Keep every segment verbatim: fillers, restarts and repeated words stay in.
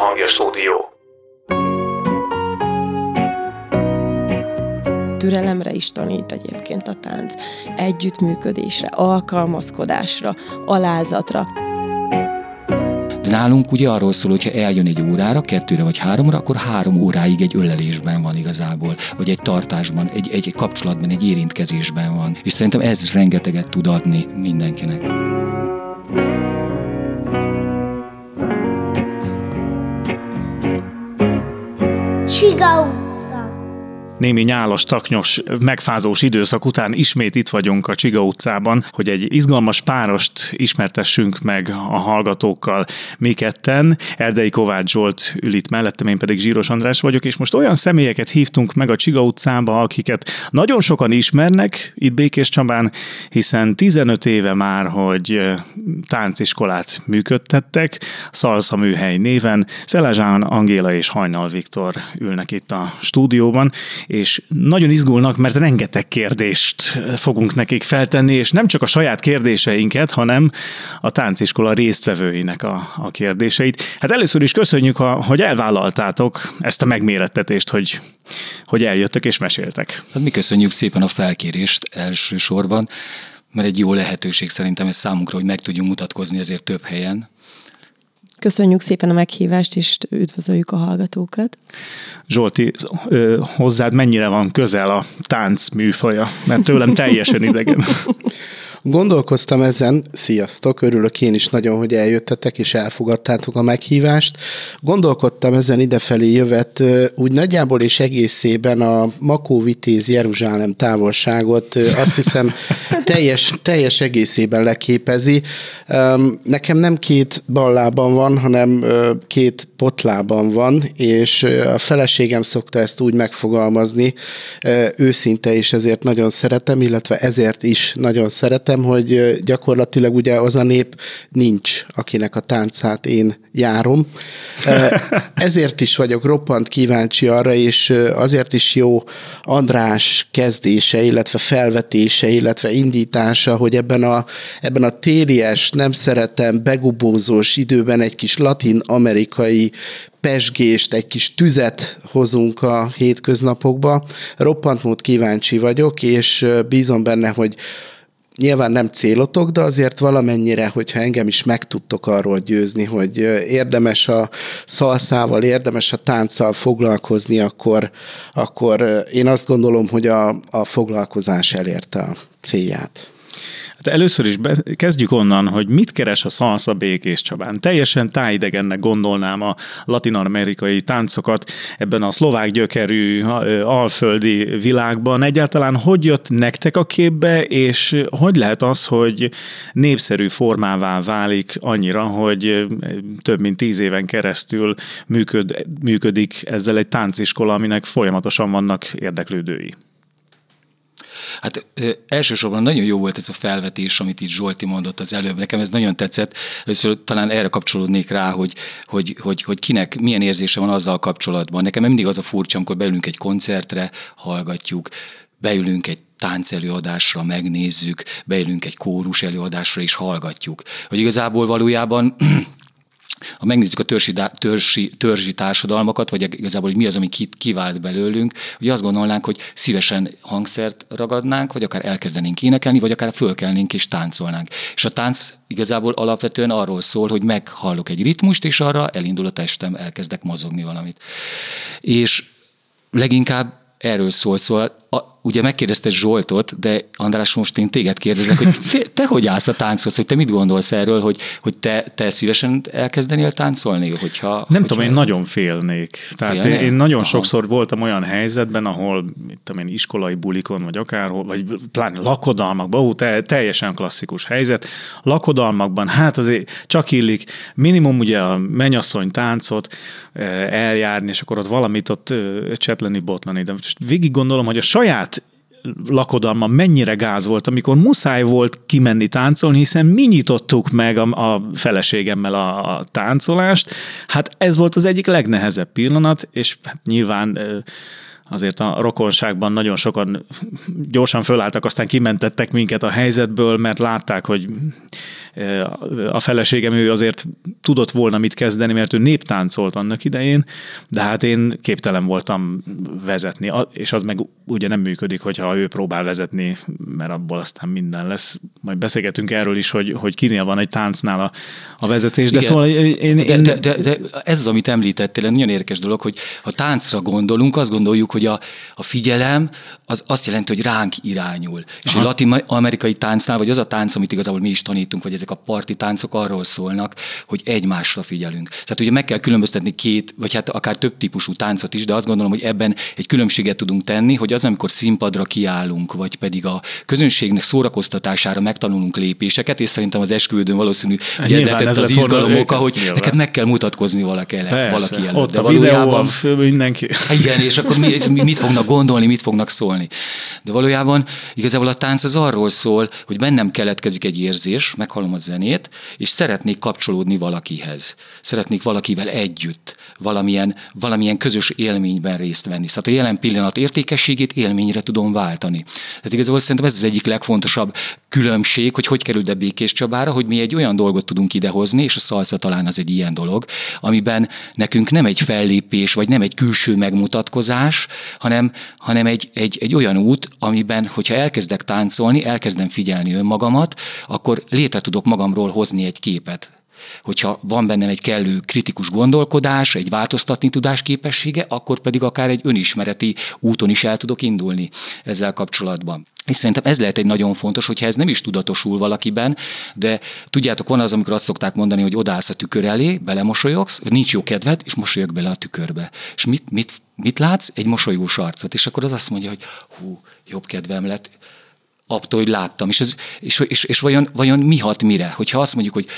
Hangja Stúdió. Türelemre is tanít egyébként a tánc, együttműködésre, alkalmazkodásra, alázatra. De nálunk ugye arról szól, hogy ha eljön egy órára, kettőre vagy háromra, akkor három óráig egy ölelésben van igazából, vagy egy tartásban, egy, egy kapcsolatban, egy érintkezésben van. És szerintem ez rengeteget tud adni mindenkinek. Csiga utca. Némi nyálas, taknyos, megfázós időszak után ismét itt vagyunk a Csiga utcában, hogy egy izgalmas párost ismertessünk meg a hallgatókkal. Mi ketten, Erdei Kovács Zsolt ül itt mellettem, én pedig Zsíros András vagyok, és most olyan személyeket hívtunk meg a Csiga utcába, akiket nagyon sokan ismernek itt Békéscsabán, hiszen tizenöt éve már, hogy tánciskolát működtettek, Salsa Műhely néven. Szelezsán Angéla és Hajnal Viktor ülnek itt a stúdióban, és nagyon izgulnak, mert rengeteg kérdést fogunk nekik feltenni, és nem csak a saját kérdéseinket, hanem a tánciskola résztvevőinek a, a kérdéseit. Hát először is köszönjük, a, hogy elvállaltátok ezt a megmérettetést, hogy, hogy eljöttek és meséltek. Hát mi köszönjük szépen a felkérést elsősorban, mert egy jó lehetőség szerintem ez számunkra, hogy meg tudjunk mutatkozni ezért több helyen. Köszönjük szépen a meghívást, és üdvözöljük a hallgatókat. Zsolti, hozzád mennyire van közel a tánc műfaja? Mert tőlem teljesen idegen. Gondolkoztam ezen, sziasztok, örülök én is nagyon, hogy eljöttetek és elfogadtátok a meghívást. Gondolkodtam ezen idefelé jövet, úgy nagyjából és egészében a Makó-Vitéz Jeruzsálem távolságot azt hiszem teljes, teljes egészében leképezi. Nekem nem két ballában van, hanem két potlában van, és a feleségem szokta ezt úgy megfogalmazni, őszinte, és ezért nagyon szeretem, illetve ezért is nagyon szeretem, hogy gyakorlatilag ugye az a nép nincs, akinek a táncát én járom. Ezért is vagyok roppant kíváncsi arra, és azért is jó András kezdése, illetve felvetése, illetve indítása, hogy ebben a, ebben a télies, nem szeretem, begubózós időben egy kis latin-amerikai pezsgést, egy kis tüzet hozunk a hétköznapokba. Roppant mód kíváncsi vagyok, és bízom benne, hogy nyilván nem célotok, de azért valamennyire, hogyha engem is meg tudtok arról győzni, hogy érdemes a szalszával, érdemes a tánccal foglalkozni, akkor, akkor én azt gondolom, hogy a, a foglalkozás elérte a célját. Hát először is be, kezdjük onnan, hogy mit keres a szalsza Békéscsabán. Teljesen tájidegennek gondolnám a latin-amerikai táncokat ebben a szlovák gyökerű, alföldi világban. Egyáltalán hogy jött nektek a képbe, és hogy lehet az, hogy népszerű formává válik annyira, hogy több mint tíz éven keresztül működ, működik ezzel egy tánciskola, aminek folyamatosan vannak érdeklődői? Hát ö, elsősorban nagyon jó volt ez a felvetés, amit itt Zsolti mondott az előbb. Nekem ez nagyon tetszett. Először talán erre kapcsolódnék rá, hogy, hogy, hogy, hogy kinek milyen érzése van azzal kapcsolatban. Nekem mindig az a furcsa, amikor beülünk egy koncertre, hallgatjuk, beülünk egy táncelőadásra, megnézzük, beülünk egy kórus előadásra és hallgatjuk. Hogy igazából valójában ha megnézzük a törzsi, törzsi, törzsi társadalmakat, vagy igazából, hogy mi az, ami kivált belőlünk, hogy azt gondolnánk, hogy szívesen hangszert ragadnánk, vagy akár elkezdenénk énekelni, vagy akár fölkelnénk és táncolnánk. És a tánc igazából alapvetően arról szól, hogy meghallok egy ritmust, és arra elindul a testem, elkezdek mozogni valamit. És leginkább erről szólt, szóval a, ugye megkérdezte Zsoltot, de András, most én téged kérdezek, hogy te, te hogy állsz a tánchoz, hogy te mit gondolsz erről, hogy, hogy te, te szívesen elkezdenél táncolni? Hogyha, nem hogyha... tudom, én nagyon félnék. Tehát Félnél? én nagyon Aha. sokszor voltam olyan helyzetben, ahol mit tudom én, iskolai bulikon, vagy akárhol, vagy pláne lakodalmakban, ó, te, teljesen klasszikus helyzet. Lakodalmakban, hát azért csak illik minimum ugye a mennyasszony táncot eljárni, és akkor ott valamit ott csetleni, botlani. De végig gondolom, hogy a saját lakodalma mennyire gáz volt, amikor muszáj volt kimenni táncolni, hiszen mi nyitottuk meg a, a feleségemmel a, a táncolást. Hát ez volt az egyik legnehezebb pillanat, és hát nyilván azért a rokonságban nagyon sokan gyorsan fölálltak, aztán kimentettek minket a helyzetből, mert látták, hogy A feleségem, ő azért tudott volna mit kezdeni, mert ő néptáncolt annak idején, de hát én képtelen voltam vezetni, és az meg ugye nem működik, hogyha ő próbál vezetni, mert abból aztán minden lesz. Majd beszélgetünk erről is, hogy, hogy kinél van egy táncnál a, a vezetés, de igen. szóval én... De, én... de, de, de ez az, amit említettél, nagyon érdekes dolog, hogy ha táncra gondolunk, azt gondoljuk, hogy a, a figyelem az azt jelenti, hogy ránk irányul. És a latin-amerikai táncnál, vagy az a tánc, amit igazából mi is tanítunk, vagy ezek a parti táncok arról szólnak, hogy egymásra figyelünk. Tehát ugye meg kell különböztetni két, vagy hát akár több típusú táncot is, de azt gondolom, hogy ebben egy különbséget tudunk tenni, hogy az, amikor színpadra kiállunk, vagy pedig a közönségnek szórakoztatására megtanulunk lépéseket, és szerintem az esküvődön valószínű, hogy ez lehetett az izgalom oka, hogy nyilván. Neked meg kell mutatkozni valaki, ele, valaki előtt. Ott de a valójában, videó, mindenki. Igen, és akkor mi, mit fognak gondolni, mit fognak szólni. De valójában igazából a tánc az arról szól, hogy bennem keletkezik egy érzés, meghallom a zenét, és szeretnék kapcsolódni valakihez. Szeretnék valakivel együtt valamilyen, valamilyen közös élményben részt venni. Szóval a jelen pillanat értékességét élményre tudom váltani. Tehát igazából szerintem ez az egyik legfontosabb különbség, hogy hogy került a Békés Csabára, hogy mi egy olyan dolgot tudunk idehozni, és a szalsza talán az egy ilyen dolog, amiben nekünk nem egy fellépés, vagy nem egy külső megmutatkozás, hanem, hanem egy, egy, egy olyan út, amiben, hogyha elkezdek táncolni, elkezdem figyelni önmagamat, akkor létre tudok magamról hozni egy képet. Hogyha van bennem egy kellő kritikus gondolkodás, egy változtatni tudás képessége, akkor pedig akár egy önismereti úton is el tudok indulni ezzel kapcsolatban. És szerintem ez lehet egy nagyon fontos, hogyha ez nem is tudatosul valakiben, de tudjátok, van az, amikor azt szokták mondani, hogy odaállsz a tükör elé, belemosolyogsz, nincs jó kedved, és mosolyog bele a tükörbe. És mit, mit, mit látsz? Egy mosolygós arcot. És akkor az azt mondja, hogy hú, jobb kedvem lett, attól, hogy láttam. És, ez, és, és, és vajon, vajon mi hat mire? Hogyha azt mondjuk, hogy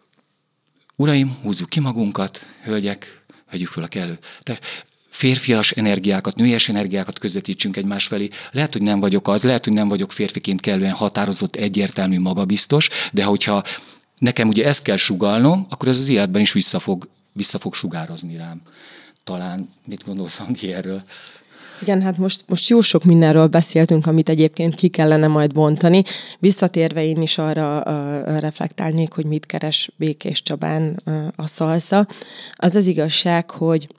uraim, húzzuk ki magunkat, hölgyek, vegyük fel a kellő. Tehát férfias energiákat, nőies energiákat közvetítsünk egymás felé. Lehet, hogy nem vagyok az, lehet, hogy nem vagyok férfiként kellően határozott, egyértelmű, magabiztos, de hogyha nekem ugye ezt kell sugallnom, akkor ez az életben is vissza fog, vissza fog sugározni rám. Talán, mit gondolsz, Angi, erről? Igen, hát most, most jó sok mindenről beszéltünk, amit egyébként ki kellene majd bontani. Visszatérve én is arra uh, reflektálnék, hogy mit keres Békés Csabán uh, a szalsza. Az az igazság, hogy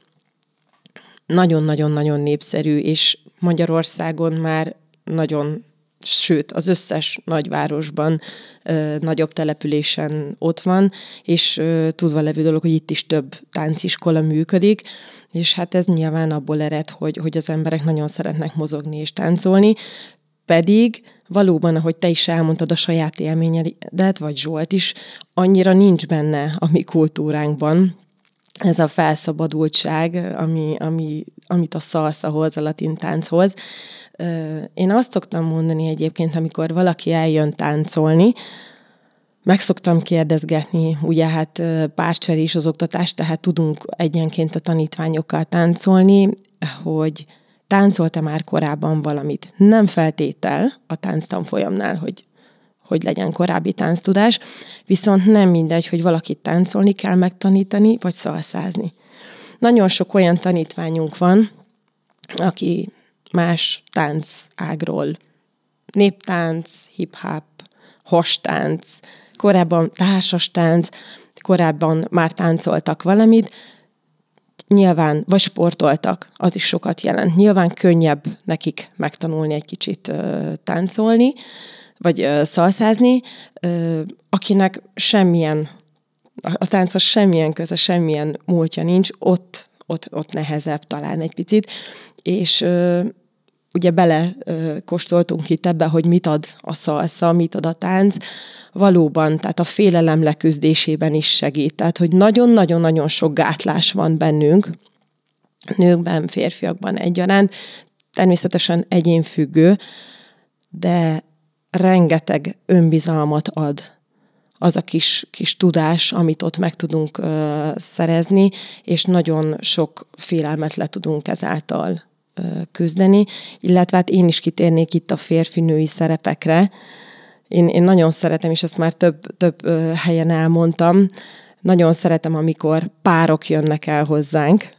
nagyon-nagyon-nagyon népszerű, és Magyarországon már nagyon, sőt, az összes nagyvárosban, ö, nagyobb településen ott van, és ö, tudva levő dolog, hogy itt is több tánciskola működik, és hát ez nyilván abból ered, hogy, hogy az emberek nagyon szeretnek mozogni és táncolni, pedig valóban, ahogy te is elmondtad a saját élményedet, vagy Zsolt is, annyira nincs benne a mi kultúránkban, ez a felszabadultság, ami, ami, amit a szalsza hoz, a latin tánc hoz. Én azt szoktam mondani egyébként, amikor valaki eljön táncolni, meg szoktam kérdezgetni, ugye hát párcsere is az oktatás, tehát tudunk egyenként a tanítványokkal táncolni, hogy táncolta már korábban valamit. Nem feltétel a tánctanfolyamnál, hogy hogy legyen korábbi tánctudás, viszont nem mindegy, hogy valakit táncolni kell megtanítani, vagy szalszázni. Nagyon sok olyan tanítványunk van, aki más táncágról, néptánc, hip-hop, hostánc, korábban társas tánc, korábban már táncoltak valamit, nyilván, vagy sportoltak, az is sokat jelent. Nyilván könnyebb nekik megtanulni egy kicsit uh, táncolni, vagy uh, szalszázni, uh, akinek semmilyen, a tánchoz semmilyen köze, semmilyen múltja nincs, ott, ott, ott nehezebb talán egy picit, és uh, ugye bele uh, kóstoltunk itt ebbe, hogy mit ad a szalsza, mit ad a tánc, valóban, tehát a félelem leküzdésében is segít, tehát hogy nagyon-nagyon-nagyon sok gátlás van bennünk, nőkben, férfiakban egyaránt, természetesen egyénfüggő, de rengeteg önbizalmat ad az a kis, kis tudás, amit ott meg tudunk uh, szerezni, és nagyon sok félelmet le tudunk ezáltal uh, küzdeni, illetve hát én is kitérnék itt a férfi-női szerepekre. Én, én nagyon szeretem, és ezt már több, több uh, helyen elmondtam, nagyon szeretem, amikor párok jönnek el hozzánk,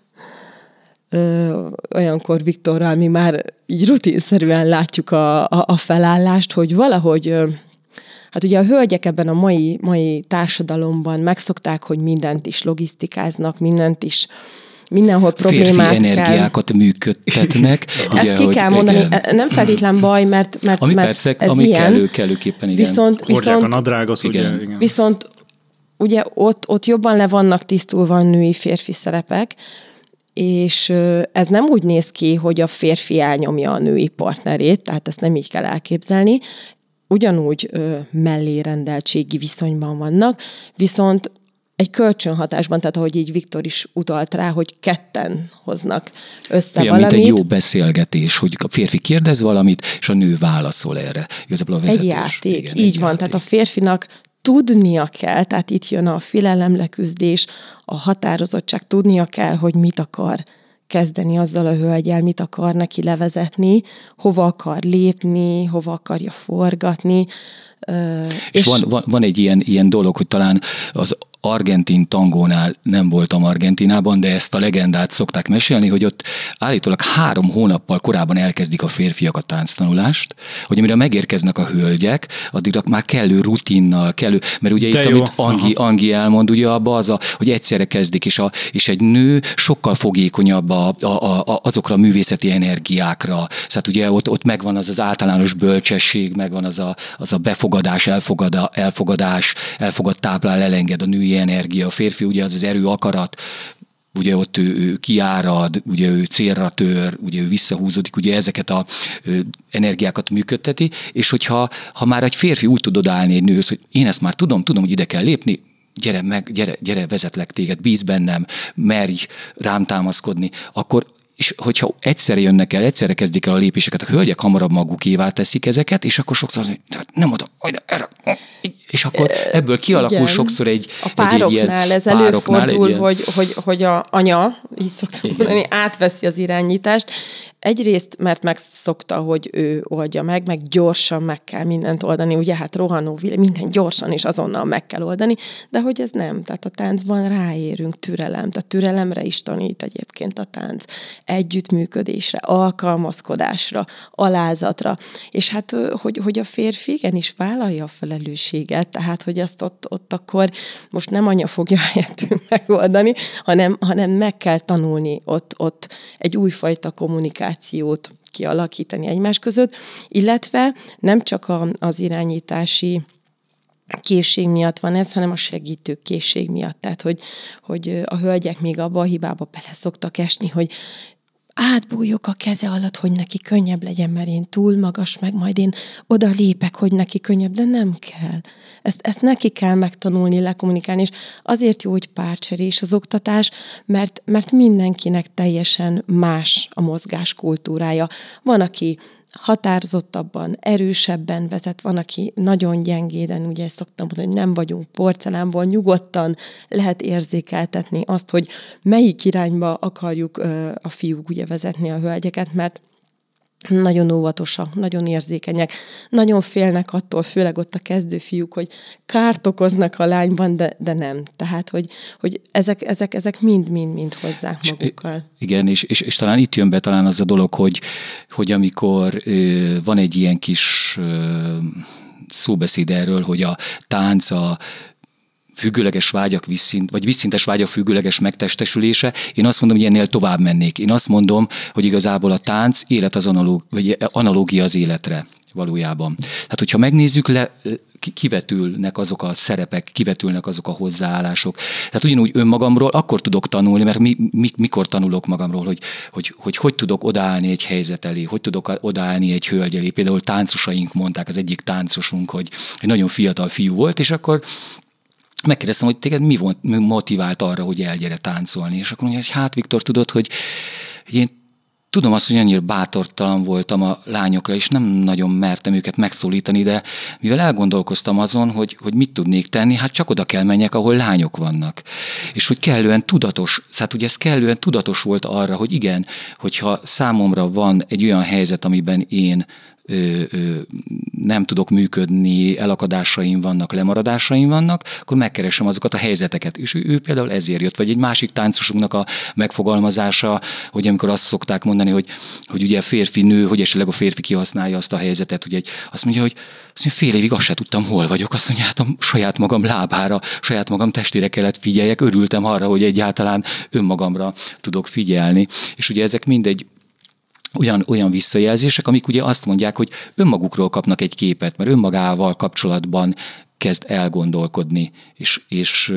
Ö, olyankor Viktorral mi már így rutinszerűen látjuk a, a, a felállást, hogy valahogy ö, Hát ugye a hölgyek ebben a mai, mai társadalomban megszokták, hogy mindent is logisztikáznak, mindent is mindenhol problémát férfi energiákat kell. működtetnek. Ezt ugye, ki kell mondani, igen. Nem feltétlen baj, mert, mert, ami mert persze, ez ami ilyen. Kellő, kellőképpen, igen. Viszont, viszont, a nadrágot, igen. ugye? Igen. Viszont ugye ott, ott jobban le vannak tisztulva a női-férfi szerepek, és ez nem úgy néz ki, hogy a férfi elnyomja a női partnerét, tehát ezt nem így kell elképzelni, ugyanúgy ö, mellérendeltségi viszonyban vannak, viszont egy kölcsönhatásban, tehát ahogy így Viktor is utalt rá, hogy ketten hoznak össze olyan, valamit. Mint egy jó beszélgetés, hogy a férfi kérdez valamit, és a nő válaszol erre. Igazából a vezetés. Egy játék, igen, így egy van. játék. Tehát a férfinak tudnia kell, tehát itt jön a félelemleküzdés, a határozottság, tudnia kell, hogy mit akar kezdeni azzal a hölgyel, mit akar neki levezetni, hova akar lépni, hova akarja forgatni. És, és van, van, van egy ilyen, ilyen dolog, hogy talán az argentin tangónál nem voltam Argentinában, de ezt a legendát szokták mesélni, hogy ott állítólag három hónappal korábban elkezdik a férfiak a tánctanulást, hogy amire megérkeznek a hölgyek, addigra már kellő rutinnal, kellő, mert ugye de itt, jó. amit Angi, Angi elmond, ugye abba az, a, hogy egyszerre kezdik, és, a, és egy nő sokkal fogékonyabb a, a, a, azokra a művészeti energiákra. Szóval ugye ott, ott megvan az az általános bölcsesség, megvan az a, az a befogadás, elfogada, elfogadás, elfogad táplál, elenged a női energia, a férfi ugye az az erő, akarat, ugye ott ő, ő kiárad, ugye ő célra tör, ugye ő visszahúzódik, ugye ezeket a ö, energiákat működteti, és hogyha ha már egy férfi úgy tud odaállni egy nőhöz, hogy én ezt már tudom, tudom, hogy ide kell lépni, gyere meg, gyere, gyere, vezetlek téged, bíz bennem, merj rám támaszkodni, akkor és hogyha egyszerre jönnek el, egyszerre kezdik el a lépéseket, a hölgyek hamarabb magukévá teszik ezeket, és akkor sokszor hogy nem oda, erre, és akkor ebből kialakul igen. sokszor egy a pároknál egy, egy ilyen, ez pároknál előfordul, ilyen... hogy, hogy, hogy a anya, így szoktam mondani, átveszi az irányítást. Egyrészt, mert megszokta, hogy ő oldja meg, meg gyorsan meg kell mindent oldani, ugye hát rohanó, minden gyorsan és azonnal meg kell oldani, de hogy ez nem, tehát a táncban ráérünk türelem, tehát türelemre is tanít egyébként a tánc, együttműködésre, alkalmazkodásra, alázatra, és hát, hogy, hogy a férfi igenis vállalja a felelősséget, tehát, hogy azt ott, ott akkor most nem anya fogja helyettünk megoldani, hanem, hanem meg kell tanulni ott, ott egy újfajta kommunikációt kialakítani egymás között, illetve nem csak a, az irányítási készség miatt van ez, hanem a segítő készség miatt. Tehát, hogy, hogy a hölgyek még abba a hibába bele szoktak esni, hogy átbújok a keze alatt, hogy neki könnyebb legyen, mert én túl magas, meg majd én oda lépek, hogy neki könnyebb, de nem kell. Ezt, ezt neki kell megtanulni, lekommunikálni, és azért jó, hogy párcserés az oktatás, mert, mert mindenkinek teljesen más a mozgás kultúrája. Van, aki határozottabban, erősebben vezet, van, aki nagyon gyengéden, ugye ezt szoktam mondani, hogy nem vagyunk porcelánból, nyugodtan lehet érzékeltetni azt, hogy melyik irányba akarjuk a fiúk ugye vezetni a hölgyeket, mert nagyon óvatosak, nagyon érzékenyek, nagyon félnek attól, főleg ott a kezdő fiúk, hogy kárt okoznak a lányban, de, de nem. Tehát, hogy, hogy ezek, ezek, ezek mind-mind-mind hozzák magukkal. Igen, és, és, és talán itt jön be talán az a dolog, hogy, hogy amikor ö, van egy ilyen kis ö, szóbeszéd erről, hogy a tánc a függőleges vágyak visszint, vagy visszintes vágyak függőleges megtestesülése. Én azt mondom, hogy ennél tovább mennék. Én azt mondom, hogy igazából a tánc élet az analóg, vagy analógia az életre valójában. Tehát, hogyha megnézzük, le, kivetülnek azok a szerepek, kivetülnek azok a hozzáállások. Tehát ugyanúgy önmagamról akkor tudok tanulni, mert mi, mi, mikor tanulok magamról, hogy hogy, hogy hogy tudok odaállni egy helyzet elé, hogy tudok odaállni egy hölgy elé. Például táncosaink mondták, az egyik táncosunk, hogy egy nagyon fiatal fiú volt, és akkor megkérdeztem, hogy téged mi volt, mi motivált arra, hogy elgyere táncolni. És akkor mondja, hogy hát Viktor, tudod, hogy én tudom azt, hogy annyira bátortalan voltam a lányokra, és nem nagyon mertem őket megszólítani, de mivel elgondolkoztam azon, hogy, hogy mit tudnék tenni, hát csak oda kell menjek, ahol lányok vannak. És hogy kellően tudatos, hát ugye ez kellően tudatos volt arra, hogy igen, hogyha számomra van egy olyan helyzet, amiben én ö, ö, nem tudok működni, elakadásaim vannak, lemaradásaim vannak, akkor megkeresem azokat a helyzeteket. És ő, ő például ezért jött. Vagy egy másik táncosunknak a megfogalmazása, hogy amikor azt szokták mondani, hogy, hogy ugye a férfi-nő, hogy esetleg a férfi kihasználja azt a helyzetet, hogy egy, azt mondja, hogy azt mondja, fél évig azt se tudtam, hol vagyok. Azt mondja, hát a saját magam lábára, saját magam testére kellett figyeljek. Örültem arra, hogy egyáltalán önmagamra tudok figyelni. És ugye ezek mindegy olyan, olyan visszajelzések, amik ugye azt mondják, hogy önmagukról kapnak egy képet, mert önmagával kapcsolatban kezd elgondolkodni, és, és,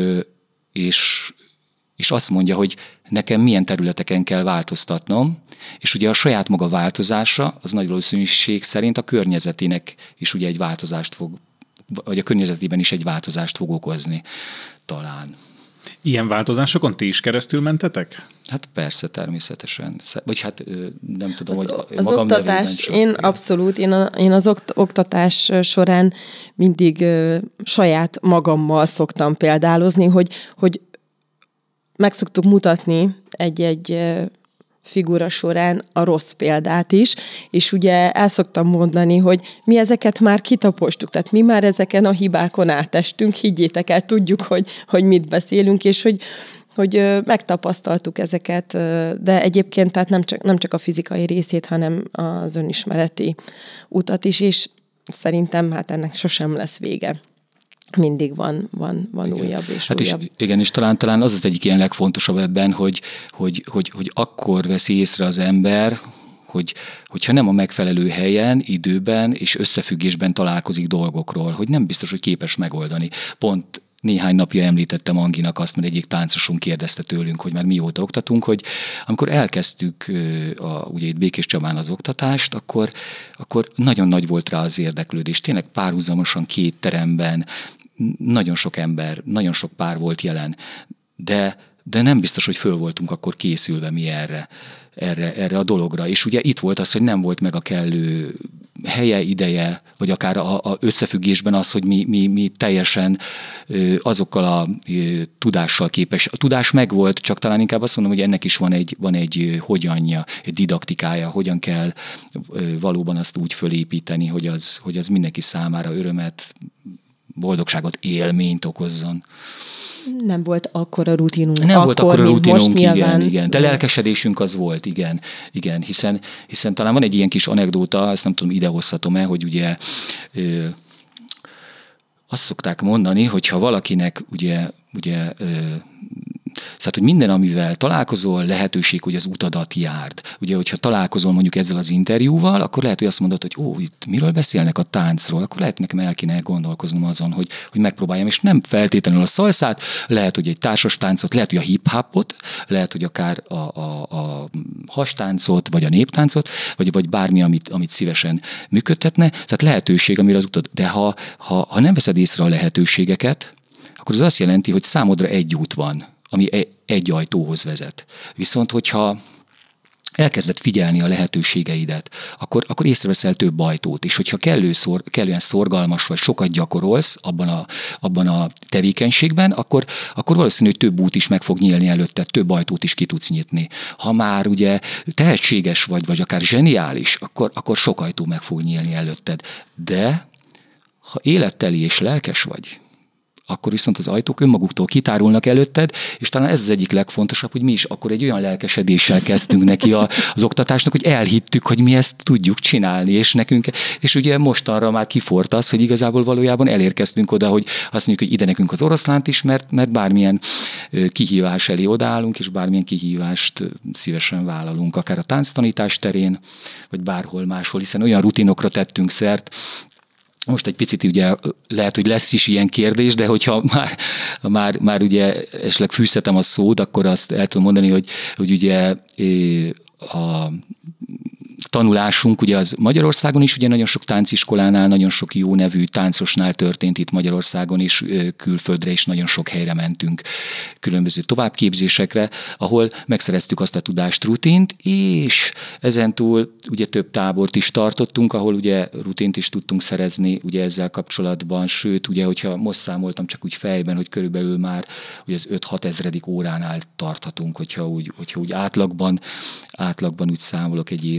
és, és azt mondja, hogy nekem milyen területeken kell változtatnom, és ugye a saját maga változása az nagy valószínűség szerint a környezetének is ugye egy változást fog, vagy a környezetében is egy változást fog okozni talán. Ilyen változásokon ti is keresztül mentetek? Hát persze, természetesen. Vagy hát nem tudom, az, hogy az magam oktatás, csak, én abszolút, én, a, én az oktatás során mindig uh, saját magammal szoktam példálozni, hogy, hogy meg szoktuk mutatni egy-egy uh, figura során a rossz példát is, és ugye el szoktam mondani, hogy mi ezeket már kitapostuk, tehát mi már ezeken a hibákon átestünk, higgyétek el, tudjuk, hogy, hogy mit beszélünk, és hogy, hogy megtapasztaltuk ezeket, de egyébként tehát nem csak, nem csak a fizikai részét, hanem az önismereti utat is, és szerintem hát ennek sosem lesz vége. Mindig van, van, van újabb és hát újabb. És, igen, és talán, talán az az egyik ilyen legfontosabb ebben, hogy, hogy, hogy, hogy akkor veszi észre az ember, hogy, hogyha nem a megfelelő helyen, időben és összefüggésben találkozik dolgokról, hogy nem biztos, hogy képes megoldani. Pont néhány napja említettem Anginak azt, mert egyik táncosunk kérdezte tőlünk, hogy már mióta oktatunk, hogy amikor elkezdtük a, ugye itt Békés Csabán az oktatást, akkor, akkor nagyon nagy volt rá az érdeklődés. Tényleg párhuzamosan két teremben nagyon sok ember, nagyon sok pár volt jelen, de, de nem biztos, hogy föl voltunk akkor készülve mi erre, erre, erre a dologra. És ugye itt volt az, hogy nem volt meg a kellő helye, ideje, vagy akár a, a összefüggésben az, hogy mi, mi, mi teljesen ö, azokkal a ö, tudással képes. A tudás megvolt, csak talán inkább azt mondom, hogy ennek is van egy, van egy hogyanja, egy didaktikája, hogyan kell ö, valóban azt úgy fölépíteni, hogy az, hogy az mindenki számára örömet, boldogságot, élményt okozzon. Nem volt akkora rutinunk. Nem akkor, volt akkora rutinunk, igen, igen. De nem. Lelkesedésünk az volt, igen. igen hiszen, hiszen talán van egy ilyen kis anekdóta, ezt nem tudom, idehozhatom-e, hogy ugye ö, azt szokták mondani, hogyha valakinek ugye, ugye ö, szóval, hogy minden, amivel találkozol, lehetőség, hogy az utadat járd. Ugye, hogyha találkozol mondjuk ezzel az interjúval, akkor lehet, hogy azt mondod, hogy ó, itt miről beszélnek a táncról, akkor lehet nekem el kéne gondolkoznom azon, hogy, hogy megpróbáljam, és nem feltétlenül a szalszát, lehet, hogy egy társas táncot, lehet, hogy a hip-hopot, lehet, hogy akár a, a, a hastáncot, vagy a néptáncot, vagy, vagy bármi, amit, amit szívesen működtetne. Tehát lehetőség, amire az utad. De ha, ha, ha nem veszed észre a lehetőségeket, akkor az azt jelenti, hogy számodra egy út van, ami egy ajtóhoz vezet. Viszont, hogyha elkezded figyelni a lehetőségeidet, akkor, akkor észreveszel több ajtót, és hogyha kellő szor, kellően szorgalmas vagy sokat gyakorolsz abban a, abban a tevékenységben, akkor, akkor valószínű, hogy több út is meg fog nyílni előtte, több ajtót is ki tudsz nyitni. Ha már ugye tehetséges vagy, vagy akár zseniális, akkor, akkor sok ajtó meg fog nyílni előtted. De ha életteli és lelkes vagy, akkor viszont az ajtók önmaguktól kitárulnak előtted, és talán ez az egyik legfontosabb, hogy mi is akkor egy olyan lelkesedéssel kezdtünk neki a, az oktatásnak, hogy elhittük, hogy mi ezt tudjuk csinálni, és nekünk, és ugye mostanra már kiforrt az, hogy igazából valójában elérkeztünk oda, hogy azt mondjuk, hogy ide nekünk az oroszlánt is, mert, mert bármilyen kihívás elé odaállunk, és bármilyen kihívást szívesen vállalunk, akár a tánctanítás terén, vagy bárhol máshol, hiszen olyan rutinokra tettünk szert. Most egy picit ugye lehet, hogy lesz is ilyen kérdés, de hogyha már, már, már ugye esetleg fűzhetem a szót, akkor azt el tudom mondani, hogy, hogy ugye a tanulásunk ugye az Magyarországon is, ugye nagyon sok tánciskolánál, nagyon sok jó nevű táncosnál történt itt Magyarországon is, külföldre is nagyon sok helyre mentünk különböző továbbképzésekre, ahol megszereztük azt a tudást, rutint, és ezentúl ugye több tábort is tartottunk, ahol ugye rutint is tudtunk szerezni ugye ezzel kapcsolatban, sőt, ugye, hogyha most számoltam csak úgy fejben, hogy körülbelül már ugye az öt-hat ezredik óránál tarthatunk, hogyha úgy, hogyha úgy átlagban, átlagban úgy számolok egy évet, hogy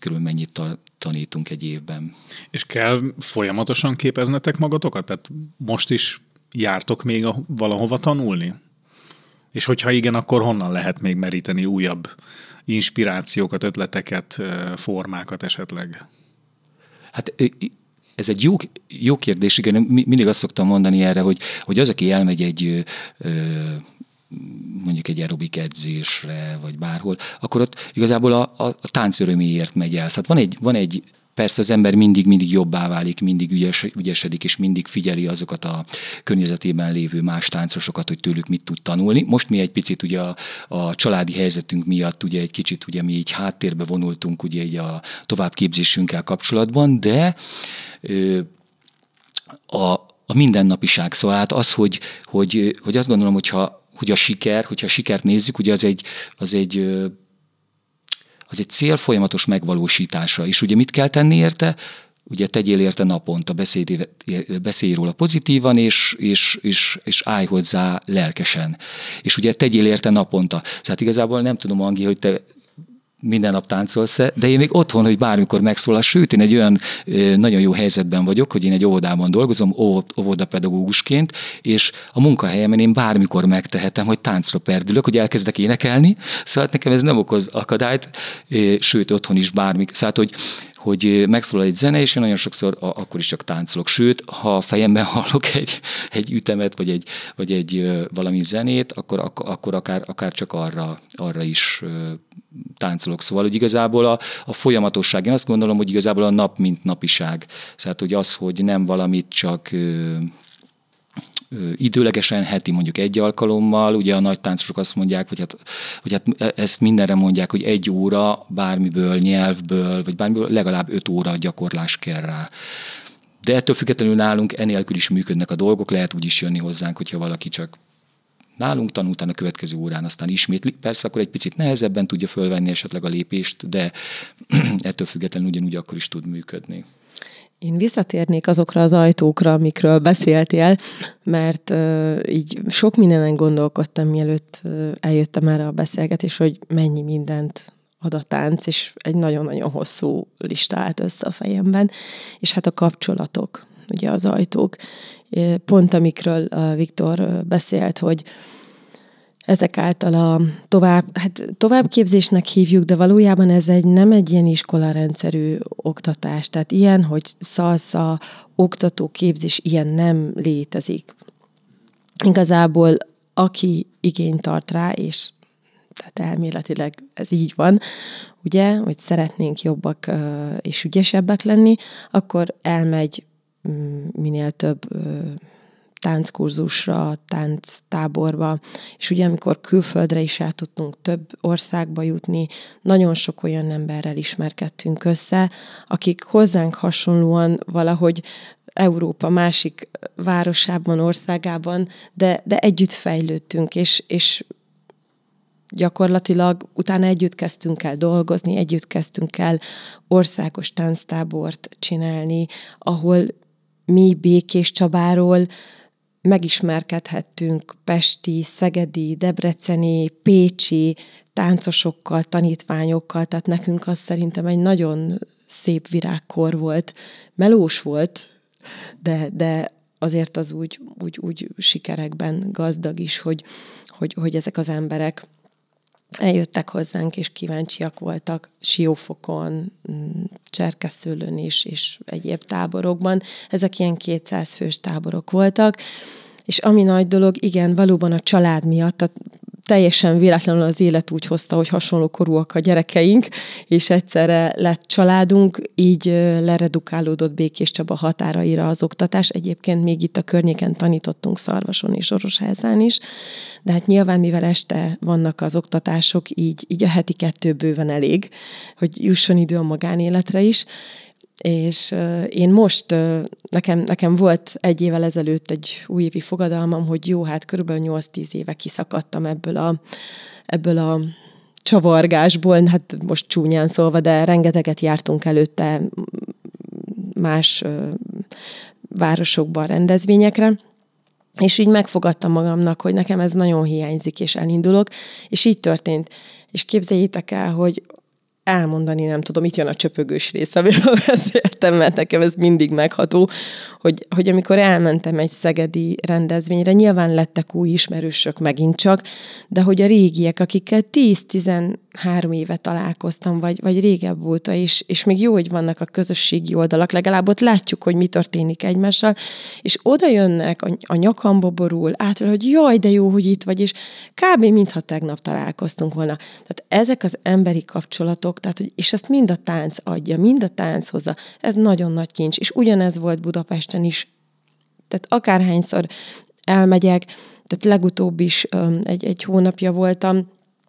körül mennyit ta- tanítunk egy évben. És kell folyamatosan képeznetek magatokat? Tehát most is jártok még a, valahova tanulni? És hogyha igen, akkor honnan lehet még meríteni újabb inspirációkat, ötleteket, formákat esetleg? Hát ez egy jó, jó kérdés, igen, mindig azt szoktam mondani erre, hogy, hogy az, aki elmegy egy mondjuk egy aerobik edzésre, vagy bárhol, akkor ott igazából a, a, a tánc öröméért megy el. Szóval van egy, van egy persze az ember mindig-mindig jobbá válik, mindig ügyes, ügyesedik, és mindig figyeli azokat a környezetében lévő más táncosokat, hogy tőlük mit tud tanulni. Most mi egy picit ugye a, a családi helyzetünk miatt ugye egy kicsit ugye mi így háttérbe vonultunk ugye így a továbbképzésünkkel kapcsolatban, de ö, a, a mindennapiság, szóval hát az, hogy, hogy, hogy azt gondolom, hogyha hogy a siker, hogyha a sikert nézzük, ugye az egy, az egy, az egy cél folyamatos megvalósítása. És ugye mit kell tenni érte? Ugye tegyél érte naponta, beszélj, beszélj róla pozitívan, és, és, és, és állj hozzá lelkesen. És ugye tegyél érte naponta. Tehát igazából nem tudom, Angi, hogy te minden nap táncolsz, de én még otthon, hogy bármikor megszólal. Sőt, én egy olyan nagyon jó helyzetben vagyok, hogy én egy óvodában dolgozom, óvodapedagógusként, és a munkahelyemen én bármikor megtehetem, hogy táncra perdülök, hogy elkezdek énekelni, szóval nekem ez nem okoz akadályt, sőt, otthon is bármik. Szóval, hogy hogy megszólal egy zene, és én nagyon sokszor a, akkor is csak táncolok. Sőt, ha a fejemben hallok egy, egy ütemet, vagy egy, vagy egy valami zenét, akkor, akkor, akkor akár, akár csak arra, arra is táncolok. Szóval, hogy igazából a, a folyamatosság, én azt gondolom, hogy igazából a nap, mint napiság. Szóval, hogy az, hogy nem valamit csak időlegesen, heti mondjuk egy alkalommal, ugye a nagy táncosok azt mondják, hogy hát, hogy hát ezt mindenre mondják, hogy egy óra bármiből, nyelvből, vagy bármiből legalább öt óra gyakorlás kell rá. De ettől függetlenül nálunk enélkül is működnek a dolgok, lehet úgy is jönni hozzánk, hogyha valaki csak nálunk tanul, utána a következő órán aztán ismétli. Persze akkor egy picit nehezebben tudja fölvenni esetleg a lépést, de ettől függetlenül ugyanúgy akkor is tud működni. Én visszatérnék azokra az ajtókra, amikről beszéltél, mert uh, így sok mindenen gondolkodtam, mielőtt uh, eljöttem erre a beszélgetés, hogy mennyi mindent ad a tánc, és egy nagyon-nagyon hosszú lista állt össze a fejemben, és hát a kapcsolatok, ugye az ajtók. Pont amikről uh, Viktor beszélt, hogy ezek által a tovább, hát továbbképzésnek hívjuk, de valójában ez egy nem egy ilyen iskolarendszerű oktatás. Tehát ilyen, hogy szalsza, oktatóképzés, ilyen nem létezik. Igazából aki igényt tart rá, és tehát elméletileg ez így van, ugye, hogy szeretnénk jobbak és ügyesebbek lenni, akkor elmegy minél több tánckurzusra, tánctáborba, és ugye amikor külföldre is el tudtunk több országba jutni, nagyon sok olyan emberrel ismerkedtünk össze, akik hozzánk hasonlóan valahogy Európa másik városában, országában, de, de együtt fejlődtünk, és, és gyakorlatilag utána együtt kezdtünk el dolgozni, együtt kezdtünk el országos tánctábort csinálni, ahol mi Békés Csabáról megismerkedhettünk pesti, szegedi, debreceni, pécsi táncosokkal, tanítványokkal, tehát nekünk az szerintem egy nagyon szép virágkor volt. Melós volt, de, de azért az úgy, úgy, úgy sikerekben gazdag is, hogy, hogy, hogy ezek az emberek eljöttek hozzánk, és kíváncsiak voltak Siófokon, Cserkeszőlőn is, és egyéb táborokban. Ezek ilyen kétszáz fős táborok voltak, és ami nagy dolog, igen, valóban a család miatt, tehát teljesen véletlenül az élet úgy hozta, hogy hasonló korúak a gyerekeink, és egyszerre lett családunk, így leredukálódott Békés Csaba határaira az oktatás. Egyébként még itt a környéken tanítottunk Szarvason és Orosházán is, de hát nyilván, mivel este vannak az oktatások, így, így a heti kettő bőven elég, hogy jusson idő a magánéletre is. És uh, én most, uh, nekem, nekem volt egy évvel ezelőtt egy újévi fogadalmam, hogy jó, hát körülbelül nyolc-tíz éve kiszakadtam ebből a, ebből a csavargásból, hát most csúnyán szólva, de rengeteget jártunk előtte más uh, városokban rendezvényekre, és így megfogadtam magamnak, hogy nekem ez nagyon hiányzik, és elindulok, és így történt. És képzeljétek el, hogy elmondani nem tudom, itt jön a csöpögős rész, amiről beszéltem, mert nekem ez mindig megható, hogy, hogy amikor elmentem egy szegedi rendezvényre, nyilván lettek új ismerősök megint csak, de hogy a régiek, akikkel tíz-tizenhárom éve találkoztam, vagy, vagy régebb óta, és, és még jó, hogy vannak a közösségi oldalak, legalább ott látjuk, hogy mi történik egymással, és oda jönnek, a, a nyakamba borul, átról, hogy jaj, de jó, hogy itt vagy, és kb. Mintha tegnap találkoztunk volna. Tehát ezek az emberi kapcsolatok, tehát, hogy, és ezt mind a tánc adja, mind a tánc hozza. Ez nagyon nagy kincs, és ugyanez volt Budapesten is. Tehát akárhányszor elmegyek, tehát legutóbb is um, egy, egy hónapja voltam,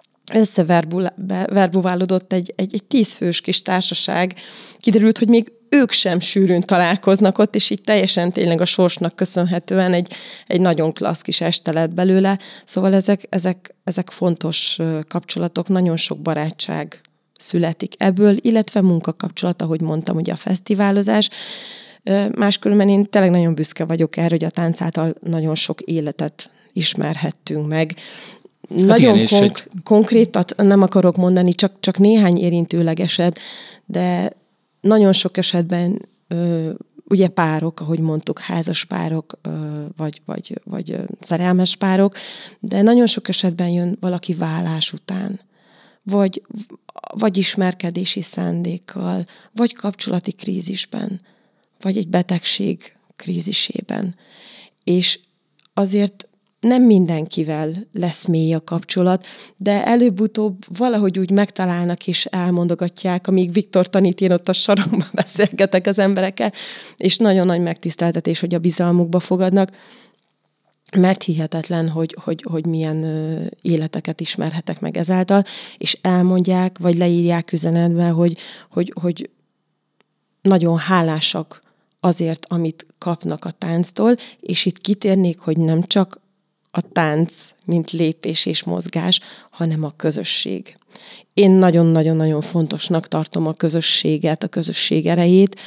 összeverbuválódott egy, egy, egy tízfős kis társaság, kiderült, hogy még ők sem sűrűn találkoznak ott, és így teljesen tényleg a sorsnak köszönhetően egy, egy nagyon klassz kis este lett belőle. Szóval ezek, ezek, ezek fontos kapcsolatok, nagyon sok barátság születik ebből, illetve munkakapcsolat, ahogy mondtam, ugye a fesztiválozás. Máskülönben én tényleg nagyon büszke vagyok erre, hogy a tánc által nagyon sok életet ismerhettünk meg. Hát nagyon igen, konk- egy... konkrétat nem akarok mondani, csak, csak néhány érintőlegeset, de nagyon sok esetben ö, ugye párok, ahogy mondtuk, házas párok, ö, vagy, vagy, vagy ö, szerelmes párok, de nagyon sok esetben jön valaki válás után, vagy, vagy ismerkedési szándékkal, vagy kapcsolati krízisben, vagy egy betegség krízisében. És azért nem mindenkivel lesz mély a kapcsolat, de előbb-utóbb valahogy úgy megtalálnak és elmondogatják, amíg Viktor tanít, én ott a sarokban beszélgetek az emberekkel, és nagyon nagy megtiszteltetés, hogy a bizalmukba fogadnak, mert hihetetlen, hogy, hogy, hogy milyen életeket ismerhetek meg ezáltal, és elmondják, vagy leírják üzenetben, hogy, hogy, hogy nagyon hálásak azért, amit kapnak a tánctól, és itt kitérnék, hogy nem csak a tánc, mint lépés és mozgás, hanem a közösség. Én nagyon-nagyon-nagyon fontosnak tartom a közösséget, a közösség erejét,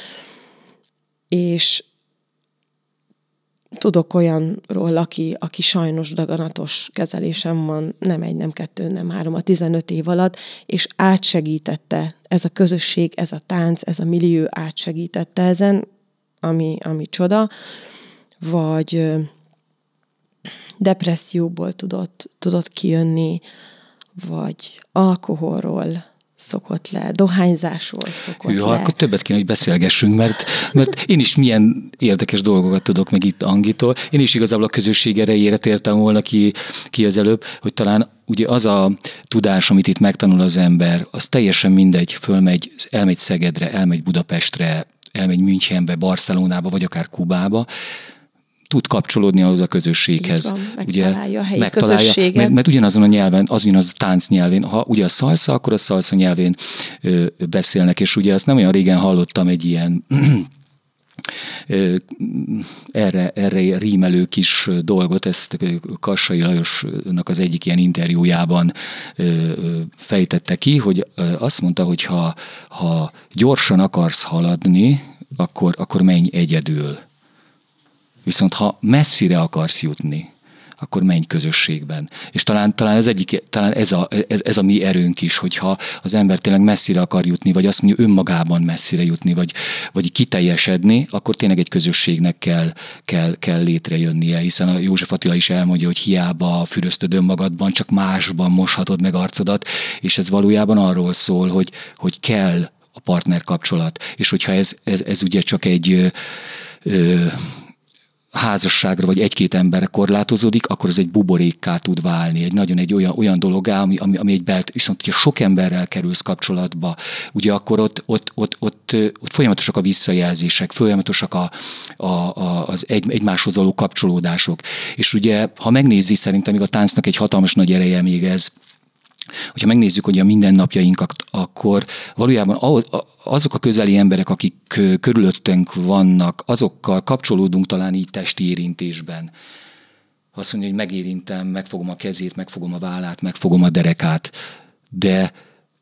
és tudok olyanról, aki, aki sajnos daganatos kezelésem van, nem egy, nem kettő, nem három, a tizenöt év alatt, és átsegítette ez a közösség, ez a tánc, ez a millió átsegítette ezen, ami, ami csoda, vagy depresszióból tudott, tudott kijönni, vagy alkoholról szokott le, dohányzásról szokott Hűha, le. akkor többet kéne, hogy beszélgessünk, mert, mert én is milyen érdekes dolgokat tudok meg itt Angitól. Én is igazából a közösség erejére tértem volna ki, ki az előbb, hogy talán ugye az a tudás, amit itt megtanul az ember, az teljesen mindegy, fölmegy, elmegy Szegedre, elmegy Budapestre, elmegy Münchenbe, Barcelonába, vagy akár Kubába, tud kapcsolódni ahhoz a közösséghez. Van, ugye, megtalálja a helyi megtalálja, közösséget. Mert, mert ugyanazon a nyelven, az ugyanaz a tánc nyelvén, ha ugye a szalsza, akkor a szalsza nyelvén ö, beszélnek, és ugye azt nem olyan régen hallottam egy ilyen ö, erre, erre rímelő kis dolgot, ezt Kassai Lajosnak az egyik ilyen interjújában ö, ö, fejtette ki, hogy ö, azt mondta, hogy ha, ha gyorsan akarsz haladni, akkor, akkor menj egyedül. Viszont ha messzire akarsz jutni, akkor menj közösségben. És talán, talán ez egyik, talán ez a, ez, ez a mi erőnk is, hogyha az ember tényleg messzire akar jutni, vagy azt mondja önmagában messzire jutni, vagy, vagy kiteljesedni, akkor tényleg egy közösségnek kell, kell, kell létrejönnie, hiszen a József Attila is elmondja, hogy hiába füröztöd önmagadban, csak másban moshatod meg arcodat, és ez valójában arról szól, hogy, hogy kell a partner kapcsolat. És hogyha ez, ez, ez ugye csak egy ö, ö, házasságra vagy egy-két emberre korlátozódik, akkor ez egy buborékká tud válni, egy nagyon egy olyan, olyan dologgá, ami, ami, ami egy belt, viszont hogyha sok emberrel kerülsz kapcsolatba, ugye akkor ott, ott, ott, ott, ott folyamatosak a visszajelzések, folyamatosak a, a, a, az egy, egymáshoz való kapcsolódások. És ugye, ha megnézi, szerintem még a táncnak egy hatalmas nagy ereje még ez, hogyha megnézzük, hogy a mindennapjainkat, akkor valójában azok a közeli emberek, akik körülöttünk vannak, azokkal kapcsolódunk talán így testi érintésben. Azt mondja, hogy megérintem, megfogom a kezét, megfogom a vállát, megfogom a derekát, de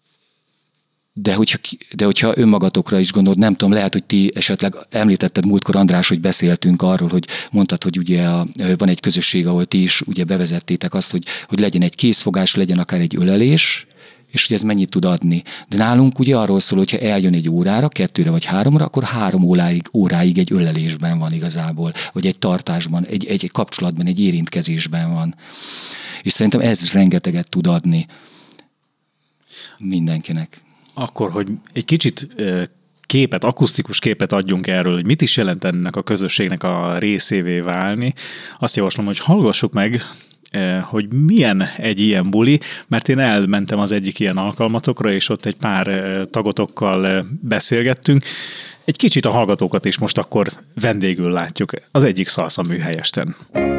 De hogyha, de hogyha önmagatokra is gondolod, nem tudom, lehet, hogy ti esetleg említetted múltkor, András, hogy beszéltünk arról, hogy mondtad, hogy ugye a, van egy közösség, ahol ti is ugye bevezettétek azt, hogy, hogy legyen egy készfogás, legyen akár egy ölelés, és hogy ez mennyit tud adni. De nálunk ugye arról szól, hogyha eljön egy órára, kettőre vagy háromra, akkor három óráig, óráig egy ölelésben van igazából, vagy egy tartásban, egy, egy kapcsolatban, egy érintkezésben van. És szerintem ez rengeteget tud adni mindenkinek. Akkor, hogy egy kicsit képet, akusztikus képet adjunk erről, hogy mit is jelent ennek a közösségnek a részévé válni, azt javaslom, hogy hallgassuk meg, hogy milyen egy ilyen buli, mert én elmentem az egyik ilyen alkalmatokra, és ott egy pár tagotokkal beszélgettünk. Egy kicsit a hallgatókat is most akkor vendégül látjuk az egyik szalsza műhelyesten.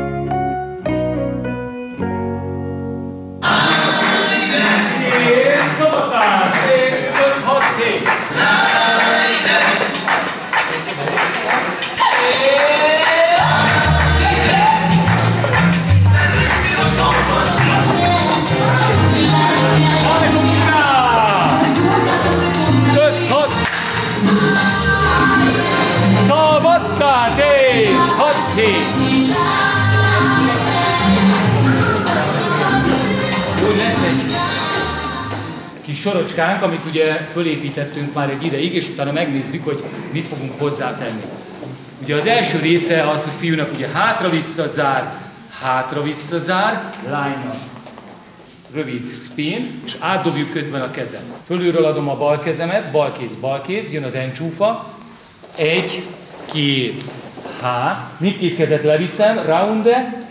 Kis sorocskánk, amit ugye fölépítettünk már egy ideig, és utána megnézzük, hogy mit fogunk hozzátenni. Ugye az első része az, hogy fiúnak ugye hátra-vissza zár, hátra-vissza zár, lánynak rövid spin, és átdobjuk közben a kezem. Fölülről adom a bal kezemet, bal kéz, bal kéz, jön az encsúfa. Egy, két, há, mindkét kezet leviszem, round-e,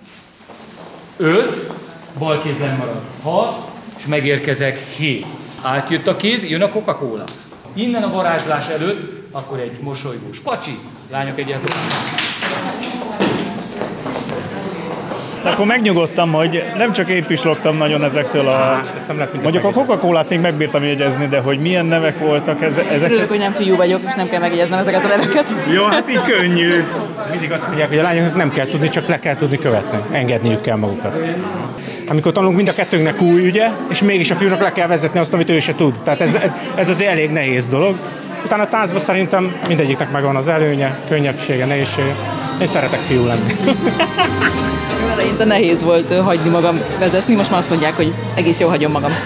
öt, bal kéz lemarad, hat, és megérkezek, hét. Átjött a kéz, jön a Coca-Cola. Innen a varázslás előtt, akkor egy mosolygós pacsi, lányok egyáltalán. Akkor megnyugodtam, hogy nem csak én pislogtam nagyon ezektől a... Mondjuk a Coca-Colát még megbírtam jegyezni, de hogy milyen nevek voltak ezek. Örülök, hogy nem fiú vagyok, és nem kell megjegyeznem ezeket a neveket. Jó, hát így könnyű. Mindig azt mondják, hogy a lányoknak nem kell tudni, csak le kell tudni követni. Engedniük kell magukat. Amikor tanulunk, mind a kettőnknek új, ugye, és mégis a fiúnak le kell vezetni azt, amit ő se tud. Tehát ez, ez, ez azért elég nehéz dolog. Utána a táncban szerintem mindegyiknek megvan az előnye, könnyebbsége, nehézsége. Én szeretek fiú lenni. Eleinte nehéz volt hagyni magam vezetni, most már azt mondják, hogy egész jól hagyom magam.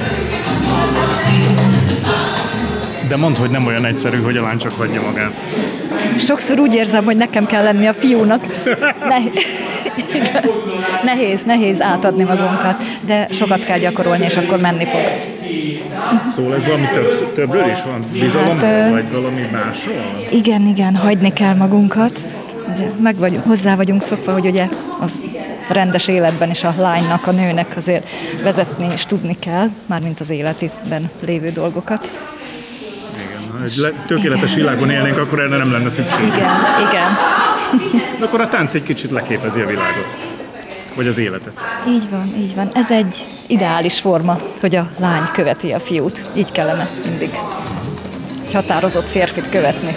De mondd, hogy nem olyan egyszerű, hogy a lány csak hagyja magát. Sokszor úgy érzem, hogy nekem kell lenni a fiúnak. Ne- nehéz, nehéz átadni magunkat, de sokat kell gyakorolni, és akkor menni fog. Szóval ez valami több, többről is van? Bizalom, hát, vagy valami másról? Igen, igen, hagyni kell magunkat. Ugye meg vagyunk, hozzá vagyunk szokva, hogy ugye az rendes életben is a lánynak, a nőnek azért vezetni és tudni kell, mármint az életében lévő dolgokat. Igen, ha egy tökéletes igen. világon élnénk, akkor erre nem lenne szükség. Igen, igen. De akkor a tánc egy kicsit leképezi a világot, vagy az életet. Így van, így van. Ez egy ideális forma, hogy a lány követi a fiút. Így kellene mindig egy határozott férfit követni.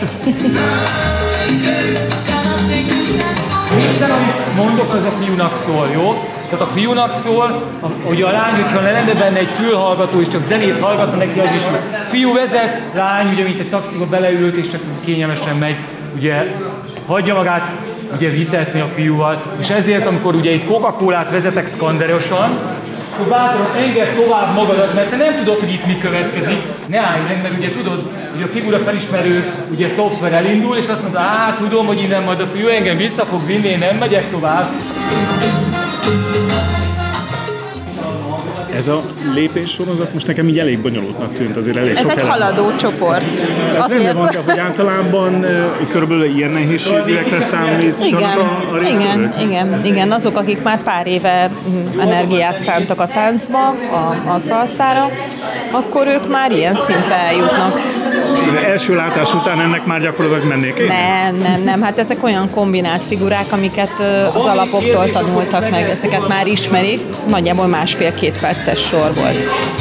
Minden, amit mondok, az a fiúnak szól, jó? Tehát a fiúnak szól, hogy a lány, hogyha lenne benne egy fülhallgató, és csak zenét hallgatna neki, az is jó. Fiú vezet, lány, ugye, mint egy taxiba beleült, és csak kényelmesen megy, ugye, hagyja magát, ugye, vitetni a fiúval, és ezért, amikor ugye itt Coca-Colát vezetek szkanderosan, akkor bátran engedd tovább magadat, mert te nem tudod, hogy itt mi következik. Ne állj meg, mert ugye tudod, hogy a figura felismerő ugye szoftver elindul, és azt mondta, á, tudom, hogy innen majd a fiú engem vissza fog vinni, én nem megyek tovább. Ez a lépéssorozat most nekem így elég bonyolultnak tűnt, azért elég Ez sok egy elem. haladó csoport. Ez azért van, hogy általában körülbelül ilyen nehézségekre számítsanak a, a résztvevők? Igen, igen, igen, azok, akik már pár éve energiát szántak a táncba, a, a szalszára, akkor ők már ilyen szintre eljutnak. És első látás után ennek már gyakorlatilag mennék én? Nem, nem, nem, hát ezek olyan kombinált figurák, amiket az alapoktól tanultak meg, ezeket már ismerik, nagyjából másfél-két perces sor volt.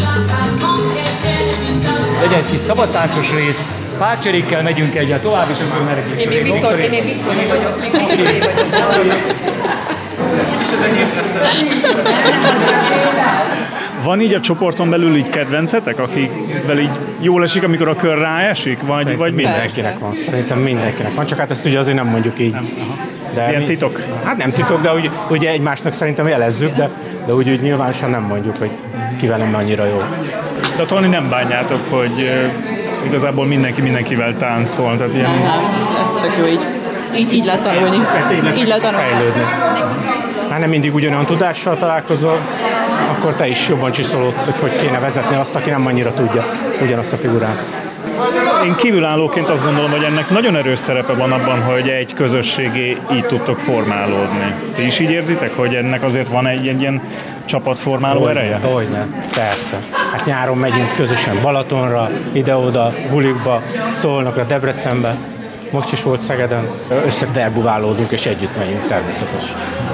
Legyen kis szabadtáncos rész, párcserékkel megyünk egyet tovább, és akkor merekünk. Én még Viktor, én még Viktori vagyok, még Viktori vagyok. Úgyis az egész lesz. Van így a csoporton belül így kedvencetek, akikvel így jól esik, amikor a kör ráesik? Vagy, Szerintem vagy mindenkinek van. Szerintem mindenkinek van, csak hát ezt ugye azért nem mondjuk így. De ez ilyen titok? Hát nem titok, de úgy, ugye egymásnak szerintem jelezzük, de, de úgy, úgy nyilvánosan nem mondjuk, hogy kivel nem annyira jó. De attól nem bánjátok, hogy uh, igazából mindenki mindenkivel táncol. Tehát ilyen... Nem, nem, ez, ez tök jó így. Így, így lehet tanulni. Így lehet, így lehet tanulni. Fejlődni. Már nem mindig ugyanolyan tudással találkozol, akkor te is jobban csiszolódsz, hogy hogy kéne vezetni azt, aki nem annyira tudja ugyanazt a figurát. Én kívülállóként azt gondolom, hogy ennek nagyon erős szerepe van abban, hogy egy közösségé így tudtok formálódni. Ti is így érzitek, hogy ennek azért van egy, egy ilyen csapatformáló Hogyne, ereje? Hogyne, persze. Hát nyáron megyünk közösen Balatonra, ide-oda, bulikba, Szolnokra, Debrecenbe. Most is volt Szegeden. Összeverbuválódunk és együtt megyünk természetesen.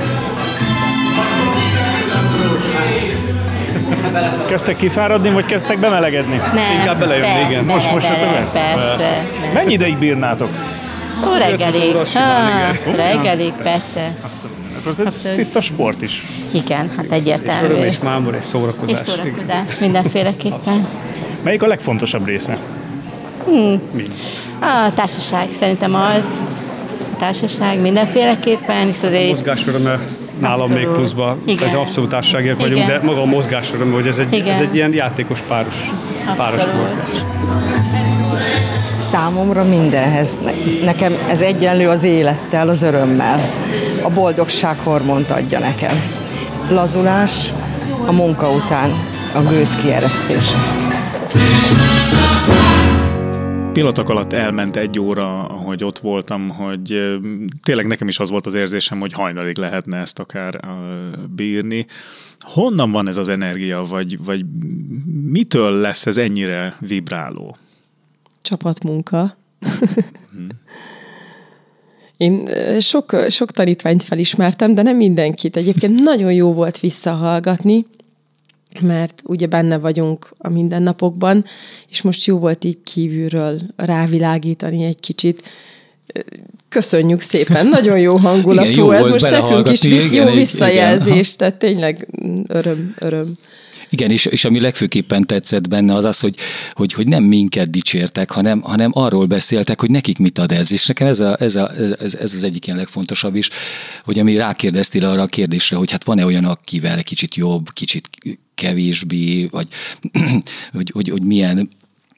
Kezdtek kifáradni, vagy kezdtek bemelegedni? Nem, Inkább belejönni, be, igen. Be, Most, most bele, jöttek be? persze. Mennyi ideig bírnátok? Ó, reggelig. Ah, reggelig, nem? persze. Aztán, akkor ez tiszta sport is. Igen, hát egyértelmű. És öröm és mámor, és szórakozás. És szórakozás, mindenféleképpen. Melyik a legfontosabb része? Hmm. Mi? A társaság, szerintem az. A társaság mindenféleképpen, hisz azért... A mozgásöröme nálam abszolút. Még pluszban, szerintem abszolút társaságiak vagyunk, igen. De maga a mozgásöröme, hogy ez egy, ez egy ilyen játékos páros, páros mozgás. Számomra mindenhez. Nekem ez egyenlő az élettel, az örömmel. A boldogság hormont adja nekem. Lazulás a munka után, a gőz kieresztése. Pillanatok alatt elment egy óra, ahogy ott voltam, hogy tényleg nekem is az volt az érzésem, hogy hajnalig lehetne ezt akár bírni. Honnan van ez az energia, vagy, vagy mitől lesz ez ennyire vibráló? Csapatmunka. Hmm. Én sok, sok tanítványt felismertem, de nem mindenkit. Egyébként nagyon jó volt visszahallgatni, mert ugye benne vagyunk a mindennapokban, és most jó volt így kívülről rávilágítani egy kicsit. Köszönjük szépen, nagyon jó hangulatú. Igen, jó ez most nekünk is visz, igen, jó visszajelzés, igen. Tehát tényleg öröm, öröm. Igen, és, és ami legfőképpen tetszett benne az az, hogy, hogy, hogy nem minket dicsértek, hanem, hanem arról beszéltek, hogy nekik mit ad ez. És nekem ez, a, ez, a, ez, ez az egyik ilyen legfontosabb is, hogy ami rákérdeztél arra a kérdésre, hogy hát van-e olyan, akivel kicsit jobb, kicsit kevésbé, vagy hogy, hogy, hogy milyen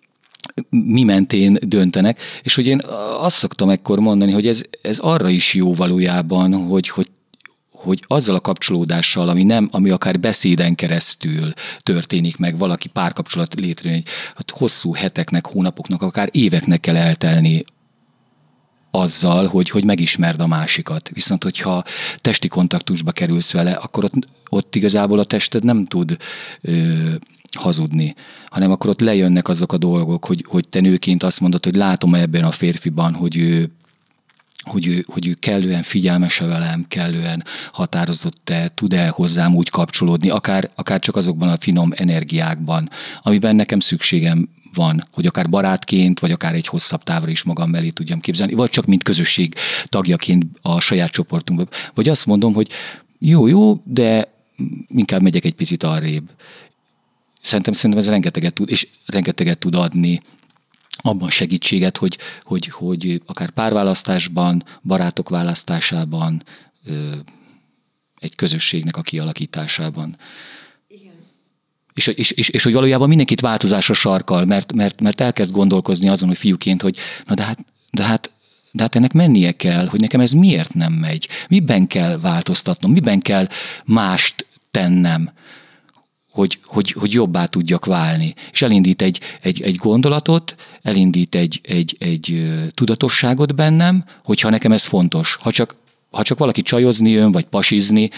mi mentén döntenek, és hogy én azt szoktam ekkor mondani, hogy ez, ez arra is jó valójában, hogy, hogy hogy azzal a kapcsolódással, ami nem, ami akár beszéden keresztül történik meg, valaki párkapcsolat létrejön, hát hosszú heteknek, hónapoknak, akár éveknek kell eltelni azzal, hogy, hogy megismerd a másikat. Viszont, hogyha testi kontaktusba kerülsz vele, akkor ott, ott igazából a tested nem tud ö, hazudni, hanem akkor ott lejönnek azok a dolgok, hogy, hogy te nőként azt mondod, hogy látom ebben a férfiban, hogy ő Hogy ő, hogy ő kellően figyelmes velem, kellően határozott-e, tud-e hozzám úgy kapcsolódni, akár, akár csak azokban a finom energiákban, amiben nekem szükségem van, hogy akár barátként, vagy akár egy hosszabb távra is magam mellé tudjam képzelni, vagy csak mint közösség tagjaként a saját csoportunkban. Vagy azt mondom, hogy jó, jó, de inkább megyek egy picit arrébb. Szerintem, szerintem ez rengeteget tud, és rengeteget tud adni abban segítséget, hogy, hogy, hogy akár párválasztásban, barátok választásában, egy közösségnek a kialakításában. Igen. És, és, és, és hogy valójában mindenkit változásra sarkal, mert, mert, mert elkezd gondolkozni azon, hogy fiúként, hogy na de hát, de hát de hát ennek mennie kell, hogy nekem ez miért nem megy, miben kell változtatnom, miben kell mást tennem, Hogy, hogy, hogy jobbá tudjak válni. És elindít egy, egy, egy gondolatot, elindít egy, egy, egy tudatosságot bennem, hogyha nekem ez fontos. Ha csak, ha csak valaki csajozni jön, vagy pasizni,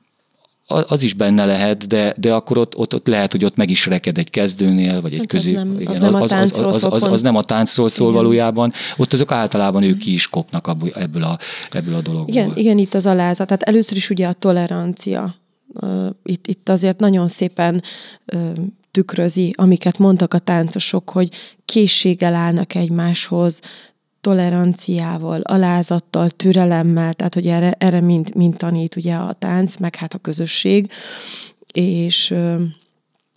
az is benne lehet, de, de akkor ott, ott, ott lehet, hogy ott meg is reked egy kezdőnél, vagy egy közé... Az nem, az, igen, nem az, az, az, az, az nem a táncról szól igen. Valójában. Ott azok általában ők ki is kopnak ebből a, ebből a dologból. Igen, igen, itt az alázat. Tehát először is ugye a tolerancia. Itt, itt azért nagyon szépen tükrözi, amiket mondtak a táncosok, hogy készséggel állnak egymáshoz, toleranciával, alázattal, türelemmel, tehát hogy erre, erre mind, mind tanít ugye a tánc, meg hát a közösség, és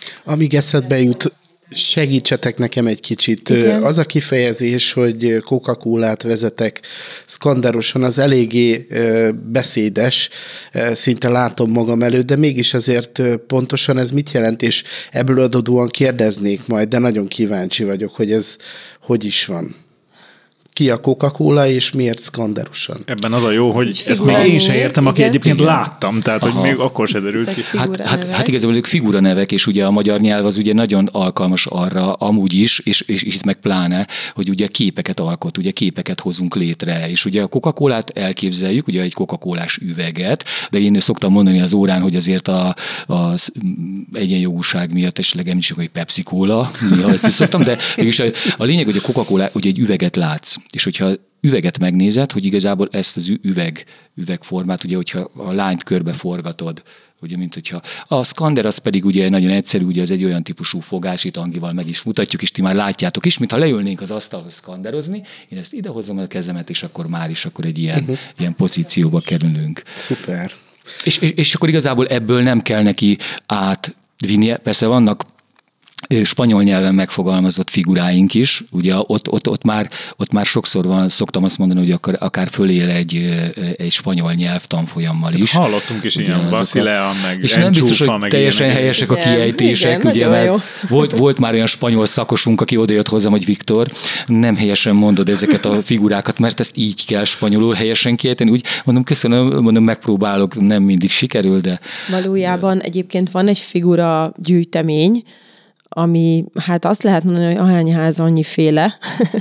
Amíg eszedbe jut, segítsetek nekem egy kicsit. Igen. Az a kifejezés, hogy Coca-Colát vezetek szkanderosan, az eléggé beszédes, szinte látom magam előtt, de mégis azért pontosan ez mit jelent, és ebből adódóan kérdeznék majd, de nagyon kíváncsi vagyok, hogy ez hogy is van. Ki a Coca-Cola, és miért szkanderosan? Ebben az a jó, hogy ezt még én sem értem, aki igen, egyébként igen. láttam, tehát Aha. hogy még akkor se derült ki. Hát, hát, hát igazából ezek figuranevek, és ugye a magyar nyelv az ugye nagyon alkalmas arra, amúgy is, és, és, és itt meg pláne, hogy ugye képeket alkot, ugye képeket hozunk létre, és ugye a Coca-Colát elképzeljük, ugye egy Coca-Colás üveget, de én szoktam mondani az órán, hogy azért a, a egyenjogúság miatt esetleg említsük, hogy Pepsi-Cola, néha ezt is szoktam, de mégis a, a lényeg, hogy a Coca-Cola, ugye egy üveget látsz, és hogyha üveget megnézed, hogy igazából ezt az üveg, üvegformát, ugye, hogyha a lányt körbe forgatod, ugye, mint hogyha a szkander az pedig ugye nagyon egyszerű, ugye ez egy olyan típusú fogás, itt Angival meg is mutatjuk, és ti már látjátok is, mintha leülnénk az asztalhoz szkanderozni, én ezt idehozom a kezemet, és akkor már is akkor egy ilyen, uh-huh. ilyen pozícióba kerülünk. Szuper. És, és, és akkor igazából ebből nem kell neki átvinnie, persze vannak spanyol nyelven megfogalmazott figuráink is, ugye ott, ott, ott, már, ott már sokszor van, szoktam azt mondani, hogy akár, akár fölél egy, egy spanyol nyelv tanfolyammal is. Hát hallottunk is ilyen, Basilea, meg és nem biztos, hogy meg teljesen ilyenek. Helyesek a kiejtések, igen, ugye, mert volt, volt már olyan spanyol szakosunk, aki odajött hozzám, hogy Viktor, nem helyesen mondod ezeket a figurákat, mert ezt így kell spanyolul helyesen kiejteni. Úgy mondom, köszönöm, mondom, megpróbálok, nem mindig sikerül, de... Valójában egyébként van egy figura gyűjtemény, ami, hát azt lehet mondani, hogy ahány ház, annyi féle.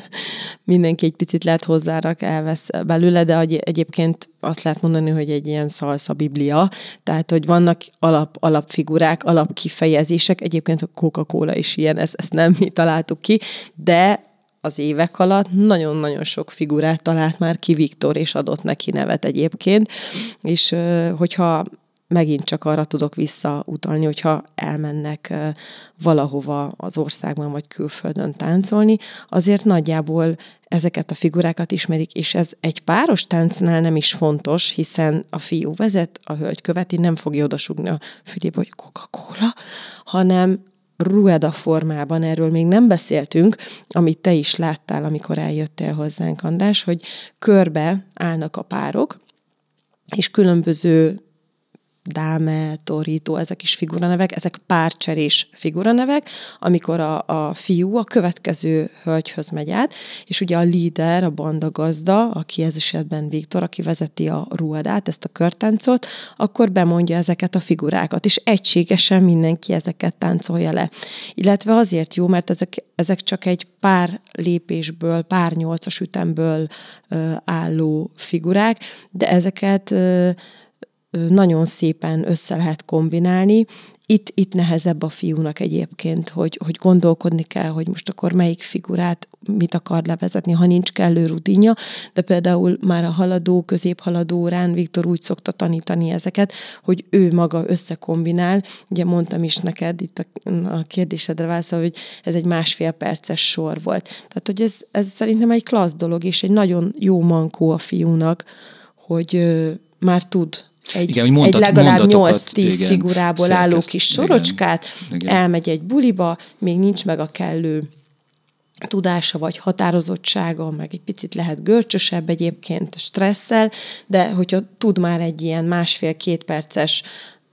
Mindenki egy picit lehet hozzárak, elvesz belőle, de egyébként azt lehet mondani, hogy egy ilyen szalsza biblia, tehát, hogy vannak alap, alapfigurák, alapkifejezések, egyébként a Coca-Cola is ilyen, ezt, ezt nem mi találtuk ki, de az évek alatt nagyon-nagyon sok figurát talált már ki Viktor, és adott neki nevet egyébként, és hogyha megint csak arra tudok visszautalni, hogyha elmennek valahova az országban vagy külföldön táncolni, azért nagyjából ezeket a figurákat ismerik, és ez egy páros táncnál nem is fontos, hiszen a fiú vezet, a hölgy követi, nem fogja odasugni a fülébe, hogy Coca-Cola, hanem rueda formában, erről még nem beszéltünk, amit te is láttál, amikor eljöttél hozzánk, András, hogy körbe állnak a párok, és különböző dáme, torító, ezek is figuranevek, ezek párcserés figuranevek, amikor a, a fiú a következő hölgyhöz megy át, és ugye a líder, a banda gazda, aki ez esetben Viktor, aki vezeti a ruadát, ezt a körtáncot, akkor bemondja ezeket a figurákat, és egységesen mindenki ezeket táncolja le. Illetve azért jó, mert ezek, ezek csak egy pár lépésből, pár nyolcas ütemből ö, álló figurák, de ezeket ö, nagyon szépen össze lehet kombinálni. Itt, itt nehezebb a fiúnak egyébként, hogy, hogy gondolkodni kell, hogy most akkor melyik figurát mit akar levezetni, ha nincs kellő rutinja, de például már a haladó, középhaladó órán Viktor úgy szokta tanítani ezeket, hogy ő maga összekombinál. Ugye mondtam is neked itt a, a kérdésedre válaszol, hogy ez egy másfél perces sor volt. Tehát, hogy ez, ez szerintem egy klassz dolog, és egy nagyon jó mankó a fiúnak, hogy ö, már tud Egy, igen, egy mondat, legalább nyolc-tíz figurából szerkeszt, álló kis sorocskát, igen, igen. Elmegy egy buliba, még nincs meg a kellő tudása vagy határozottsága, meg egy picit lehet görcsösebb egyébként stresszel, de hogyha tud már egy ilyen másfél-két perces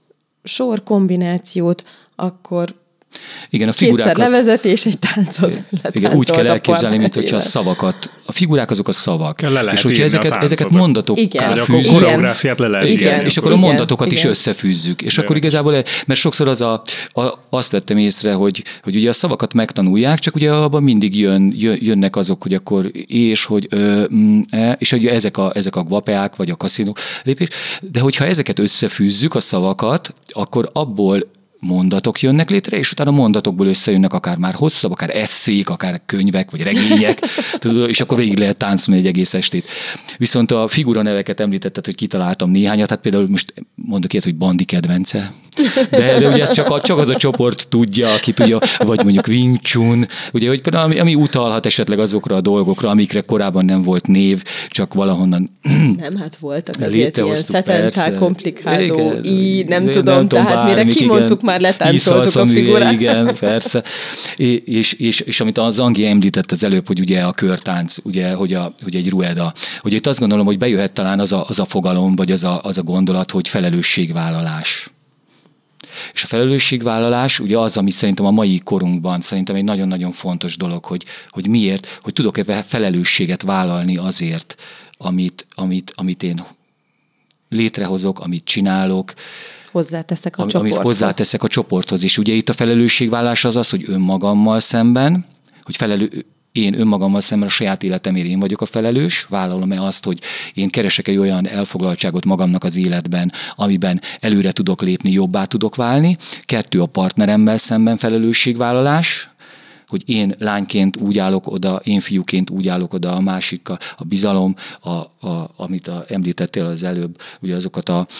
sorkombinációt, akkor igen, a figurákat, kétszer levezetés, egy táncot igen, úgy kell elképzelni, mint hogyha a szavakat, a figurák azok a szavak. És hogyha ezeket, ezeket mondatokkal fűzzük. A koreográfiát le lehet igen, és akkor igen, a mondatokat igen. is összefűzzük. És igen. akkor igazából, mert sokszor az a, a, azt vettem észre, hogy, hogy ugye a szavakat megtanulják, csak ugye abban mindig jön, jönnek azok, hogy akkor és, hogy ö, m, e, és ugye ezek a, ezek a gvapeák, vagy a kaszinó lépés. De hogyha ezeket összefűzzük, a szavakat, akkor abból mondatok jönnek létre, és utána a mondatokból összejönnek akár már hosszabb, akár esszék, akár könyvek, vagy regények, és akkor végig lehet táncolni egy egész estét. Viszont a figuraneveket említetted, hogy kitaláltam néhányat, hát például most mondok ilyet, hogy Bandi kedvence, de, de ugye ezt csak, a, csak az a csoport tudja, aki tudja, vagy mondjuk Wing Chun, ugye, hogy például ami, ami utalhat esetleg azokra a dolgokra, amikre korábban nem volt név, csak valahonnan nem, hát voltak azért ilyen szetentál, komplikáló, így nem tudom, nem tehát mire kimondtuk már letáncoltuk a figurát. Igen, persze. És, és, és, és amit az Angi említett az előbb, hogy ugye a körtánc, ugye, hogy, a, hogy egy rueda, hogy itt azt gondolom, hogy bejöhet talán az a, az a fogalom, vagy az a, az a gondolat, hogy felelősségvállalás. És a felelősségvállalás ugye az, ami szerintem a mai korunkban szerintem egy nagyon-nagyon fontos dolog, hogy, hogy miért, hogy tudok-e felelősséget vállalni azért, amit, amit, amit én létrehozok, amit csinálok, hozzáteszek a amit csoporthoz. hozzáteszek a csoporthoz. És ugye itt a felelősségvállás az az, hogy önmagammal szemben, hogy felelő, én önmagammal szemben a saját életemért én vagyok a felelős, vállalom-e azt, hogy én keresek egy olyan elfoglaltságot magamnak az életben, amiben előre tudok lépni, jobbá tudok válni. Kettő, a partneremmel szemben felelősségvállalás, hogy én lányként úgy állok oda, én fiúként úgy állok oda, a másik a, a bizalom, a, a, amit a, említettél az előbb, ugye azokat a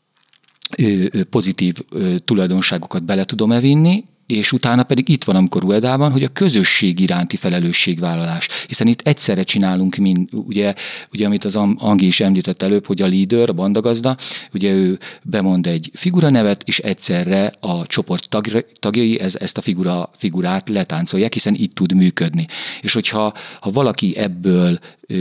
ö, ö, pozitív ö, tulajdonságokat bele tudom-e vinni, és utána pedig itt van, amikor Ruedában, hogy a közösség iránti felelősségvállalás. Hiszen itt egyszerre csinálunk, mind, ugye, ugye amit az Angi is említett előbb, hogy a leader, a bandagazda, ugye ő bemond egy figuranevet, és egyszerre a csoport tag, tagjai ez, ezt a figura, figurát letáncolják, hiszen itt tud működni. És hogyha ha valaki ebből ö,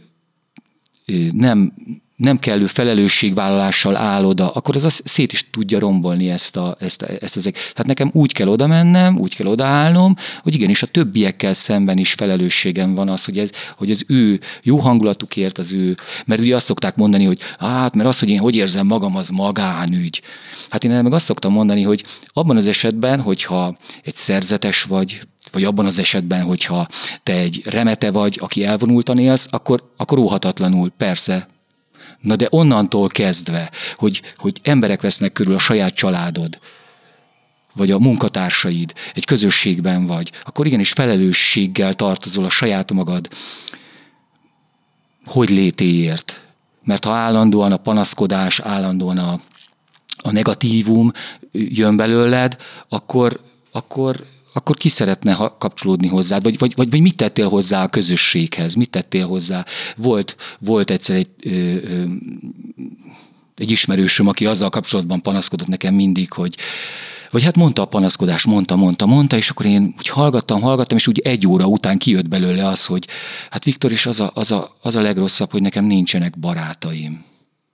ö, nem... nem kellő felelősségvállalással áll oda, akkor az szét is tudja rombolni ezt, a, ezt, ezt az... Tehát nekem úgy kell oda mennem, úgy kell odaállnom, hogy igenis a többiekkel szemben is felelősségem van az, hogy, ez, hogy az ő jó hangulatukért, az ő... Mert ugye azt szokták mondani, hogy hát, mert az, hogy én hogy érzem magam, az magánügy. Hát én meg azt szoktam mondani, hogy abban az esetben, hogyha egy szerzetes vagy, vagy abban az esetben, hogyha te egy remete vagy, aki elvonultan élsz, akkor, akkor óhatatlanul, persze. Na de onnantól kezdve, hogy, hogy emberek vesznek körül, a saját családod, vagy a munkatársaid, egy közösségben vagy, akkor igenis felelősséggel tartozol a saját magad hogy létéért. Mert ha állandóan a panaszkodás, állandóan a, a negatívum jön belőled, akkor, akkor akkor ki szeretne kapcsolódni hozzád, vagy, vagy, vagy, vagy mit tettél hozzá a közösséghez, mit tettél hozzá. Volt, volt egyszer egy, ö, ö, egy ismerősöm, aki azzal kapcsolatban panaszkodott nekem mindig, hogy vagy hát mondta a panaszkodást, mondta, mondta, mondta, és akkor én úgy hallgattam, hallgattam, és úgy egy óra után kijött belőle az, hogy hát Viktor, és az a, az a, az a legrosszabb, hogy nekem nincsenek barátaim.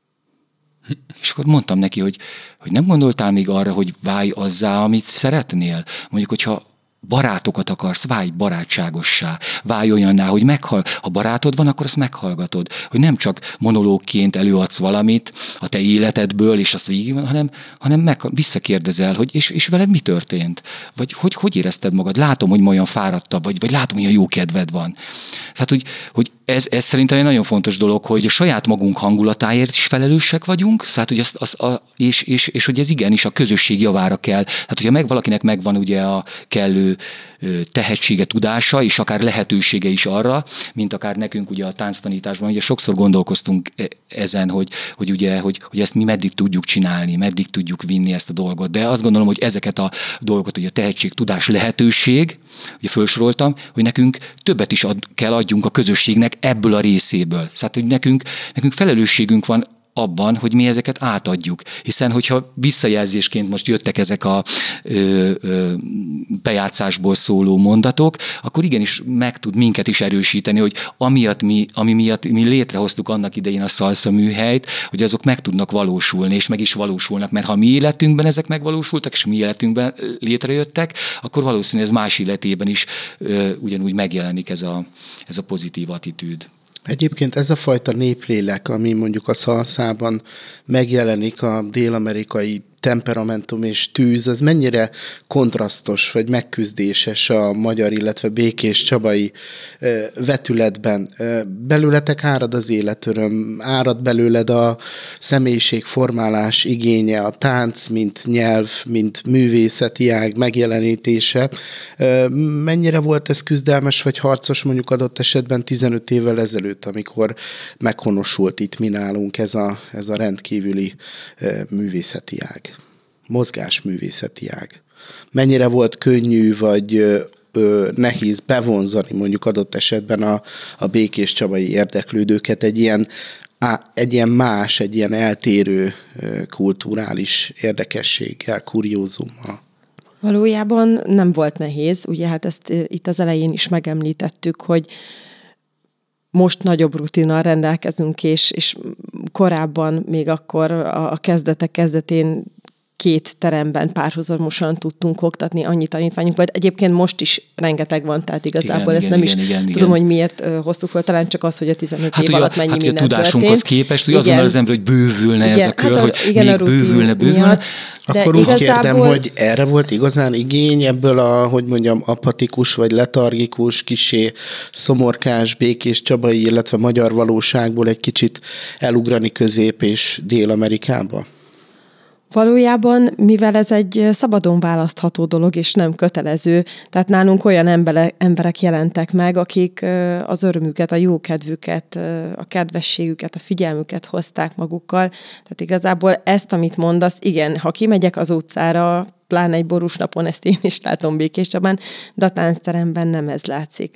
És akkor mondtam neki, hogy, hogy nem gondoltál még arra, hogy válj azzá, amit szeretnél. Mondjuk, hogyha barátokat akarsz, válj barátságossá, válj olyanná, hogy meghall. Ha barátod van, akkor azt meghallgatod. Hogy nem csak monológként előadsz valamit a te életedből, és azt végig van, hanem, hanem meg, visszakérdezel, hogy és, és veled mi történt? Vagy hogy, hogy érezted magad? Látom, hogy ma olyan fáradtabb vagy, vagy látom, hogy olyan jó kedved van. Tehát, hogy, hogy ez, ez szerintem egy nagyon fontos dolog, hogy a saját magunk hangulatáért is felelősek vagyunk, tehát, hogy azt, azt, a, és, és, és hogy ez igenis a közösség javára kell. Tehát, hogyha meg, valakinek megvan ugye a kellő tehetsége, tudása, és akár lehetősége is arra, mint akár nekünk ugye a tánctanításban, ugye sokszor gondolkoztunk ezen, hogy, hogy, ugye, hogy, hogy ezt mi meddig tudjuk csinálni, meddig tudjuk vinni ezt a dolgot. De azt gondolom, hogy ezeket a dolgokat, ugye a tehetség, tudás, lehetőség, ugye felsoroltam, hogy nekünk többet is ad, kell adjunk a közösségnek ebből a részéből. Tehát, hogy nekünk, nekünk felelősségünk van abban, hogy mi ezeket átadjuk. Hiszen, hogyha visszajelzésként most jöttek ezek a ö, ö, bejátszásból szóló mondatok, akkor igenis meg tud minket is erősíteni, hogy amiatt mi, ami miatt mi létrehoztuk annak idején a szalsza műhelyt, hogy azok meg tudnak valósulni, és meg is valósulnak. Mert ha mi életünkben ezek megvalósultak, és mi életünkben létrejöttek, akkor valószínűleg ez más életében is ö, ugyanúgy megjelenik ez a, ez a pozitív attitűd. Egyébként ez a fajta néplélek, ami mondjuk a szalszában megjelenik, a dél-amerikai temperamentum és tűz, az mennyire kontrasztos vagy megküzdéses a magyar, illetve békés csabai vetületben. Belőletek árad az életöröm, árad belőled a személyiségformálás igénye, a tánc, mint nyelv, mint művészeti ág megjelenítése. Mennyire volt ez küzdelmes vagy harcos mondjuk adott esetben tizenöt évvel ezelőtt, amikor meghonosult itt mi nálunk ez a, ez a rendkívüli művészeti ág? Mozgásművészeti ág. Mennyire volt könnyű vagy ö, ö, nehéz bevonzani mondjuk adott esetben a, a békés csabai érdeklődőket egy ilyen á, egy ilyen más, egy ilyen eltérő kulturális érdekességgel, kuriózummal? Valójában nem volt nehéz, ugye hát ezt itt az elején is megemlítettük, hogy most nagyobb rutinnal rendelkezünk, és, és korábban még akkor a kezdetek kezdetén két teremben párhuzamosan tudtunk oktatni, annyi tanítványunk volt. Egyébként most is rengeteg van, tehát igazából igen, ezt nem igen, is igen, tudom, igen. hogy miért hoztuk fel, talán csak az, hogy a tizenöt hát év ugye, alatt mennyi hát minden a tudásunkhoz történt. képest, hogy azonnal az ember, hogy bővülne igen, ez a kör, hát a, hogy igen, még bővülne, bővülne. Miatt, Akkor úgy igazából... kérdem, hogy erre volt igazán igény ebből a, hogy mondjam, apatikus vagy letargikus, kisé szomorkás, békés csabai, illetve magyar valóságból egy kicsit elugrani Közép- és Dél-Amerikába? Valójában, mivel ez egy szabadon választható dolog, és nem kötelező, tehát nálunk olyan emberek, emberek jelentek meg, akik az örömüket, a jókedvüket, a kedvességüket, a figyelmüket hozták magukkal. Tehát igazából ezt, amit mondasz, igen, ha kimegyek az utcára, pláne egy borús napon, ezt én is látom Békéscsabán, de a táncteremben nem ez látszik.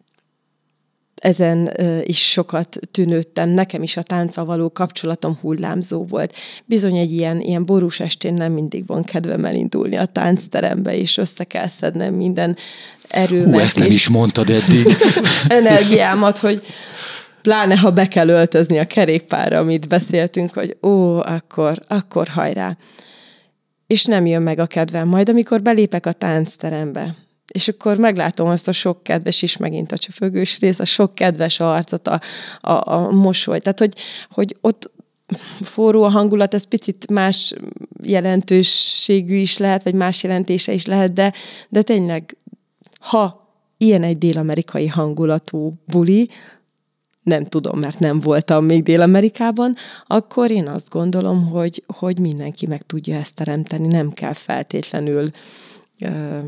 Ezen is sokat tűnődtem. Nekem is a tánccal való kapcsolatom hullámzó volt. Bizony egy ilyen, ilyen borús estén nem mindig van kedvem elindulni a táncterembe, és össze kell szednem minden erőmet. Hú, ezt nem is mondtad eddig. energiámat, hogy pláne, ha be kell öltözni a kerékpárra, amit beszéltünk, hogy ó, akkor, akkor hajrá. És nem jön meg a kedvem. Majd amikor belépek a táncterembe, és akkor meglátom azt a sok kedves is, megint a csöpögős rész, a sok kedves arcot, a, a, a mosoly. Tehát, hogy, hogy ott forró a hangulat, ez picit más jelentőségű is lehet, vagy más jelentése is lehet, de, de tényleg, ha ilyen egy dél-amerikai hangulatú buli, nem tudom, mert nem voltam még Dél-Amerikában, akkor én azt gondolom, hogy, hogy mindenki meg tudja ezt teremteni, nem kell feltétlenül uh,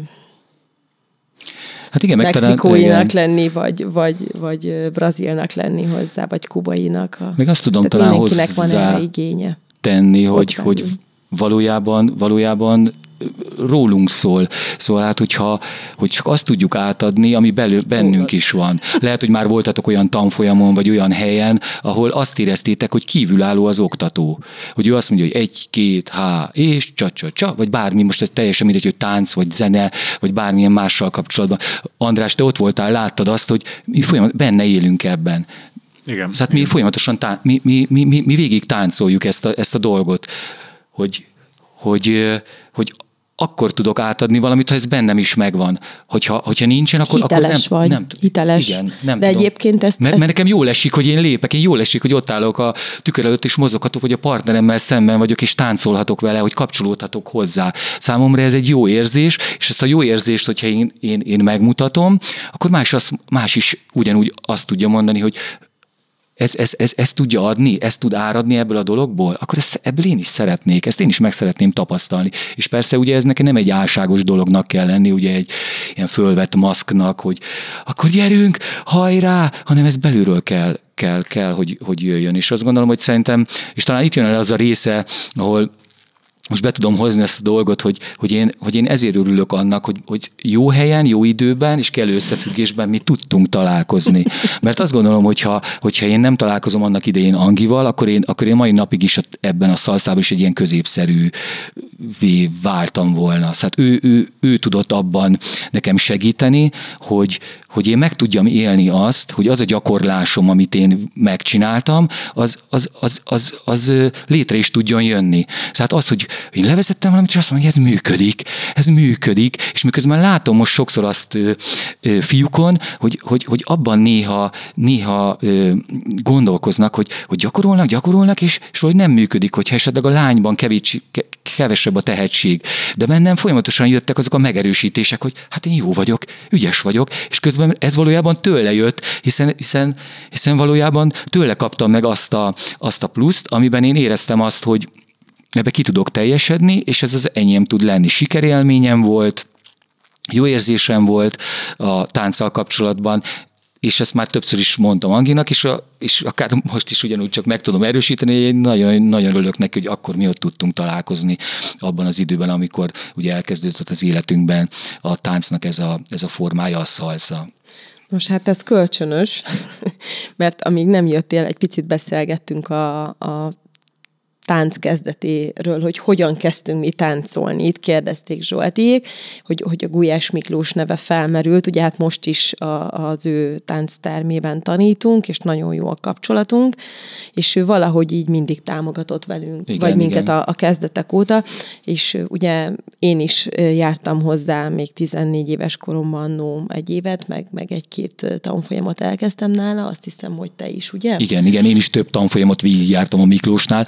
hát igen, mexikóinak lenni, vagy, vagy, vagy brazilnak lenni hozzá, vagy kubainak. A, még azt tudom talán hozzá van erre igénye. tenni, hogy, hogy valójában, valójában rólunk szól. Szóval hát, hogyha hogy csak azt tudjuk átadni, ami belül, bennünk is van. Lehet, hogy már voltatok olyan tanfolyamon, vagy olyan helyen, ahol azt éreztétek, hogy kívülálló az oktató. Hogy ő azt mondja, hogy egy, két, há, és csa, csa, csa, vagy bármi, most ez teljesen mindegy, hogy tánc, vagy zene, vagy bármilyen mással kapcsolatban. András, te ott voltál, láttad azt, hogy mi folyamat, benne élünk ebben. Igen. Szóval mi folyamatosan, tá- mi, mi, mi, mi, mi végig táncoljuk ezt a, ezt a dolgot, hogy, hogy, hogy akkor tudok átadni valamit, ha ez bennem is megvan. Hogyha, hogyha nincsen, akkor, hiteles akkor nem, vagy. nem Hiteles. Igen, nem de tudom. egyébként ezt, mert, ezt... mert nekem jól esik, hogy én lépek, én jól esik, hogy ott állok a tükör előtt, és mozoghatok, vagy a partneremmel szemben vagyok, és táncolhatok vele, hogy kapcsolódhatok hozzá. Számomra ez egy jó érzés, és ezt a jó érzést, hogyha én, én, én megmutatom, akkor más, az, más is ugyanúgy azt tudja mondani, hogy Ez, ez, ez, ez tudja adni, ezt tud áradni ebből a dologból, akkor ezt, ebből én is szeretnék, ezt én is meg szeretném tapasztalni. És persze ugye ez nekem nem egy álságos dolognak kell lenni, ugye egy ilyen fölvett maszknak, hogy akkor gyerünk, hajrá, hanem ez belülről kell, kell, kell hogy, hogy jöjjön. És azt gondolom, hogy szerintem, és talán itt jön el az a része, ahol most be tudom hozni ezt a dolgot, hogy, hogy, én, hogy én ezért örülök annak, hogy, hogy jó helyen, jó időben és kellő összefüggésben mi tudtunk találkozni. Mert azt gondolom, hogyha, hogyha én nem találkozom annak idején Angival, akkor én, akkor én mai napig is ebben a szalszában is egy ilyen középszerűvé váltam volna. Szóval ő, ő, ő tudott abban nekem segíteni, hogy, hogy én meg tudjam élni azt, hogy az a gyakorlásom, amit én megcsináltam, az, az, az, az, az létre is tudjon jönni. Szóval az, hogy én levezettem valamit, és azt mondom, hogy ez működik, ez működik, és miközben látom most sokszor azt ö, ö, fiúkon, hogy, hogy, hogy abban néha, néha ö, gondolkoznak, hogy, hogy gyakorolnak, gyakorolnak, és, és valahogy nem működik, hogyha esetleg a lányban kevés, kevesebb a tehetség. De bennem folyamatosan jöttek azok a megerősítések, hogy hát én jó vagyok, ügyes vagyok, és közben ez valójában tőle jött, hiszen, hiszen, hiszen valójában tőle kaptam meg azt a, azt a pluszt, amiben én éreztem azt, hogy ebbe ki tudok teljesedni, és ez az enyém tud lenni. Sikerélményem volt, jó érzésem volt a tánccal kapcsolatban, és ezt már többször is mondtam Anginak, és, a, és akár most is ugyanúgy csak meg tudom erősíteni, hogy én nagyon, nagyon örülök neki, hogy akkor mi ott tudtunk találkozni abban az időben, amikor ugye elkezdődött az életünkben a táncnak ez a, ez a formája, a szalsza. Most hát ez kölcsönös, mert amíg nem jöttél, egy picit beszélgettünk a, a tánc kezdetéről, hogy hogyan kezdtünk mi táncolni. Itt kérdezték Zsoltiék, hogy, hogy a Gulyás Miklós neve felmerült, ugye hát most is a, az ő tánctermében tanítunk, és nagyon jó a kapcsolatunk, és ő valahogy így mindig támogatott velünk, igen, vagy minket a, a kezdetek óta, és ugye én is jártam hozzá még tizennégy éves koromban annó egy évet, meg, meg egy-két tanfolyamat elkezdtem nála, azt hiszem, hogy te is, ugye? Igen, igen, én is több tanfolyamot végigjártam a Miklósnál.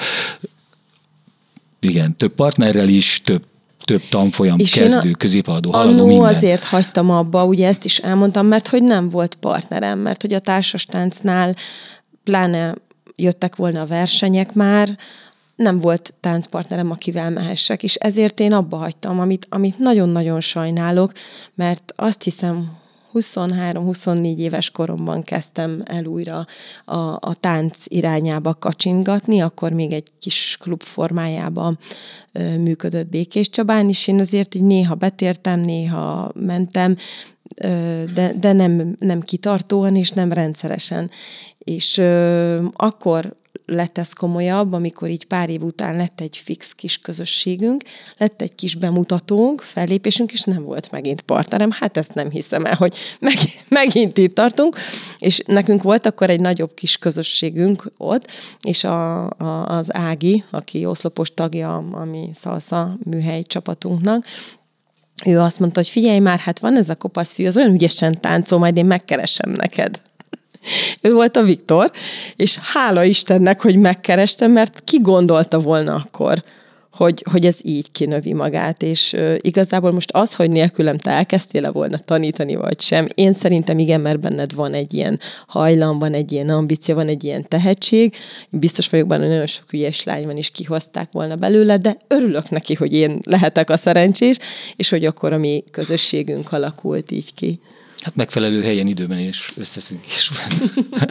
Igen, több partnerrel is, több, több tanfolyam, és kezdő, középhaladó, haladó, minden. Azért hagytam abba, ugye ezt is elmondtam, mert hogy nem volt partnerem, mert hogy a társastáncnál pláne jöttek volna a versenyek már, nem volt táncpartnerem, akivel mehessek, és ezért én abba hagytam, amit, amit nagyon-nagyon sajnálok, mert azt hiszem, huszonhárom-huszonnégy éves koromban kezdtem el újra a, a tánc irányába kacsingatni, akkor még egy kis klub formájában ö, működött Békés Csabán is. Én azért így néha betértem, néha mentem, ö, de, de nem, nem kitartóan és nem rendszeresen. És ö, akkor lett ez komolyabb, amikor így pár év után lett egy fix kis közösségünk, lett egy kis bemutatónk, fellépésünk, és nem volt megint partnerem. Hát ezt nem hiszem el, hogy meg, megint itt tartunk, és nekünk volt akkor egy nagyobb kis közösségünk ott, és a, a, az Ági, aki oszlopos tagja a mi szalsza műhely csapatunknak, ő azt mondta, hogy figyelj már, hát van ez a kopasz fiú, az olyan ügyesen táncol, majd én megkeresem neked. Ő volt a Viktor, és hála Istennek, hogy megkerestem, mert ki gondolta volna akkor, hogy, hogy ez így kinövi magát, és uh, igazából most az, hogy nélkülem te elkezdtél volna tanítani, vagy sem, én szerintem igen, mert benned van egy ilyen hajlam, van egy ilyen ambíció, van egy ilyen tehetség, én biztos vagyok benne, hogy nagyon sok ügyes lány van, is kihozták volna belőle, de örülök neki, hogy én lehetek a szerencsés, és hogy akkor a mi közösségünk alakult így ki. Hát megfelelő helyen, időben és összefüggésben.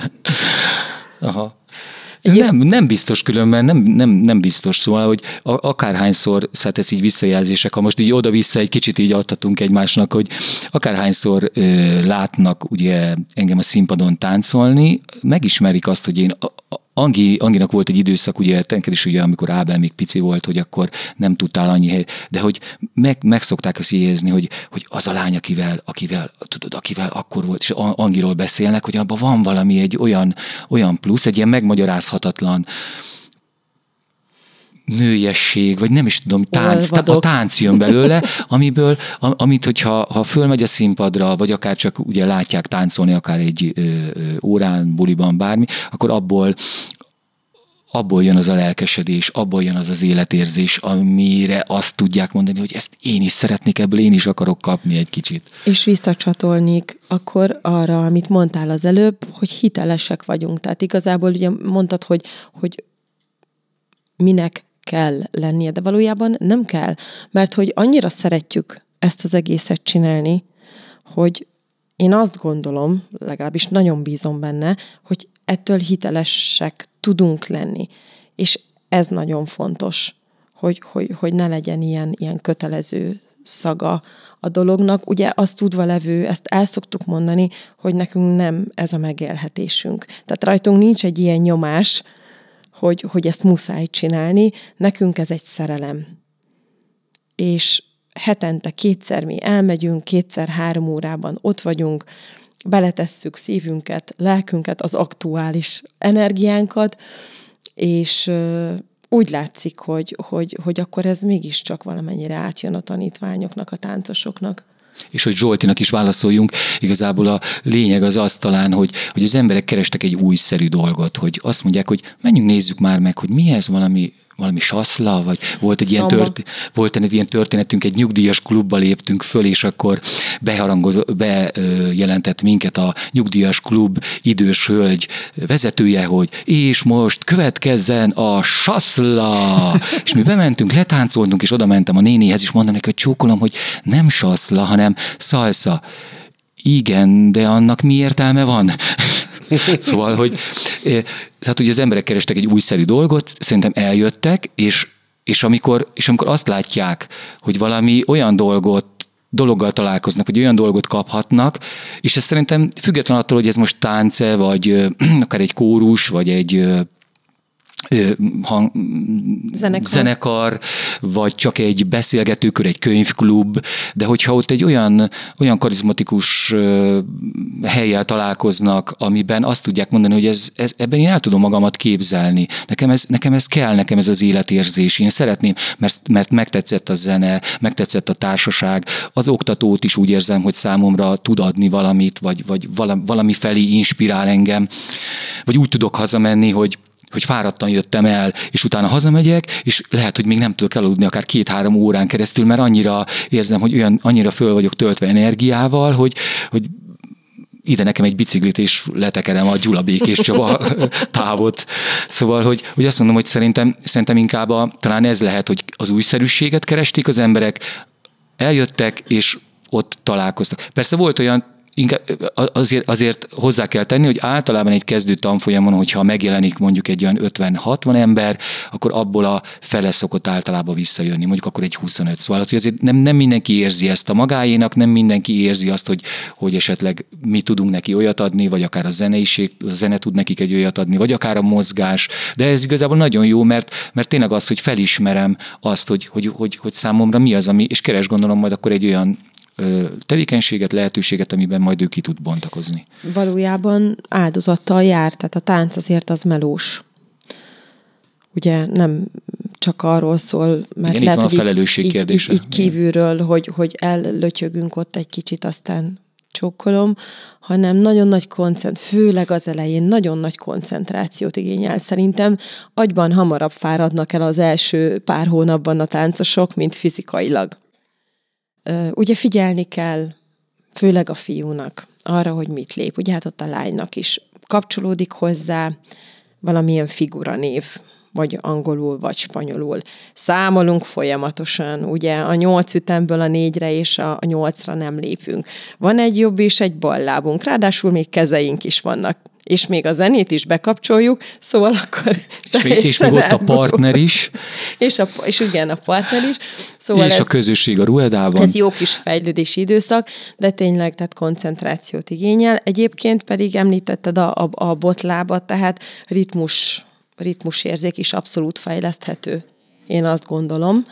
Aha. Nem, nem biztos különben, nem, nem, nem biztos, szóval, hogy akárhányszor, szóval ez így visszajelzések, ha most így oda-vissza egy kicsit így adhatunk egymásnak, hogy akárhányszor ö, látnak ugye engem a színpadon táncolni, megismerik azt, hogy én a, a, Angi, Anginak volt egy időszak, ugye, tenker is ugye, amikor Ábel még pici volt, hogy akkor nem tudtál annyi hely, de hogy meg, meg szokták azt jegyezni, hogy, hogy az a lány, akivel, akivel, tudod, akivel akkor volt, és Angiról beszélnek, hogy abban van valami egy olyan, olyan plusz, egy ilyen megmagyarázhatatlan nőiesség, vagy nem is tudom, tánc, a tánc jön belőle, amiből, amit, hogyha ha fölmegy a színpadra, vagy akár csak ugye látják táncolni, akár egy ö, ö, órán, buliban, bármi, akkor abból abból jön az a lelkesedés, abból jön az az életérzés, amire azt tudják mondani, hogy ezt én is szeretnék, ebből én is akarok kapni egy kicsit. És visszacsatolnék akkor arra, amit mondtál az előbb, hogy hitelesek vagyunk. Tehát igazából ugye mondtad, hogy, hogy minek kell lennie, de valójában nem kell, mert hogy annyira szeretjük ezt az egészet csinálni, hogy én azt gondolom, legalábbis nagyon bízom benne, hogy ettől hitelesek tudunk lenni. És ez nagyon fontos, hogy, hogy, hogy ne legyen ilyen, ilyen kötelező szaga a dolognak. Ugye azt tudva levő, ezt el szoktuk mondani, hogy nekünk nem ez a megélhetésünk. Tehát rajtunk nincs egy ilyen nyomás, hogy, hogy ezt muszáj csinálni, nekünk ez egy szerelem. És hetente kétszer mi elmegyünk, kétszer-három órában ott vagyunk, beletesszük szívünket, lelkünket, az aktuális energiánkat, és úgy látszik, hogy, hogy, hogy akkor ez mégiscsak valamennyire átjön a tanítványoknak, a táncosoknak. És hogy Zsoltinak is válaszoljunk, igazából a lényeg az az talán, hogy, hogy az emberek kerestek egy újszerű dolgot, hogy azt mondják, hogy menjünk nézzük már meg, hogy mi ez, valami, valami saszla, vagy volt egy, ilyen tört, volt egy ilyen történetünk, egy nyugdíjas klubba léptünk föl, és akkor bejelentett minket a nyugdíjas klub idős hölgy vezetője, hogy és most következzen a saszla, és mi bementünk, letáncoltunk, és oda mentem a nénihez, és mondom neki, hogy csókolom, hogy nem saszla, hanem szalsza. Igen, de annak mi értelme van? Szóval, hogy hát ugye az emberek kerestek egy újszerű dolgot, szerintem eljöttek, és, és, amikor, és amikor azt látják, hogy valami olyan dolgot dologgal találkoznak, vagy olyan dolgot kaphatnak, és ez szerintem független attól, hogy ez most tánce, vagy akár egy kórus, vagy egy hang, zenekar. zenekar, vagy csak egy beszélgetőkör, egy könyvklub, de hogyha ott egy olyan, olyan karizmatikus hellyel találkoznak, amiben azt tudják mondani, hogy ez, ez, ebben én el tudom magamat képzelni. Nekem ez, nekem ez kell, nekem ez az életérzés. Én szeretném, mert, mert megtetszett a zene, megtetszett a társaság, az oktatót is úgy érzem, hogy számomra tud adni valamit, vagy, vagy valami felé inspirál engem, vagy úgy tudok hazamenni, hogy hogy fáradtan jöttem el, és utána hazamegyek, és lehet, hogy még nem tudok elaludni akár két-három órán keresztül, mert annyira érzem, hogy olyan, annyira föl vagyok töltve energiával, hogy, hogy ide nekem egy biciklit, és letekerem a Gyula Békés Csaba távot. Szóval, hogy, hogy azt mondom, hogy szerintem, szerintem inkább a, talán ez lehet, hogy az újszerűséget keresték az emberek, eljöttek, és ott találkoztak. Persze volt olyan, inkább azért, azért hozzá kell tenni, hogy általában egy kezdő tanfolyamon, hogyha megjelenik mondjuk egy olyan ötven-hatvan ember, akkor abból a fele szokott általában visszajönni, mondjuk akkor egy huszonöt. Szóval, hogy azért nem, nem mindenki érzi ezt a magáénak, nem mindenki érzi azt, hogy, hogy esetleg mi tudunk neki olyat adni, vagy akár a zeneiség, a zene tud nekik egy olyat adni, vagy akár a mozgás. De ez igazából nagyon jó, mert, mert tényleg az, hogy felismerem azt, hogy, hogy, hogy, hogy számomra mi az, ami, és keres gondolom majd akkor egy olyan tevékenységet, lehetőséget, amiben majd ő ki tud bontakozni. Valójában áldozattal jár, tehát a tánc azért az melós. Ugye nem csak arról szól, mert igen, lehet, hogy így, így, így, így kívülről, hogy, hogy ellötyögünk ott egy kicsit, aztán csókolom, hanem nagyon nagy koncentráció, főleg az elején nagyon nagy koncentrációt igényel. Szerintem agyban hamarabb fáradnak el az első pár hónapban a táncosok, mint fizikailag. Ugye figyelni kell, főleg a fiúnak, arra, hogy mit lép. Ugye hát ott a lánynak is kapcsolódik hozzá valamilyen figuranév, vagy angolul, vagy spanyolul. Számolunk folyamatosan, ugye a nyolc ütemből a négyre és a nyolcra nem lépünk. Van egy jobb és egy bal lábunk, ráadásul még kezeink is vannak, és még a zenét is bekapcsoljuk, szóval akkor és, és még ott a partner is. És, a, és igen, a partner is. Szóval és ez, a közösség a Ruedában. Ez jó kis fejlődési időszak, de tényleg tehát koncentrációt igényel. Egyébként pedig említetted a, a, a botlábat, tehát ritmus, ritmusérzék is abszolút fejleszthető. Én azt gondolom.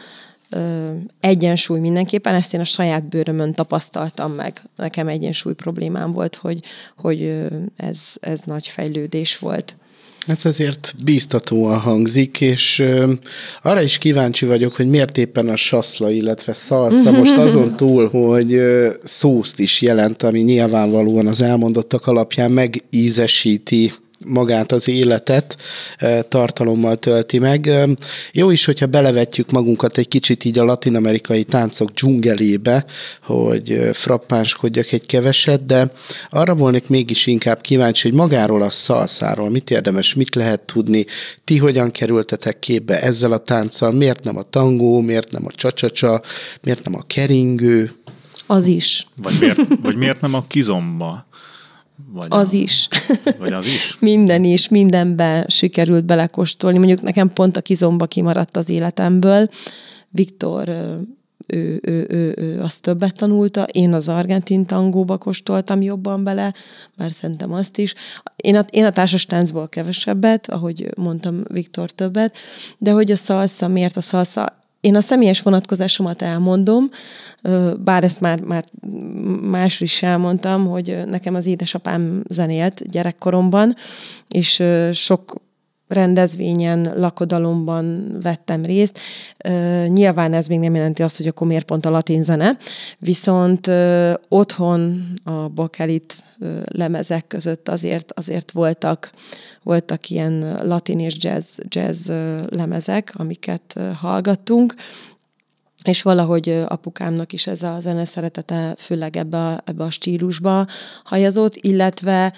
Egyensúly mindenképpen, ezt én a saját bőrömön tapasztaltam meg. Nekem egyensúly problémám volt, hogy, hogy ez, ez nagy fejlődés volt. Ez azért bíztatóan hangzik, és arra is kíváncsi vagyok, hogy miért éppen a saszla, illetve szalsza most azon túl, hogy szószt is jelent, ami nyilvánvalóan az elmondottak alapján megízesíti magát az életet, tartalommal tölti meg. Jó is, hogyha belevetjük magunkat egy kicsit így a latin-amerikai táncok dzsungelébe, hogy frappánskodjak egy keveset, de arra volnék mégis inkább kíváncsi, hogy magáról a szalszáról mit érdemes, mit lehet tudni, ti hogyan kerültetek képbe ezzel a tánccal, miért nem a tangó, miért nem a csacsacsa, miért nem a keringő? Az is. Vagy miért, vagy miért nem a kizomba? Vagy az a, is. Vagy az is. Minden is, mindenben sikerült belekóstolni. Mondjuk nekem pont a kizomba kimaradt az életemből. Viktor, ő, ő, ő, ő, ő azt többet tanulta. Én az argentin tangóba kóstoltam jobban bele, már szerintem azt is. Én a, én a társas táncból kevesebbet, ahogy mondtam, Viktor többet, de hogy a szalsza, miért a szalsza? Én a személyes vonatkozásomat elmondom, bár ezt már, már más is elmondtam, hogy nekem az édesapám zenélt gyerekkoromban, és sok rendezvényen, lakodalomban vettem részt. Nyilván ez még nem jelenti azt, hogy akkor miért pont a latin zene, viszont otthon a bakelit lemezek között azért, azért voltak, voltak ilyen latin és jazz, jazz lemezek, amiket hallgattunk, és valahogy apukámnak is ez a zene szeretete főleg ebbe a, ebbe a stílusba hajazott, illetve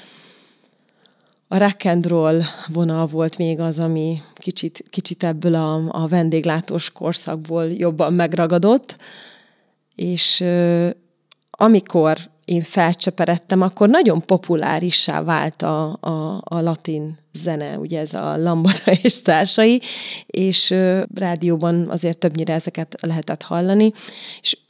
a rock and roll vonal volt még az, ami kicsit, kicsit ebből a, a vendéglátós korszakból jobban megragadott, és euh, amikor én felcseperedtem, akkor nagyon populárissá vált a, a, a latin zene, ugye ez a Lambada és társai, és uh, rádióban azért többnyire ezeket lehetett hallani, és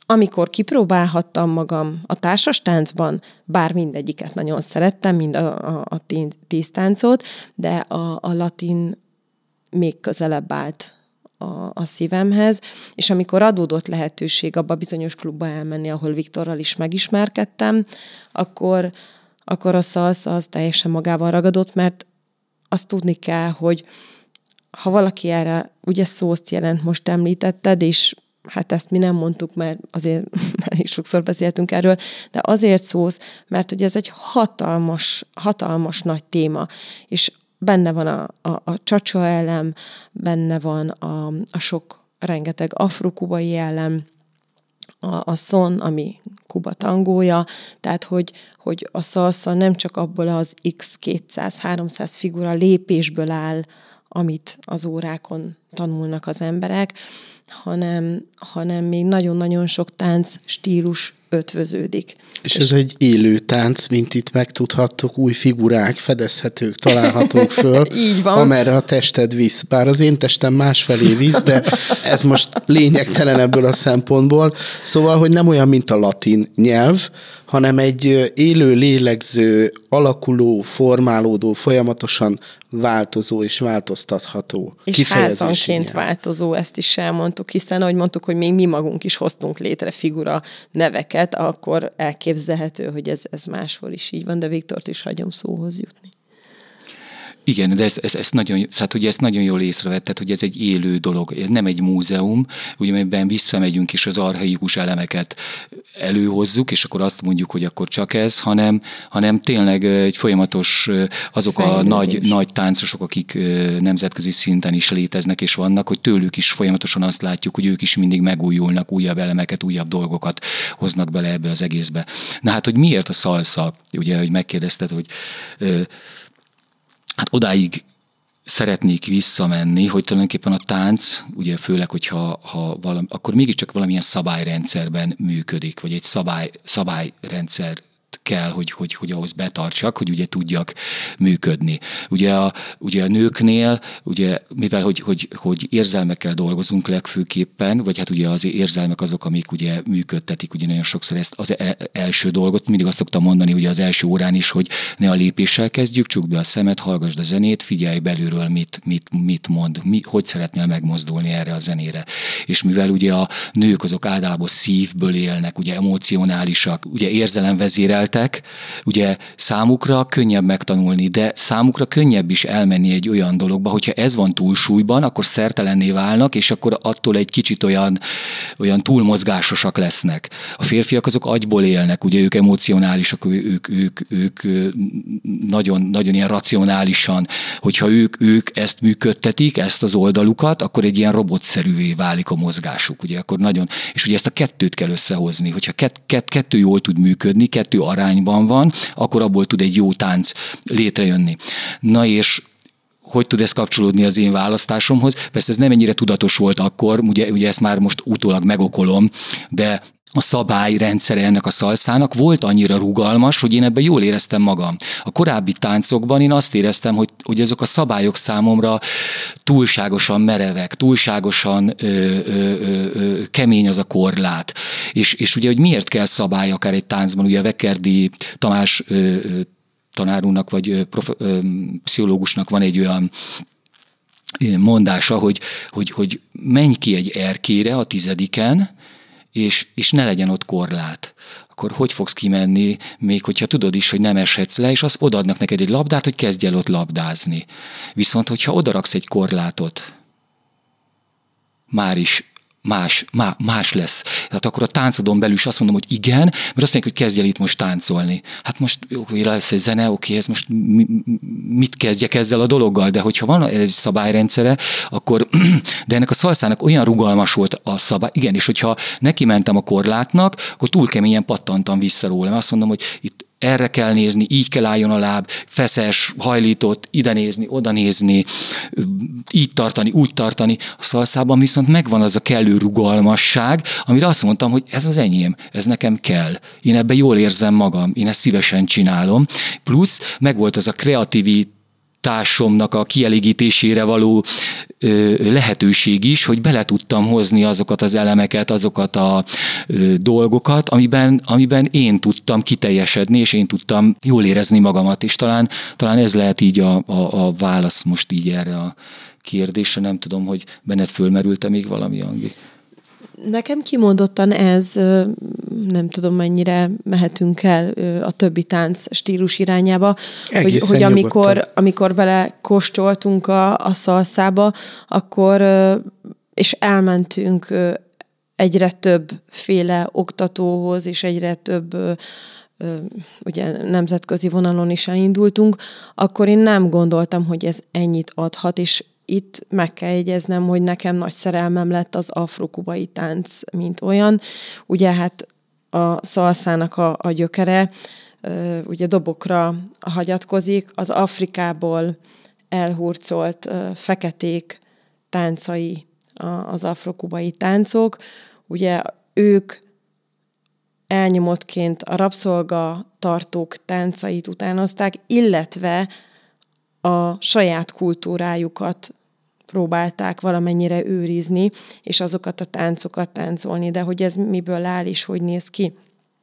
amikor kipróbálhattam magam a társas táncban, bár mindegyiket nagyon szerettem, mind a, a, a tíz táncot, de a, a latin még közelebb állt a, a szívemhez, és amikor adódott lehetőség abba a bizonyos klubba elmenni, ahol Viktorral is megismerkedtem, akkor, akkor a salsa az teljesen magával ragadott, mert azt tudni kell, hogy ha valaki erre, ugye szószt jelent, most említetted, és hát ezt mi nem mondtuk, mert azért elég sokszor beszéltünk erről, de azért szósz, mert ugye ez egy hatalmas, hatalmas nagy téma, és benne van a, a, a csacsa elem, benne van a, a sok, rengeteg afro-kubai elem, a, a son, ami Kuba tangója, tehát hogy, hogy a salsa nem csak abból az x kétszáz-háromszáz figura lépésből áll, amit az órákon tanulnak az emberek, hanem, hanem még nagyon-nagyon sok tánc stílus ötvöződik. És, és ez egy élő tánc, mint itt megtudhattuk, új figurák fedezhetők, találhatók föl, így van. Amerre a tested visz. Bár az én testem másfelé visz, de ez most lényegtelen ebből a szempontból. Szóval, hogy nem olyan, mint a latin nyelv, hanem egy élő, lélegző, alakuló, formálódó, folyamatosan változó és változtatható és kifejezési házanként nyelv. Változó, ezt is elmondtuk, hiszen ahogy mondtuk, hogy még mi magunk is hoztunk létre figura neveket, akkor elképzelhető, hogy ez, ez máshol is így van, de Viktort is hagyom szóhoz jutni. Igen, de ezt, ezt, ezt, nagyon, hát ugye ezt nagyon jól észrevetted, hogy ez egy élő dolog, ez nem egy múzeum, ugye amiben visszamegyünk és az archaikus elemeket előhozzuk, és akkor azt mondjuk, hogy akkor csak ez, hanem, hanem tényleg egy folyamatos azok a nagy, nagy táncosok, akik nemzetközi szinten is léteznek és vannak, hogy tőlük is folyamatosan azt látjuk, hogy ők is mindig megújulnak, újabb elemeket, újabb dolgokat hoznak bele ebbe az egészbe. Na hát, hogy miért a salsa? Ugye, hogy megkérdezted, hogy hát odáig szeretnék visszamenni, hogy tulajdonképpen a tánc, ugye főleg, hogyha ha valami, akkor mégiscsak valamilyen szabályrendszerben működik, vagy egy szabály, szabályrendszer kell, hogy, hogy, hogy ahhoz betartsak, hogy ugye tudjak működni. Ugye a, ugye a nőknél, ugye, mivel hogy, hogy, hogy érzelmekkel dolgozunk legfőképpen, vagy hát ugye az érzelmek azok, amik ugye működtetik, ugye nagyon sokszor ezt az első dolgot, mindig azt szoktam mondani, ugye az első órán is, hogy ne a lépéssel kezdjük, csukd be a szemed, hallgasd a zenét, figyelj belülről, mit, mit, mit mond, mi, hogy szeretnél megmozdulni erre a zenére. És mivel ugye a nők azok általában szívből élnek, ugye emocionálisak, ugye érzelemvezérelt, ugye számukra könnyebb megtanulni, de számukra könnyebb is elmenni egy olyan dologba, hogyha ez van túlsúlyban, akkor szertelenné válnak, és akkor attól egy kicsit olyan, olyan túlmozgásosak lesznek. A férfiak azok agyból élnek, ugye ők emocionálisak, ők, ők, ők nagyon, nagyon ilyen racionálisan, hogyha ők, ők ezt működtetik, ezt az oldalukat, akkor egy ilyen robotszerűvé válik a mozgásuk, ugye akkor nagyon, és ugye ezt a kettőt kell összehozni, hogyha kett, kett, kettő jól tud működni, kettő arányban van, akkor abból tud egy jó tánc létrejönni. Na és hogy tud ez kapcsolódni az én választásomhoz? Persze ez nem ennyire tudatos volt akkor, ugye, ugye ezt már most utólag megokolom, de a szabályrendszere ennek a szalszának volt annyira rugalmas, hogy én ebben jól éreztem magam. A korábbi táncokban én azt éreztem, hogy, hogy azok a szabályok számomra túlságosan merevek, túlságosan ö, ö, ö, kemény az a korlát. És, és ugye, hogy miért kell szabály akár egy táncban, ugye Vekerdi Tamás ö, ö, tanárunknak vagy prof, ö, pszichológusnak van egy olyan mondása, hogy, hogy, hogy menj ki egy erkére a tizediken, És, és ne legyen ott korlát. Akkor hogy fogsz kimenni, még hogyha tudod is, hogy nem eshetsz le, és azt odaadnak neked egy labdát, hogy kezdj el ott labdázni. Viszont, hogyha odaraksz egy korlátot, már is más, má, más lesz. Tehát akkor a táncodon belül is azt mondom, hogy igen, mert azt mondják, hogy kezdj el itt most táncolni. Hát most oké, lesz egy zene, oké, ez most mi, mit kezdjek ezzel a dologgal, de hogyha van egy szabályrendszere, akkor, de ennek a szalszának olyan rugalmas volt a szabály, igen, és hogyha neki mentem a korlátnak, akkor túl keményen pattantam vissza róla. Azt mondom, hogy itt erre kell nézni, így kell álljon a láb, feszes, hajlított, ide nézni, oda nézni, így tartani, úgy tartani. A szalszában viszont megvan az a kellő rugalmasság, amire azt mondtam, hogy ez az enyém, ez nekem kell. Én ebben jól érzem magam, én ezt szívesen csinálom. Plusz megvolt az a kreativitás, társamnak a kielégítésére való lehetőség is, hogy bele tudtam hozni azokat az elemeket, azokat a dolgokat, amiben, amiben én tudtam kiteljesedni, és én tudtam jól érezni magamat, és talán, talán ez lehet így a, a, a válasz most így erre a kérdésre. Nem tudom, hogy benned fölmerült-e még valami, Angi? Nekem kimondottan ez, nem tudom mennyire mehetünk el a többi tánc stílus irányába, hogy, hogy amikor, amikor belekóstoltunk a, a szalszába, akkor és elmentünk egyre többféle oktatóhoz, és egyre több ugye nemzetközi vonalon is elindultunk, akkor én nem gondoltam, hogy ez ennyit adhat, és itt meg kell jegyeznem, hogy nekem nagy szerelmem lett az afro-kubai tánc, mint olyan. Ugye hát a szalszának a, a gyökere, ugye dobokra hagyatkozik, az Afrikából elhurcolt feketék táncai az afro-kubai táncok. Ugye ők elnyomottként a rabszolgatartók táncait utánozták, illetve a saját kultúrájukat próbálták valamennyire őrizni, és azokat a táncokat táncolni, de hogy ez miből áll és hogy néz ki.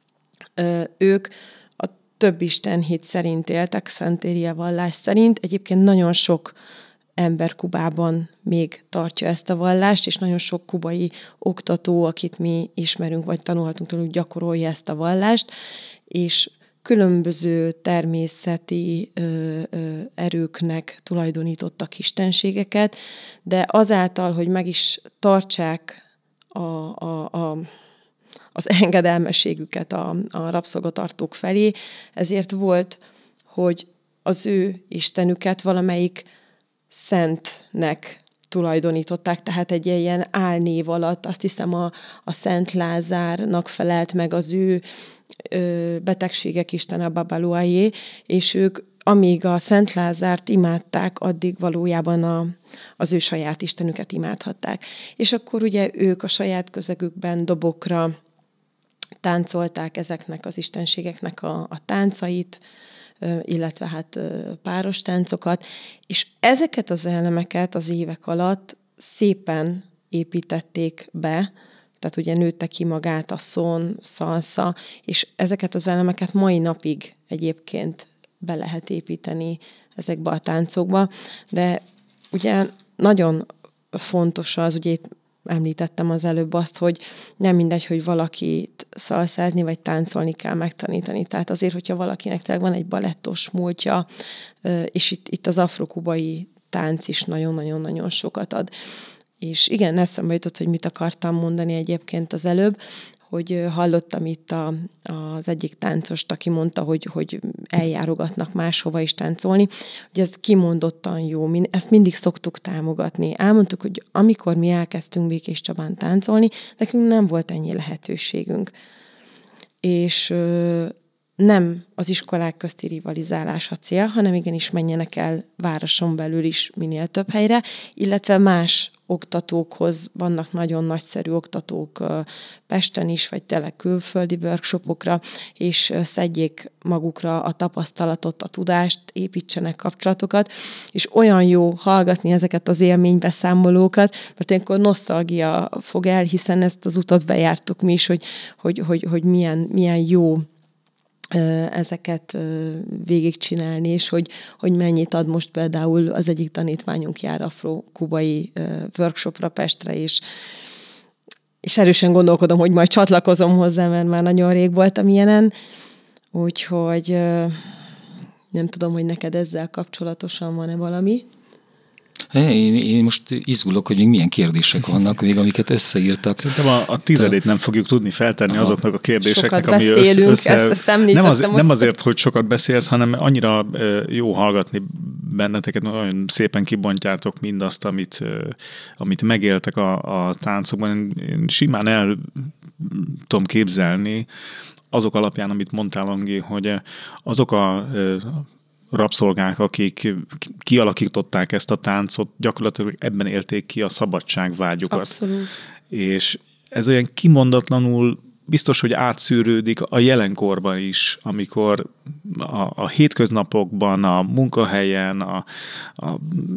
Ö, ők a több isten hit szerint éltek, Santeria vallás szerint. Egyébként nagyon sok ember Kubában még tartja ezt a vallást, és nagyon sok kubai oktató, akit mi ismerünk, vagy tanulhatunk tőlük, gyakorolja ezt a vallást, és különböző természeti ö, ö, erőknek tulajdonítottak istenségeket, de azáltal, hogy meg is tartsák a, a, a, az engedelmességüket a, a rabszolgatartók felé, ezért volt, hogy az ő istenüket valamelyik szentnek tulajdonították, tehát egy ilyen álnév alatt, azt hiszem a, a Szent Lázárnak felelt meg az ő ö, betegségek istene, a Babaluayé, és ők amíg a Szent Lázárt imádták, addig valójában a, az ő saját istenüket imádhatták. És akkor ugye ők a saját közegükben dobokra táncolták ezeknek az istenségeknek a, a táncait, illetve hát páros táncokat, és ezeket az elemeket az évek alatt szépen építették be, tehát ugye nőtte ki magát a szón, szalsza, és ezeket az elemeket mai napig egyébként be lehet építeni ezekbe a táncokba, de ugye nagyon fontos az, ugye itt említettem az előbb azt, hogy nem mindegy, hogy valakit szalszázni vagy táncolni kell megtanítani. Tehát azért, hogyha valakinek tényleg van egy balettos múltja, és itt, itt az afro-kubai tánc is nagyon-nagyon-nagyon sokat ad. És igen, eszembe jutott, hogy mit akartam mondani egyébként az előbb, hogy hallottam itt a, az egyik táncost, aki mondta, hogy, hogy eljárogatnak máshova is táncolni, hogy ez kimondottan jó, mi ezt mindig szoktuk támogatni. Elmondtuk, hogy amikor mi elkezdtünk Békés Csabán táncolni, nekünk nem volt ennyi lehetőségünk. És ö, nem az iskolák közti rivalizálás a cél, hanem igenis menjenek el városon belül is minél több helyre, illetve más oktatókhoz, vannak nagyon nagyszerű oktatók Pesten is, vagy tényleg külföldi workshopokra, és szedjék magukra a tapasztalatot, a tudást, építsenek kapcsolatokat, és olyan jó hallgatni ezeket az élménybeszámolókat, mert ilyenkor nosztalgia fog el, hiszen ezt az utat bejártuk mi is, hogy, hogy, hogy, hogy milyen, milyen jó ezeket végigcsinálni, és hogy, hogy mennyit ad most például az egyik tanítványunk jár afro-kubai workshopra Pestre, és, és erősen gondolkodom, hogy majd csatlakozom hozzá, mert már nagyon rég voltam ilyenen, úgyhogy nem tudom, hogy neked ezzel kapcsolatosan van-e valami. Én, én most izgulok, hogy még milyen kérdések vannak, még amiket összeírtak. Szerintem a, a tizedét nem fogjuk tudni feltenni Aha. azoknak a kérdéseknek, sokat ami össze... össze ezt, ezt nem, az, nem azért, hogy sokat beszélsz, hanem annyira jó hallgatni benneteket, nagyon szépen kibontjátok mindazt, amit, amit megéltek a, a táncokban. Én simán el tudom képzelni azok alapján, amit mondtál, Angi, hogy azok a rabszolgák, akik kialakították ezt a táncot, gyakorlatilag ebben élték ki a szabadságvágyukat. Abszolút. És ez olyan kimondatlanul biztos, hogy átszűrődik a jelenkorban is, amikor a, a hétköznapokban, a munkahelyen, a, a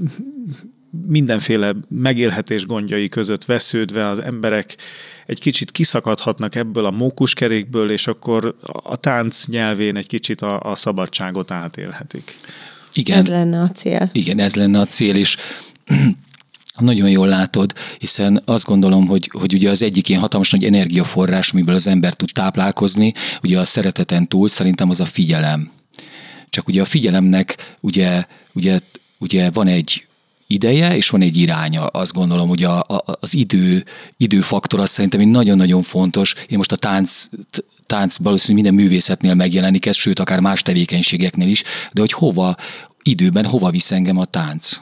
mindenféle megélhetés gondjai között vesződve az emberek egy kicsit kiszakadhatnak ebből a mókuskerékből, és akkor a tánc nyelvén egy kicsit a, a szabadságot átélhetik. Igen. Ez lenne a cél. Igen, ez lenne a cél, és nagyon jól látod, hiszen azt gondolom, hogy, hogy ugye az egyik ilyen hatalmas nagy energiaforrás, amiből az ember tud táplálkozni, ugye a szereteten túl szerintem az a figyelem. Csak ugye a figyelemnek ugye, ugye, ugye van egy ideje, és van egy iránya. Azt gondolom, hogy a, a, az idő, időfaktor az szerintem egy nagyon-nagyon fontos. Én most a tánc, tánc valószínűleg minden művészetnél megjelenik ez, sőt, akár más tevékenységeknél is, de hogy hova, időben hova visz engem a tánc?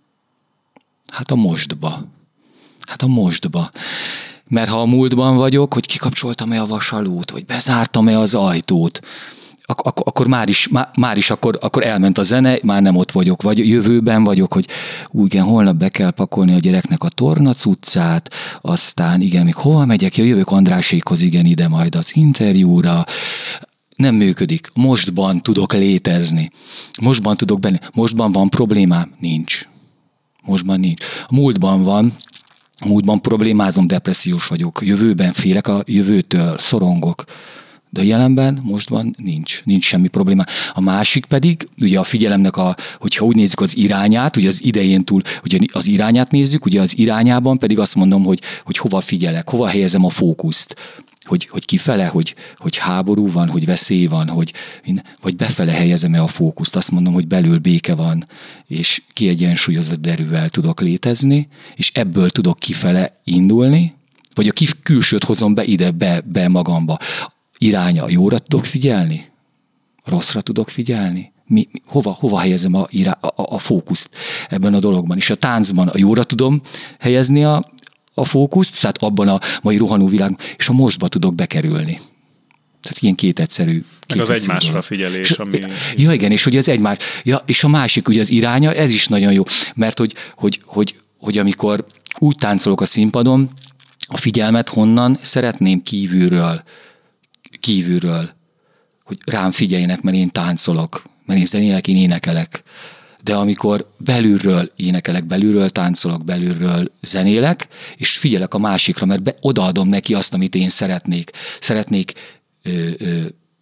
Hát a mostba. Hát a mostba. Mert ha a múltban vagyok, hogy kikapcsoltam-e a vasalót, vagy bezártam-e az ajtót, Ak- ak- akkor már is, má- már is akkor, akkor elment a zene, már nem ott vagyok, vagy jövőben vagyok, hogy úgy igen, holnap be kell pakolni a gyereknek a tornacuccát, aztán igen, még hova megyek? Ja, jövök Andrásékhoz, igen, ide majd az interjúra. Nem működik. Mostban tudok létezni. Mostban tudok benne. Mostban van problémám? Nincs. Mostban nincs. A múltban van, a múltban problémázom, depressziós vagyok. Jövőben félek a jövőtől, szorongok. De a jelenben, mostban nincs, nincs semmi probléma. A másik pedig, ugye a figyelemnek, a, hogyha úgy nézzük az irányát, ugye az idején túl, ugye az irányát nézzük, ugye az irányában pedig azt mondom, hogy, hogy hova figyelek, hova helyezem a fókuszt. Hogy, hogy kifele, hogy, hogy háború van, hogy veszély van, hogy, vagy befele helyezem-e a fókuszt. Azt mondom, hogy belül béke van, és kiegyensúlyozott erővel tudok létezni, és ebből tudok kifele indulni, vagy a kif- külsőt hozom be ide, be, be magamba. Iránya, jóra tudok figyelni? Rosszra tudok figyelni? Mi, mi, hova, hova helyezem a, a, a fókuszt ebben a dologban? És a táncban a jóra tudom helyezni a, a fókuszt, tehát abban a mai rohanó világban, és a mostba tudok bekerülni. Tehát ilyen két egyszerű. Meg az egymásra dolog. Figyelés, és, ami... Ja, igen, és hogy az egymás, ja, és a másik, ugye az iránya, ez is nagyon jó, mert hogy, hogy, hogy, hogy amikor úgy táncolok a színpadon, a figyelmet honnan szeretném kívülről, kívülről, hogy rám figyeljenek, mert én táncolok, mert én zenélek, én énekelek. De amikor belülről énekelek, belülről táncolok, belülről zenélek, és figyelek a másikra, mert be, odaadom neki azt, amit én szeretnék. Szeretnék ö, ö,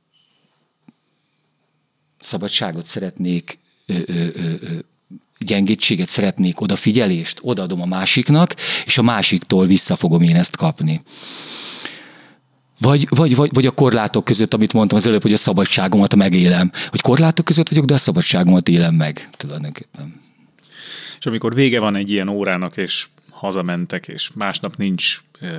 szabadságot, szeretnék ö, ö, ö, gyengétséget, szeretnék odafigyelést, odaadom a másiknak, és a másiktól vissza fogom én ezt kapni. Vagy, vagy, vagy, vagy a korlátok között, amit mondtam az előbb, hogy a szabadságomat megélem. Hogy korlátok között vagyok, de a szabadságomat élem meg tulajdonképpen. És amikor vége van egy ilyen órának, és hazamentek, és másnap nincs,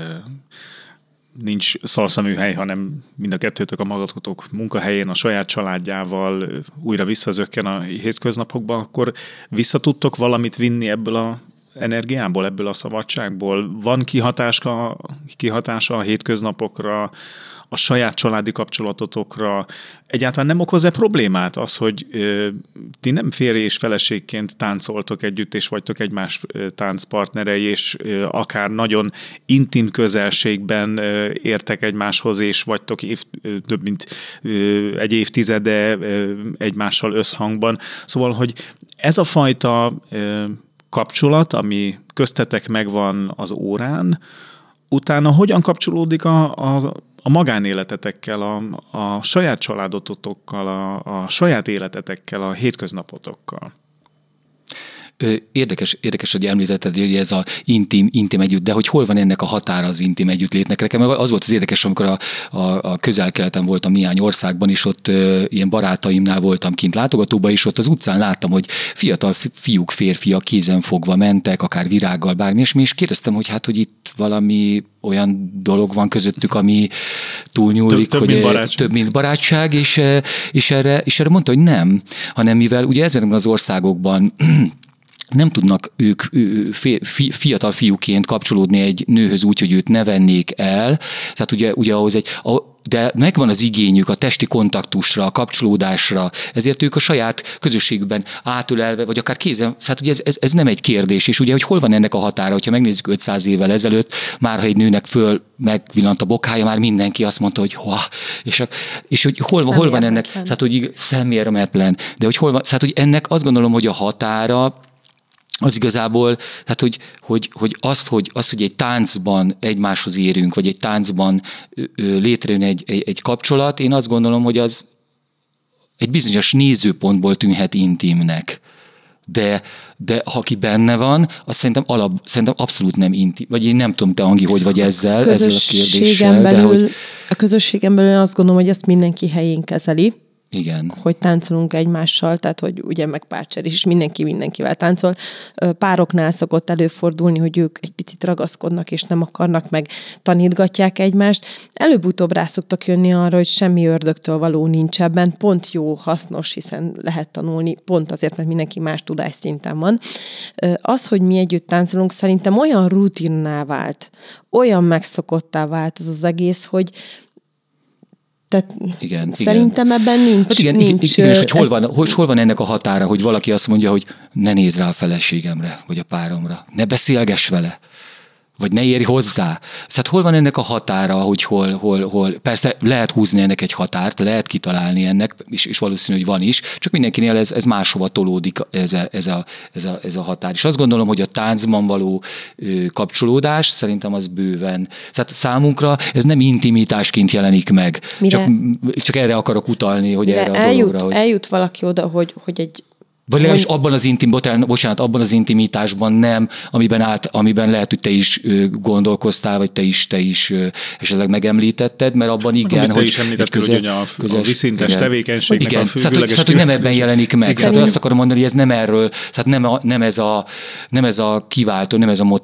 nincs szalszaműhely, hanem mind a kettőtök a magatotok munkahelyén, a saját családjával újra visszazökken a hétköznapokban, akkor visszatudtok valamit vinni ebből a energiából, ebből a szabadságból? Van kihatása, kihatása a hétköznapokra, a saját családi kapcsolatotokra? Egyáltalán nem okoz-e problémát az, hogy ö, ti nem férj és feleségként táncoltok együtt, és vagytok egymás ö, táncpartnerei, és ö, akár nagyon intim közelségben ö, értek egymáshoz, és vagytok év, ö, több mint ö, egy évtizede ö, egymással összhangban. Szóval, hogy ez a fajta ö, kapcsolat, ami köztetek megvan az órán, utána hogyan kapcsolódik a, a, a magánéletetekkel, a, a saját családotokkal, a, a saját életetekkel, a hétköznapotokkal? Érdekes, érdekes, hogy említetted, hogy ez az intim, intim együtt, de hogy hol van ennek a határa az intim együttlétnek? Nekem az volt az érdekes, amikor a, a, a közel-keleten voltam néhány országban, és ott ö, ilyen barátaimnál voltam kint látogatóban, és ott az utcán láttam, hogy fiatal fiúk, férfiak kézen fogva mentek, akár virággal, bármi, és, és kérdeztem, hogy hát, hogy itt valami olyan dolog van közöttük, ami túlnyúlik, több, hogy több mint, több mint barátság, és, és, erre, és erre mondta, hogy nem, hanem mivel ugye ezekben az országokban nem tudnak ők fiatal fiúként kapcsolódni egy nőhöz úgy, hogy őt ne vennék el. Tehát ugye, ugye ahhoz egy, de megvan az igényük a testi kontaktusra, a kapcsolódásra, ezért ők a saját közösségükben átölelve, vagy akár kézen, tehát ugye ez, ez, ez nem egy kérdés, és ugye, hogy hol van ennek a határa, hogyha megnézzük ötszáz évvel ezelőtt, már ha egy nőnek föl megvillant a bokája, már mindenki azt mondta, hogy hoa, és, a, és hogy hol, hol van ennek, tehát hogy szemérmetlen, de hogy hol van, tehát hogy ennek azt gondolom, hogy a határa, az igazából, hát hogy, hogy, hogy, azt, hogy azt, hogy egy táncban egymáshoz érünk, vagy egy táncban létrejön egy, egy, egy kapcsolat, én azt gondolom, hogy az egy bizonyos nézőpontból tűnhet intimnek. De, de ha ki benne van, az szerintem, alap, szerintem abszolút nem intim. Vagy én nem tudom, te Angi, hogy vagy ezzel, ezzel a kérdéssel. Belül, de hogy... A közösségen belül azt gondolom, hogy ezt mindenki helyén kezeli. Igen. Hogy táncolunk egymással, tehát hogy ugye meg párcserés, és mindenki mindenkivel táncol. Pároknál szokott előfordulni, hogy ők egy picit ragaszkodnak, és nem akarnak, meg tanítgatják egymást. Előbb-utóbb rá szoktak jönni arra, hogy semmi ördögtől való nincs ebben, pont jó, hasznos, hiszen lehet tanulni, pont azért, mert mindenki más tudásszinten van. Az, hogy mi együtt táncolunk, szerintem olyan rutinná vált, olyan megszokottá vált ez az egész, hogy tehát igen, szerintem igen. ebben nincs. Hát igen, nincs igen, és hogy hol, ez... van, hol, hol van ennek a határa, hogy valaki azt mondja, hogy ne nézz rá a feleségemre, vagy a páromra, ne beszélgess vele, vagy ne érj hozzá. Szóval hol van ennek a határa, hogy hol, hol, hol. Persze lehet húzni ennek egy határt, lehet kitalálni ennek, és, és valószínű, hogy van is, csak mindenkinél ez, ez máshova tolódik ez a, ez, a, ez, a, ez a határ. És azt gondolom, hogy a táncban való ö, kapcsolódás szerintem az bőven. Tehát számunkra ez nem intimitásként jelenik meg. Csak, csak erre akarok utalni, hogy erre a eljut, dologra. Hogy... Eljut valaki oda, hogy, hogy egy Vagy legalábbis abban az intim, bocsánat, abban az intimitásban nem, amiben, át, amiben lehet, hogy te is gondolkoztál, vagy te is, te is esetleg megemlítetted, mert abban igen, amit hogy... te is említetted, közel, hogy a, közös, a viszintes igen. tevékenységnek igen. a függőleges szóval, hogy nem ebben jelenik meg. Szóval azt akarom mondani, hogy ez nem erről, szóval nem, a, nem, ez, a, nem ez a kiváltó, nem ez a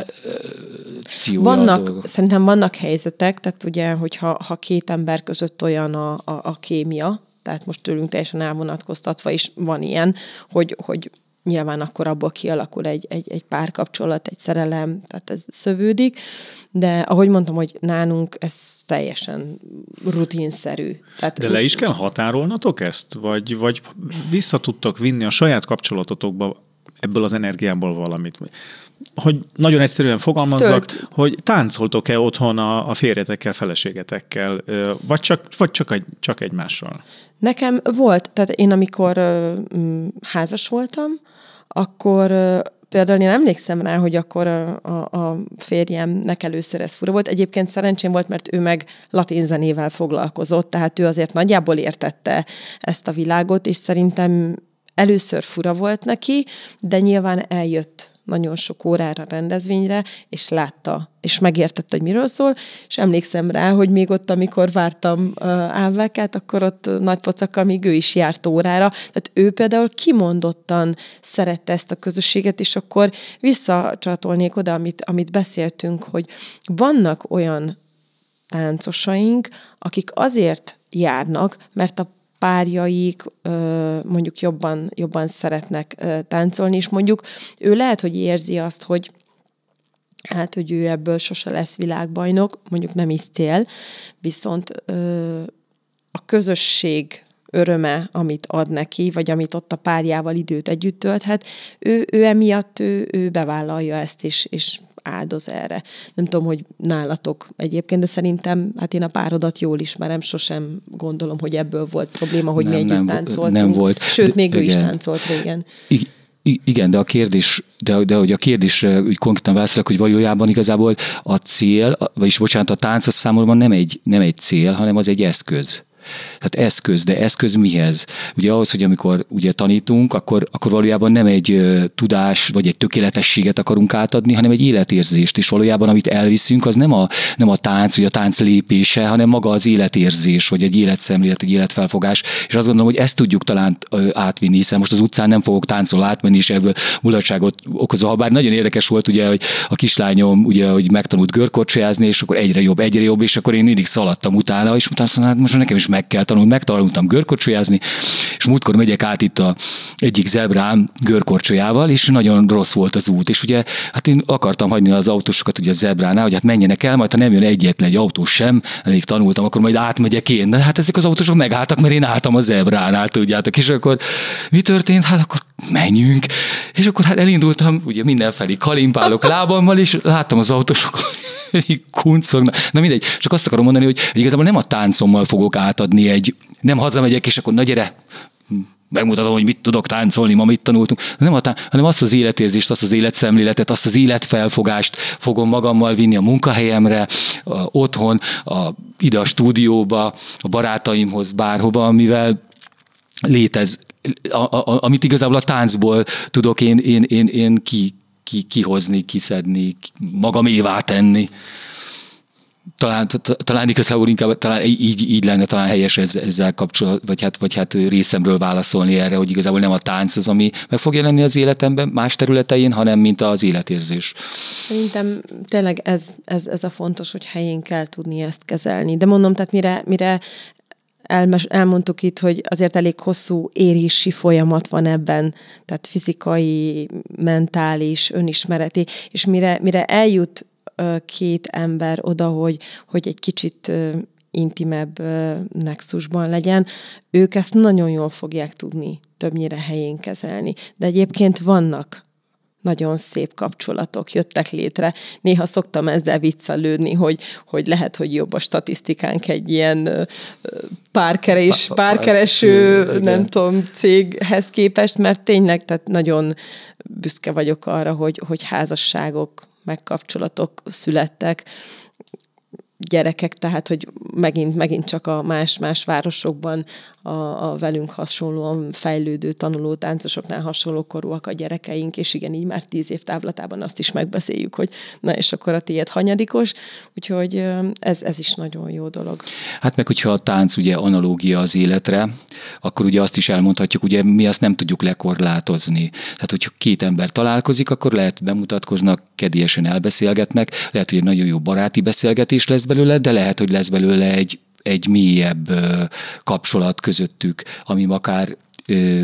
motiváció. Vannak, szerintem vannak helyzetek, tehát ugye, hogyha ha két ember között olyan a, a, a kémia, tehát most tőlünk teljesen elvonatkoztatva is van ilyen, hogy, hogy nyilván akkor abból kialakul egy, egy, egy párkapcsolat, egy szerelem, tehát ez szövődik, de ahogy mondtam, hogy nálunk ez teljesen rutinszerű. Tehát de le is kell határolnatok ezt? Vagy, vagy vissza tudtok vinni a saját kapcsolatotokba ebből az energiából valamit? Hogy nagyon egyszerűen fogalmazzak, Tölt. hogy táncoltok-e otthon a, a férjetekkel, feleségetekkel, vagy csak, vagy csak, egy, csak egymással? Nekem volt, tehát én amikor uh, házas voltam, akkor uh, például én emlékszem rá, hogy akkor a, a, a férjemnek először ez fura volt. Egyébként szerencsém volt, mert ő meg latin zenével foglalkozott, tehát ő azért nagyjából értette ezt a világot, és szerintem először fura volt neki, de nyilván eljött nagyon sok órára rendezvényre, és látta, és megértette, hogy miről szól, és emlékszem rá, hogy még ott, amikor vártam uh, Ávekát, akkor ott nagy pocakkal még ő is járt órára. Tehát ő például kimondottan szerette ezt a közösséget, és akkor visszacsatolnék oda, amit, amit beszéltünk, hogy vannak olyan táncosaink, akik azért járnak, mert a párjaik mondjuk jobban, jobban szeretnek táncolni, és mondjuk ő lehet, hogy érzi azt, hogy hát, hogy ő ebből sose lesz világbajnok, mondjuk nem is cél, viszont a közösség öröme, amit ad neki, vagy amit ott a párjával időt együtt tölthet, ő, ő emiatt ő, ő bevállalja ezt, és, és áldoz erre. Nem tudom, hogy nálatok egyébként, de szerintem, hát én a párodat jól ismerem, sosem gondolom, hogy ebből volt probléma, hogy nem, mi együtt nem, táncoltunk. Nem volt. Sőt, de, még ő igen. is táncolt régen. I- Igen, de a kérdés, de, de hogy a kérdésre úgy konkrétan válaszolok, hogy valójában igazából a cél, vagyis bocsánat, a tánc az számomra nem egy, nem egy cél, hanem az egy eszköz. Tehát eszköz, de eszköz mihez? Ugye ahhoz, hogy amikor ugye tanítunk, akkor, akkor valójában nem egy uh, tudás, vagy egy tökéletességet akarunk átadni, hanem egy életérzést, és valójában amit elviszünk, az nem a, nem a tánc, vagy a tánc lépése, hanem maga az életérzés, vagy egy életszemlélet, egy életfelfogás, és azt gondolom, hogy ezt tudjuk talán uh, átvinni, hiszen most az utcán nem fogok táncolni átmenni, és ebből mulatságot okozva, ha bár nagyon érdekes volt, ugye, hogy a kislányom ugye, hogy megtanult görkorcsolyázni, és akkor egyre jobb, egyre jobb, és akkor én mindig szaladtam utána, és utána azt mondtam, hát most nekem is meg kell tanulni, megtanultam görkorcsolyázni, és múltkor megyek át itt a egyik zebrán görkorcsolyával, és nagyon rossz volt az út, és ugye hát én akartam hagyni az autósokat ugye a zebránál, hogy hát menjenek el, majd ha nem jön egyetlen egy autós sem, elég tanultam, akkor majd átmegyek én. De hát ezek az autósok megálltak, mert én álltam a zebránál, tudjátok, és akkor mi történt? Hát akkor menjünk. És akkor hát elindultam, ugye mindenfelé kalimpálok lábammal, és láttam az autósokat, kuncognak. Na mindegy, csak azt akarom mondani, hogy igazából nem a táncommal fogok átadni egy, nem hazamegyek, és akkor na gyere, megmutatom, hogy mit tudok táncolni, ma mit tanultunk, nem a tán- hanem azt az életérzést, azt az életszemléletet, azt az életfelfogást fogom magammal vinni a munkahelyemre, a, otthon, a, ide a stúdióba, a barátaimhoz, bárhova, amivel létez, a, a, amit igazából a táncból tudok én, én, én, én ki, ki, kihozni, kiszedni, magamévá tenni. Talán, talán igazából inkább talán így, így lenne talán helyes ezzel kapcsolatban, vagy hát, vagy hát részemről válaszolni erre, hogy igazából nem a tánc az, ami meg fog jelenni az életemben más területein, hanem mint az életérzés. Szerintem tényleg ez, ez, ez a fontos, hogy helyén kell tudni ezt kezelni. De mondom, tehát mire, mire elmes, elmondtuk itt, hogy azért elég hosszú érési folyamat van ebben, tehát fizikai, mentális, önismereti, és mire, mire eljut két ember oda, hogy, hogy egy kicsit intimebb nexusban legyen, ők ezt nagyon jól fogják tudni többnyire helyén kezelni. De egyébként vannak nagyon szép kapcsolatok, jöttek létre. Néha szoktam ezzel viccelődni, hogy, hogy lehet, hogy jobb a statisztikánk egy ilyen párkeres, párkereső, nem tudom, céghez képest, mert tényleg tehát nagyon büszke vagyok arra, hogy, hogy házasságok, megkapcsolatok születtek, gyerekek, tehát, hogy megint, megint csak a más-más városokban a, a velünk hasonlóan fejlődő tanuló táncosoknál hasonló korúak a gyerekeink, és igen, így már tíz év távlatában azt is megbeszéljük, hogy na és akkor a tiéd hanyadikos, úgyhogy ez, ez is nagyon jó dolog. Hát meg, hogyha a tánc ugye analógia az életre, akkor ugye azt is elmondhatjuk, ugye mi azt nem tudjuk lekorlátozni. Tehát, hogyha két ember találkozik, akkor lehet bemutatkoznak, kedélyesen elbeszélgetnek, lehet, hogy egy nagyon jó baráti beszélgetés lesz belőle, de lehet, hogy lesz belőle egy, egy mélyebb ö, kapcsolat közöttük, ami akár ö,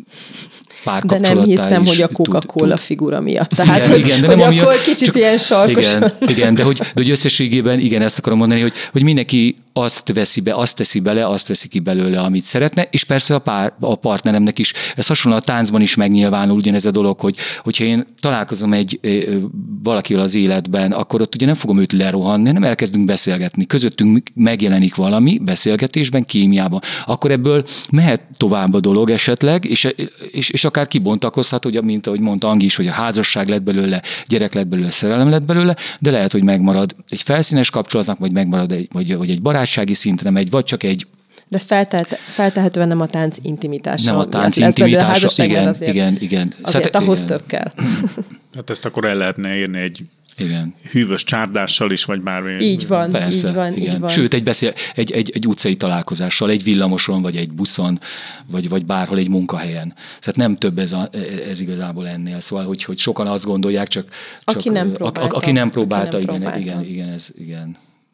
de nem hiszem, hogy a Coca-Cola figura miatt. Tehát, igen, hogy, igen, de hogy nem akkor amiatt, kicsit csak, ilyen sarkos. Igen, igen de, hogy, de hogy összességében, igen, ezt akarom mondani, hogy, hogy mindenki azt veszi be, azt teszi bele, azt veszi ki belőle, amit szeretne, és persze a, pár, a partneremnek is, ez hasonló a táncban is megnyilvánul ugyanez a dolog, hogy, hogyha én találkozom egy valakivel az életben, akkor ott ugye nem fogom őt lerohanni, hanem elkezdünk beszélgetni. Közöttünk megjelenik valami beszélgetésben, kémiában. Akkor ebből mehet tovább a dolog esetleg, és, és, és akár kibontakozhat, ugye, mint ahogy mondta Angi is, hogy a házasság lett belőle, gyerek lett belőle, szerelem lett belőle, de lehet, hogy megmarad egy felszínes kapcsolatnak, vagy megmarad egy, vagy, vagy egy barátsági szintre megy, vagy csak egy. De feltehet, feltehetően nem a tánc intimitása. Nem a tánc intimitása, igen, azért, igen, igen. Azért Szert, ahhoz igen. több kell. Hát ezt akkor el lehetne érni egy igen. hűvös csárdással is, vagy bármi. Így van, persze, így van, igen. így van. Sőt, egy, beszél, egy, egy, egy utcai találkozással, egy villamoson, vagy egy buszon, vagy, vagy bárhol egy munkahelyen. Tehát nem több ez, a, ez igazából ennél. Szóval, hogy, hogy sokan azt gondolják, csak... Aki csak, nem próbálta. A, aki nem próbálta, aki nem igen, próbálta. igen, igen, ez, igen.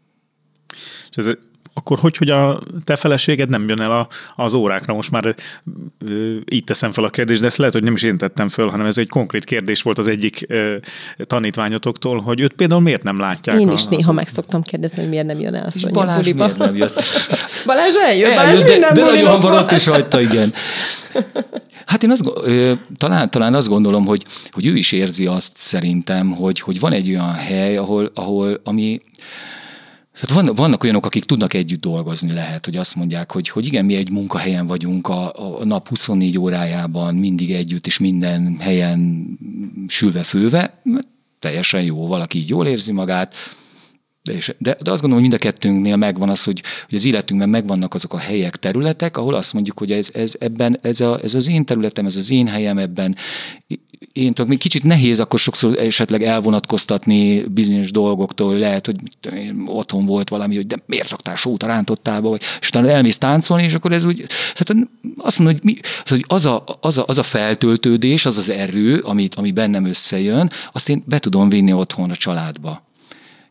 És ez akkor hogy, hogy a te feleséged nem jön el a, az órákra? Most már ö, így teszem fel a kérdést, de ezt lehet, hogy nem is én tettem föl, hanem ez egy konkrét kérdés volt az egyik ö, tanítványotoktól, hogy őt például miért nem látják? Én is a, néha az... meg szoktam kérdezni, hogy miért nem jön el a Szonya Balázs buliba. miért nem jött? Balázs eljön, eljön Balázs de, minden de bulin nagyon ott van ott is rajta, igen. Hát én azt, talán, talán azt gondolom, hogy, hogy ő is érzi azt szerintem, hogy, hogy van egy olyan hely, ahol, ahol ami... Tehát van, vannak olyanok, akik tudnak együtt dolgozni, lehet, hogy azt mondják, hogy, hogy igen, mi egy munkahelyen vagyunk a, a nap huszonnégy órájában, mindig együtt, és minden helyen sülve-főve, teljesen jó, valaki így jól érzi magát, de, de, de azt gondolom, hogy mind a kettőnknél megvan az, hogy, hogy az életünkben megvannak azok a helyek, területek, ahol azt mondjuk, hogy ez, ez, ebben, ez, a, ez az én területem, ez az én helyem ebben. Én tudom, még kicsit nehéz akkor sokszor esetleg elvonatkoztatni bizonyos dolgoktól, lehet, hogy otthon volt valami, hogy de miért raktál sót a rántottába, vagy, és utána elmész táncolni, és akkor ez úgy, szóval azt mondom, hogy, mi, hogy az, a, az, a, az a feltöltődés, az az erő, amit, ami bennem összejön, azt én be tudom vinni otthon a családba.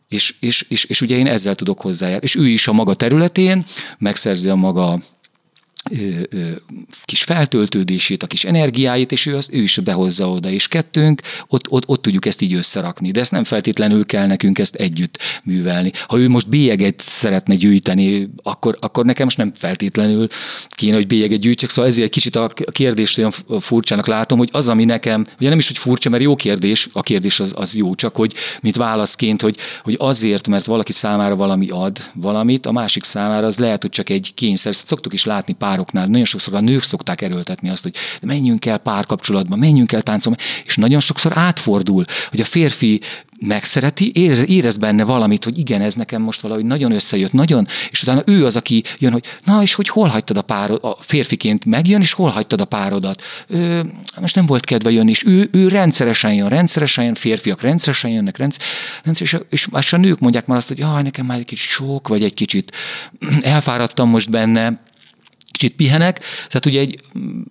És, és, és, és ugye én ezzel tudok hozzájárni. És ő is a maga területén megszerzi a maga Ö, ö, kis feltöltődését, a kis energiáit, és ő, az, ő is behozza oda, és kettőnk, ott, ott, ott tudjuk ezt így összerakni. De ezt nem feltétlenül kell nekünk ezt együtt művelni. Ha ő most bélyeget szeretne gyűjteni, akkor, akkor nekem most nem feltétlenül kéne, hogy bélyeget gyűjtsek, szóval ezért kicsit a kérdést olyan furcsának látom, hogy az, ami nekem, ugye nem is, hogy furcsa, mert jó kérdés, a kérdés az, az jó, csak hogy mint válaszként, hogy, hogy azért, mert valaki számára valami ad valamit, a másik számára az lehet, hogy csak egy kényszer. Ezt szoktuk is látni pároknál, nagyon sokszor a nők szokták erőltetni azt, hogy menjünk el párkapcsolatba, menjünk el táncolni, és nagyon sokszor átfordul, hogy a férfi megszereti, érez benne valamit, hogy igen, ez nekem most valahogy nagyon összejött, nagyon, és utána ő az, aki jön, hogy na, és hogy hol hagytad a párod, a férfiként megjön, és hol hagytad a párodat. Ö, most nem volt kedve jönni, és ő, ő rendszeresen jön, rendszeresen jön, férfiak rendszeresen jönnek, rendszeresen, és, és, és a nők mondják már azt, hogy jaj, nekem már egy kicsit sok, vagy egy kicsit elfáradtam most benne, kicsit pihenek, tehát ugye egy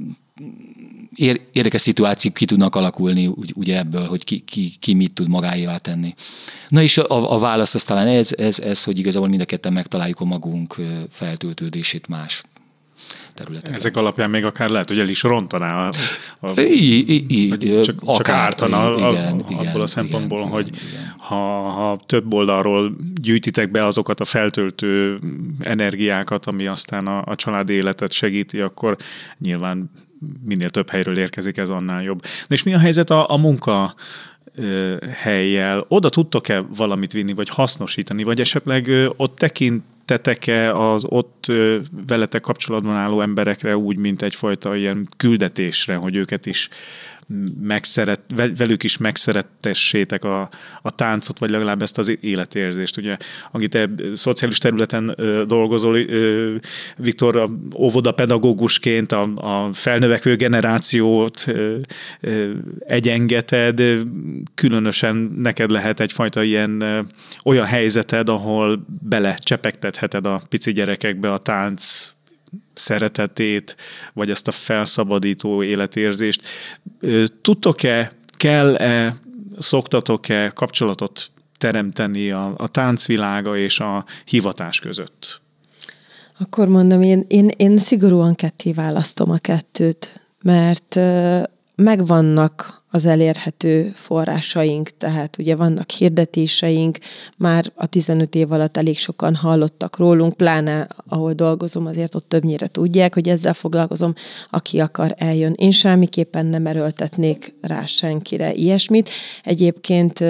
érdekes szituációk ki tudnak alakulni ugye ebből, hogy ki, ki, ki mit tud magáévá tenni. Na és a, a válasz az talán ez, ez, ez, hogy igazából mind a ketten megtaláljuk a magunk feltöltődését más területeken. Ezek alapján még akár lehet, hogy el is rontaná, a, a, I, I, I, csak, akár, csak ártana igen, a, abból igen, a szempontból, igen, hogy igen. Ha, ha több oldalról gyűjtitek be azokat a feltöltő energiákat, ami aztán a, a családi életet segíti, akkor nyilván minél több helyről érkezik, ez annál jobb. És mi a helyzet a, a munka helyjel? Oda tudtok-e valamit vinni, vagy hasznosítani, vagy esetleg ott tekintetek-e az ott veletek kapcsolatban álló emberekre úgy, mint egyfajta ilyen küldetésre, hogy őket is megszeret, velük is megszerettessétek a, a táncot, vagy legalább ezt az életérzést. Ugye, akit te szociális területen ö, dolgozol, ö, Viktor, a óvodapedagógusként a, a felnövekvő generációt ö, ö, egyengeted, különösen neked lehet egyfajta ilyen ö, olyan helyzeted, ahol belecsepegtetheted a pici gyerekekbe a tánc szeretetét, vagy ezt a felszabadító életérzést. Tudtok-e, kell-e, szoktatok-e kapcsolatot teremteni a, a táncvilága és a hivatás között? Akkor mondom, én, én, én szigorúan ketté választom a kettőt, mert megvannak az elérhető forrásaink, tehát ugye vannak hirdetéseink, már a tizenöt év alatt elég sokan hallottak rólunk, pláne ahol dolgozom, azért ott többnyire tudják, hogy ezzel foglalkozom, aki akar, eljön. Én semmiképpen nem erőltetnék rá senkire ilyesmit. Egyébként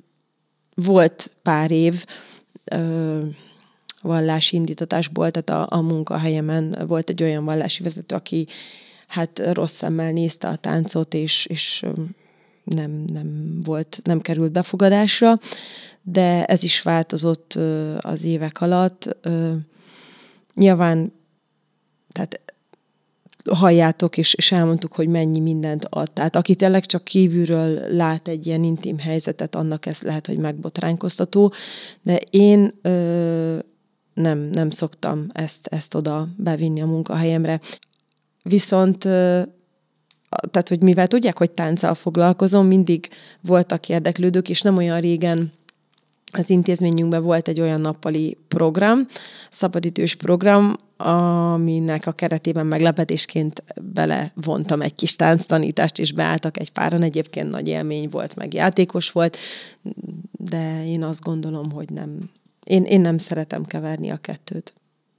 volt pár év vallási indítatásból, tehát a, a munkahelyemen volt egy olyan vallási vezető, aki hát rossz szemmel nézte a táncot, és, és nem, nem volt, nem került befogadásra, de ez is változott az évek alatt. Nyilván, tehát halljátok, és, és elmondtuk, hogy mennyi mindent ad. Tehát aki tényleg csak kívülről lát egy ilyen intim helyzetet, annak ez lehet, hogy megbotránkoztató, de én ö, nem, nem szoktam ezt, ezt oda bevinni a munkahelyemre. Viszont, tehát, hogy mivel tudják, hogy tánccal foglalkozom, mindig voltak érdeklődők, és nem olyan régen az intézményünkben volt egy olyan nappali program, szabadidős program, aminek a keretében meglepetésként belevontam egy kis tánctanítást, és beálltak egy páran. Egyébként nagy élmény volt, meg játékos volt, de én azt gondolom, hogy nem, én, én nem szeretem keverni a kettőt.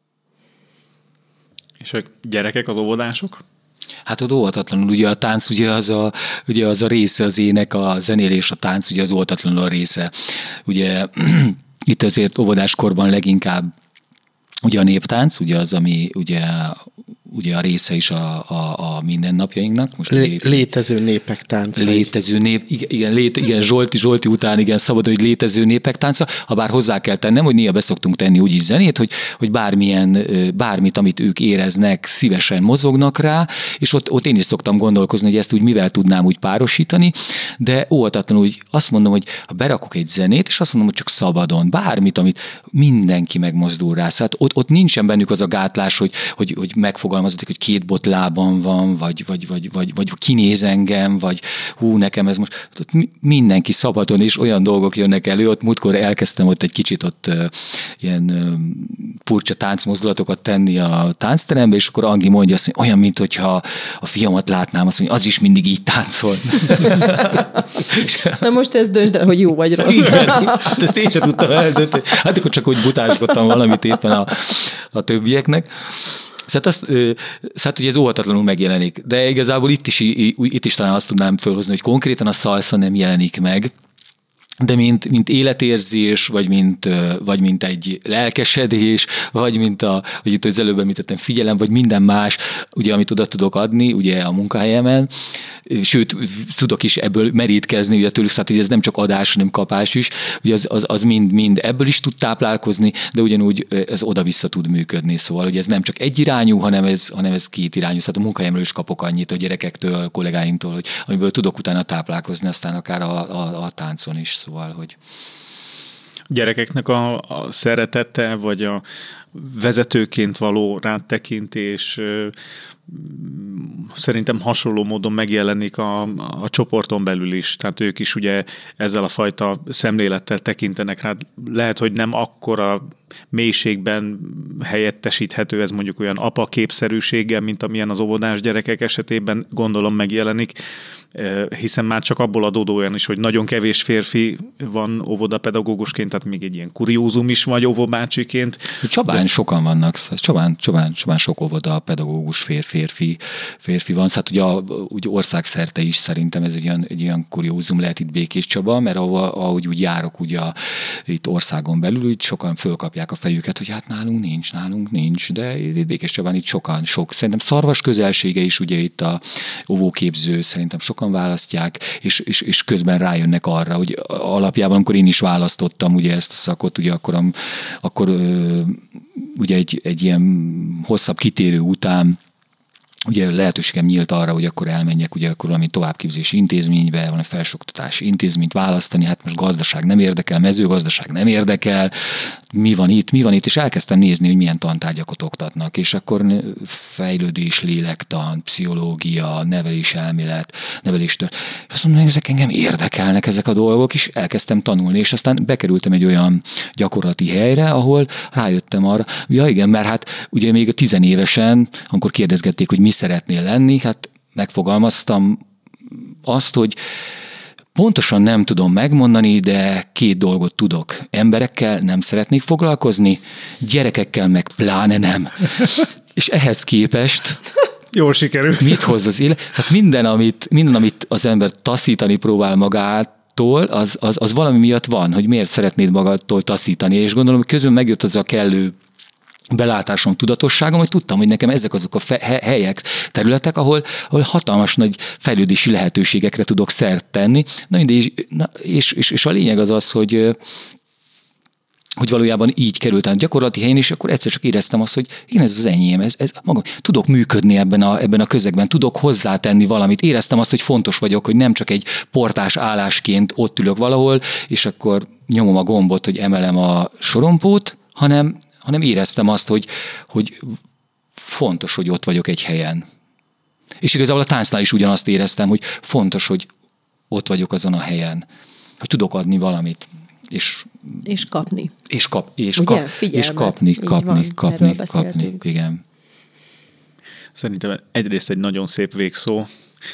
És a gyerekek, az óvodások? Hát ott óvatatlanul, ugye a tánc, ugye az a, ugye az a része az ének, a zenélés, a tánc, ugye az óvatatlanul a része. Ugye itt azért óvodáskorban leginkább ugye a néptánc, ugye az, ami ugye, ugye a része is a, a, a mindennapjainknak. Most Lé- létező népek tánca. Létező nép, igen, igen, lét, igen Zsolti, Zsolti után igen szabad, hogy létező népek tánca, ha bár hozzá kell tennem, hogy néha beszoktunk tenni úgyis zenét, hogy, hogy bármilyen, bármit, amit ők éreznek, szívesen mozognak rá, és ott, ott én is szoktam gondolkozni, hogy ezt úgy mivel tudnám úgy párosítani, de óvatatlanul úgy azt mondom, hogy ha berakok egy zenét, és azt mondom, hogy csak szabadon, bármit, amit mindenki megmozdul rá. Szóval ott, ott nincsen bennük az a gátlás, hogy, hogy, hogy megfogalmazom, fogalmazódik, hogy két bot lábam van, vagy, vagy, vagy, vagy, vagy kinéz engem, vagy hú, nekem ez most... Mindenki szabadon, és olyan dolgok jönnek elő, ott múltkor elkezdtem ott egy kicsit ott uh, ilyen uh, furcsa táncmozdulatokat tenni a táncterembe, és akkor Angi mondja azt, hogy olyan, mint hogyha a fiamat látnám, azt mondja, az is mindig így táncol. Na most ez döntsd el, hogy jó vagy rossz. Igen, hát ezt én sem tudtam eldönteni. Hát akkor csak úgy butáskodtam valamit éppen a, a többieknek. Szóval, azt, szóval ugye ez óhatatlanul megjelenik, de igazából itt is, itt is talán azt tudnám fölhozni, hogy konkrétan a szalsza nem jelenik meg, de mint, mint életérzés, vagy mint, vagy mint egy lelkesedés, vagy mint a, hogy itt az előbb említettem, figyelem, vagy minden más, ugye, amit oda tudok adni, ugye a munkahelyemen, sőt, tudok is ebből merítkezni, ugye tőlük, szóval, hogy ez nem csak adás, hanem kapás is, ugye az, az, az mind, mind ebből is tud táplálkozni, de ugyanúgy ez oda-vissza tud működni, szóval, hogy ez nem csak egyirányú, hanem ez, hanem ez kétirányú, szóval a munkahelyemről is kapok annyit a gyerekektől, a kollégáimtól, hogy amiből tudok utána táplálkozni, aztán akár a, a, a táncon is, szóval, hogy... Gyerekeknek a, a szeretete, vagy a vezetőként való rátekintés szerintem hasonló módon megjelenik a, a csoporton belül is. Tehát ők is ugye ezzel a fajta szemlélettel tekintenek rá. Lehet, hogy nem akkora mélységben helyettesíthető ez mondjuk olyan apa képszerűséggel, mint amilyen az óvodás gyerekek esetében gondolom megjelenik, hiszen már csak abból adódóan is, hogy nagyon kevés férfi van óvodapedagógusként, tehát még egy ilyen kuriózum is vagy óvóbácsiként. Csabán de... sokan vannak, Csabán, Csabán, Csabán sok óvodapedagógus fér, férfi, férfi van, szóval ugye, a, ugye országszerte is szerintem ez egy olyan, egy olyan kuriózum lehet itt Békés Csaba, mert ahogy úgy járok ugye a, itt országon belül, úgy sokan fölkapják a fejüket, hogy hát nálunk nincs, nálunk nincs, de itt Békés Csabán itt sokan, sok. Szerintem Szarvas közelsége is ugye itt a óvóképző, szerintem sokan választják, és, és, és közben rájönnek arra, hogy alapjában, amikor én is választottam ugye ezt a szakot, ugye akkor, akkor ugye egy, egy ilyen hosszabb kitérő után ugye lehetőségem nyílt arra, hogy akkor elmenjek ugye akkor valami továbbképzési intézménybe, valami felsőoktatási intézményt választani, hát most gazdaság nem érdekel, mezőgazdaság nem érdekel, mi van itt, mi van itt, és elkezdtem nézni, hogy milyen tantárgyakat oktatnak, és akkor fejlődés, lélektan, pszichológia, neveléselmélet, neveléstől. És azt mondom, hogy ezek engem érdekelnek ezek a dolgok, és elkezdtem tanulni, és aztán bekerültem egy olyan gyakorlati helyre, ahol rájöttem arra, ja igen, mert hát ugye még tizenévesen, amikor kérdezgették, hogy mi szeretnél lenni, hát megfogalmaztam azt, hogy pontosan nem tudom megmondani, de két dolgot tudok. Emberekkel nem szeretnék foglalkozni, gyerekekkel meg pláne nem. És ehhez képest... Jól sikerült. Mit hoz az élet? Tehát minden, amit, minden, amit az ember taszítani próbál magától, az, az, az valami miatt van, hogy miért szeretnéd magadtól taszítani. És gondolom, hogy közben megjött az a kellő belátásom, tudatosságom, hogy tudtam, hogy nekem ezek azok a fe- helyek, területek, ahol, ahol hatalmas nagy fejlődési lehetőségekre tudok szert tenni. Na, és, na, és, és, és a lényeg az az, hogy hogy valójában így kerültem gyakorlati helyen, és akkor egyszer csak éreztem azt, hogy én ez az enyém, ez, ez magam, tudok működni ebben a, ebben a közegben, tudok hozzátenni valamit. Éreztem azt, hogy fontos vagyok, hogy nem csak egy portás állásként ott ülök valahol, és akkor nyomom a gombot, hogy emelem a sorompót, hanem hanem éreztem azt, hogy, hogy fontos, hogy ott vagyok egy helyen. És igazából a táncnál is ugyanazt éreztem, hogy fontos, hogy ott vagyok azon a helyen, hogy tudok adni valamit. És, és kapni. És, kap, és, Ugye? kap, és kapni, kapni, van, kapni, kapni, igen. Szerintem egyrészt egy nagyon szép végszó,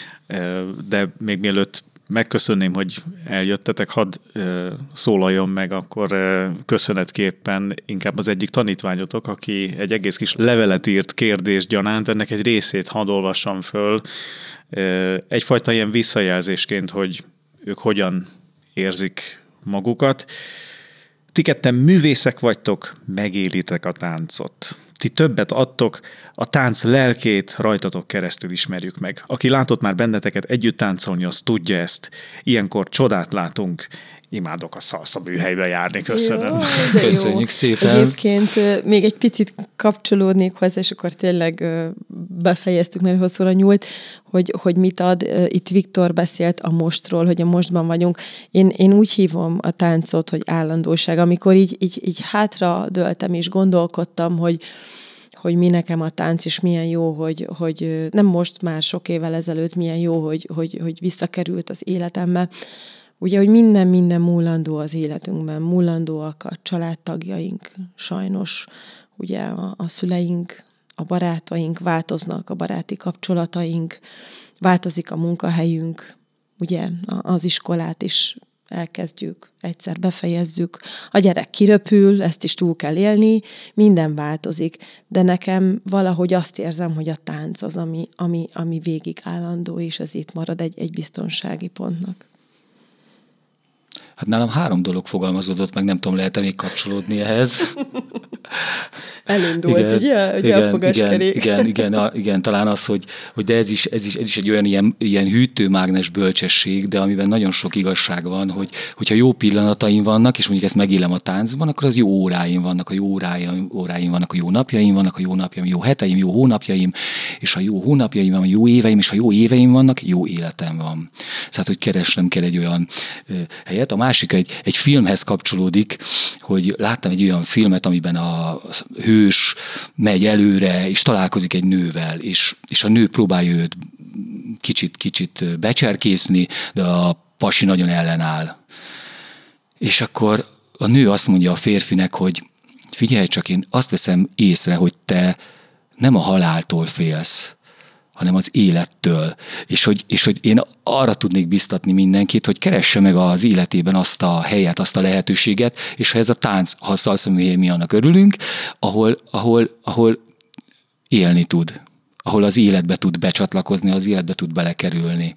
de még mielőtt megköszönném, hogy eljöttetek, hadd szólaljon meg akkor köszönetképpen inkább az egyik tanítványotok, aki egy egész kis levelet írt kérdés gyanánt, ennek egy részét hadd olvassam föl. Egyfajta ilyen visszajelzésként, hogy ők hogyan érzik magukat. Ti ketten művészek vagytok, megélitek a táncot. Ti többet adtok, a tánc lelkét rajtatok keresztül ismerjük meg. Aki látott már benneteket együtt táncolni, az tudja ezt. Ilyenkor csodát látunk. Imádok a szalsza műhelybe járni, köszönöm. Jó, köszönjük szépen. Egyébként még egy picit kapcsolódnék hozzá, és akkor tényleg befejeztük, mert hosszúra nyúlt, hogy, hogy mit ad. Itt Viktor beszélt a mostról, hogy a mostban vagyunk. Én, én úgy hívom a táncot, hogy állandóság. Amikor így, így, így hátra dőltem és gondolkodtam, hogy hogy hogy mi nekem a tánc, és milyen jó, hogy, hogy nem most, már sok évvel ezelőtt, milyen jó, hogy, hogy, hogy visszakerült az életembe. Ugye, hogy minden-minden múlandó az életünkben, múlandóak a családtagjaink, sajnos, ugye a, a szüleink, a barátaink, változnak a baráti kapcsolataink, változik a munkahelyünk, ugye az iskolát is elkezdjük, egyszer befejezzük, a gyerek kiröpül, ezt is túl kell élni, minden változik, de nekem valahogy azt érzem, hogy a tánc az, ami, ami, ami végig állandó, és ez itt marad egy, egy biztonsági pontnak. Hát nálam három dolog fogalmazódott, meg nem tudom, lehet-e még kapcsolódni ehhez. Elindult, igen, ugye? Ugye igen, a fogaskerék. Igen, igen, igen, igen, talán az, hogy, hogy de ez is, ez, is, ez is egy olyan ilyen, ilyen hűtőmágnes bölcsesség, de amiben nagyon sok igazság van, hogy, hogyha jó pillanataim vannak, és mondjuk ezt megélem a táncban, akkor az jó óráim vannak, a jó óráim, óráim vannak, a jó napjaim vannak, a jó napjaim, jó heteim, jó hónapjaim, és a jó hónapjaim van, a jó éveim, és ha jó éveim vannak, jó életem van. Szóval, hogy keresnem kell egy olyan ö, helyet. A másik egy, egy filmhez kapcsolódik, hogy láttam egy olyan filmet, amiben a hős megy előre, és találkozik egy nővel, és, és a nő próbálja őt kicsit-kicsit becserkészni, de a pasi nagyon ellenáll. És akkor a nő azt mondja a férfinek, hogy figyelj csak, én azt veszem észre, hogy te nem a haláltól félsz, hanem az élettől. És hogy, és hogy én arra tudnék biztatni mindenkit, hogy keresse meg az életében azt a helyet, azt a lehetőséget, és ha ez a tánc, ha a Szalszaműhely, mi annak örülünk, ahol, ahol, ahol élni tud, ahol az életbe tud becsatlakozni, az életbe tud belekerülni.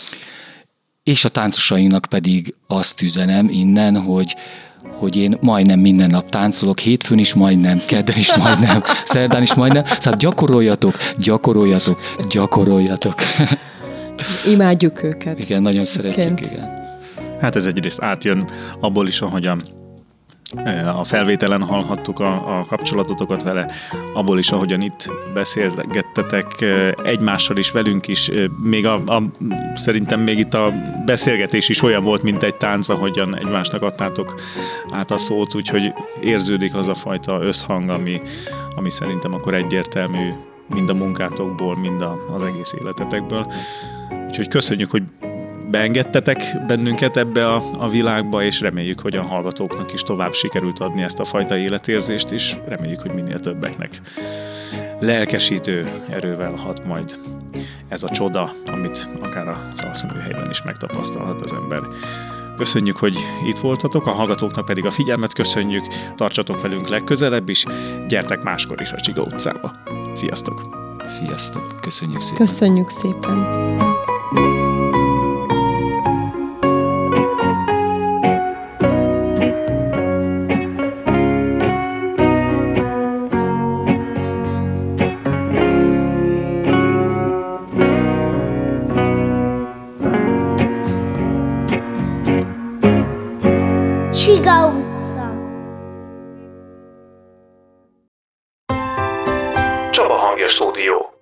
És a táncosainknak pedig azt üzenem innen, hogy hogy én majdnem minden nap táncolok, hétfőn is majdnem, kedden is majdnem, szerdán is majdnem, szóval gyakoroljatok, gyakoroljatok, gyakoroljatok. Imádjuk őket. Igen, nagyon szeretjük, Kent. igen. Hát ez egyrészt átjön abból is, ahogyan a felvételen hallhattuk a, a kapcsolatotokat vele, abból is, ahogyan itt beszélgettetek egymással is, velünk is, még a, a, szerintem még itt a beszélgetés is olyan volt, mint egy tánc, ahogyan egymásnak adtátok át a szót, úgyhogy érződik az a fajta összhang, ami, ami szerintem akkor egyértelmű mind a munkátokból, mind a, az egész életetekből. Úgyhogy köszönjük, hogy beengedtetek bennünket ebbe a, a világba, és reméljük, hogy a hallgatóknak is tovább sikerült adni ezt a fajta életérzést, és reméljük, hogy minél többeknek lelkesítő erővel hat majd ez a csoda, amit akár a Szalszaműhelyben is megtapasztalhat az ember. Köszönjük, hogy itt voltatok, a hallgatóknak pedig a figyelmet köszönjük, tartsatok velünk legközelebb is, gyertek máskor is a Csiga utcába. Sziasztok! Sziasztok! Köszönjük szépen! Köszönjük szépen! Csiga utca. Csaba Hangja Stúdió.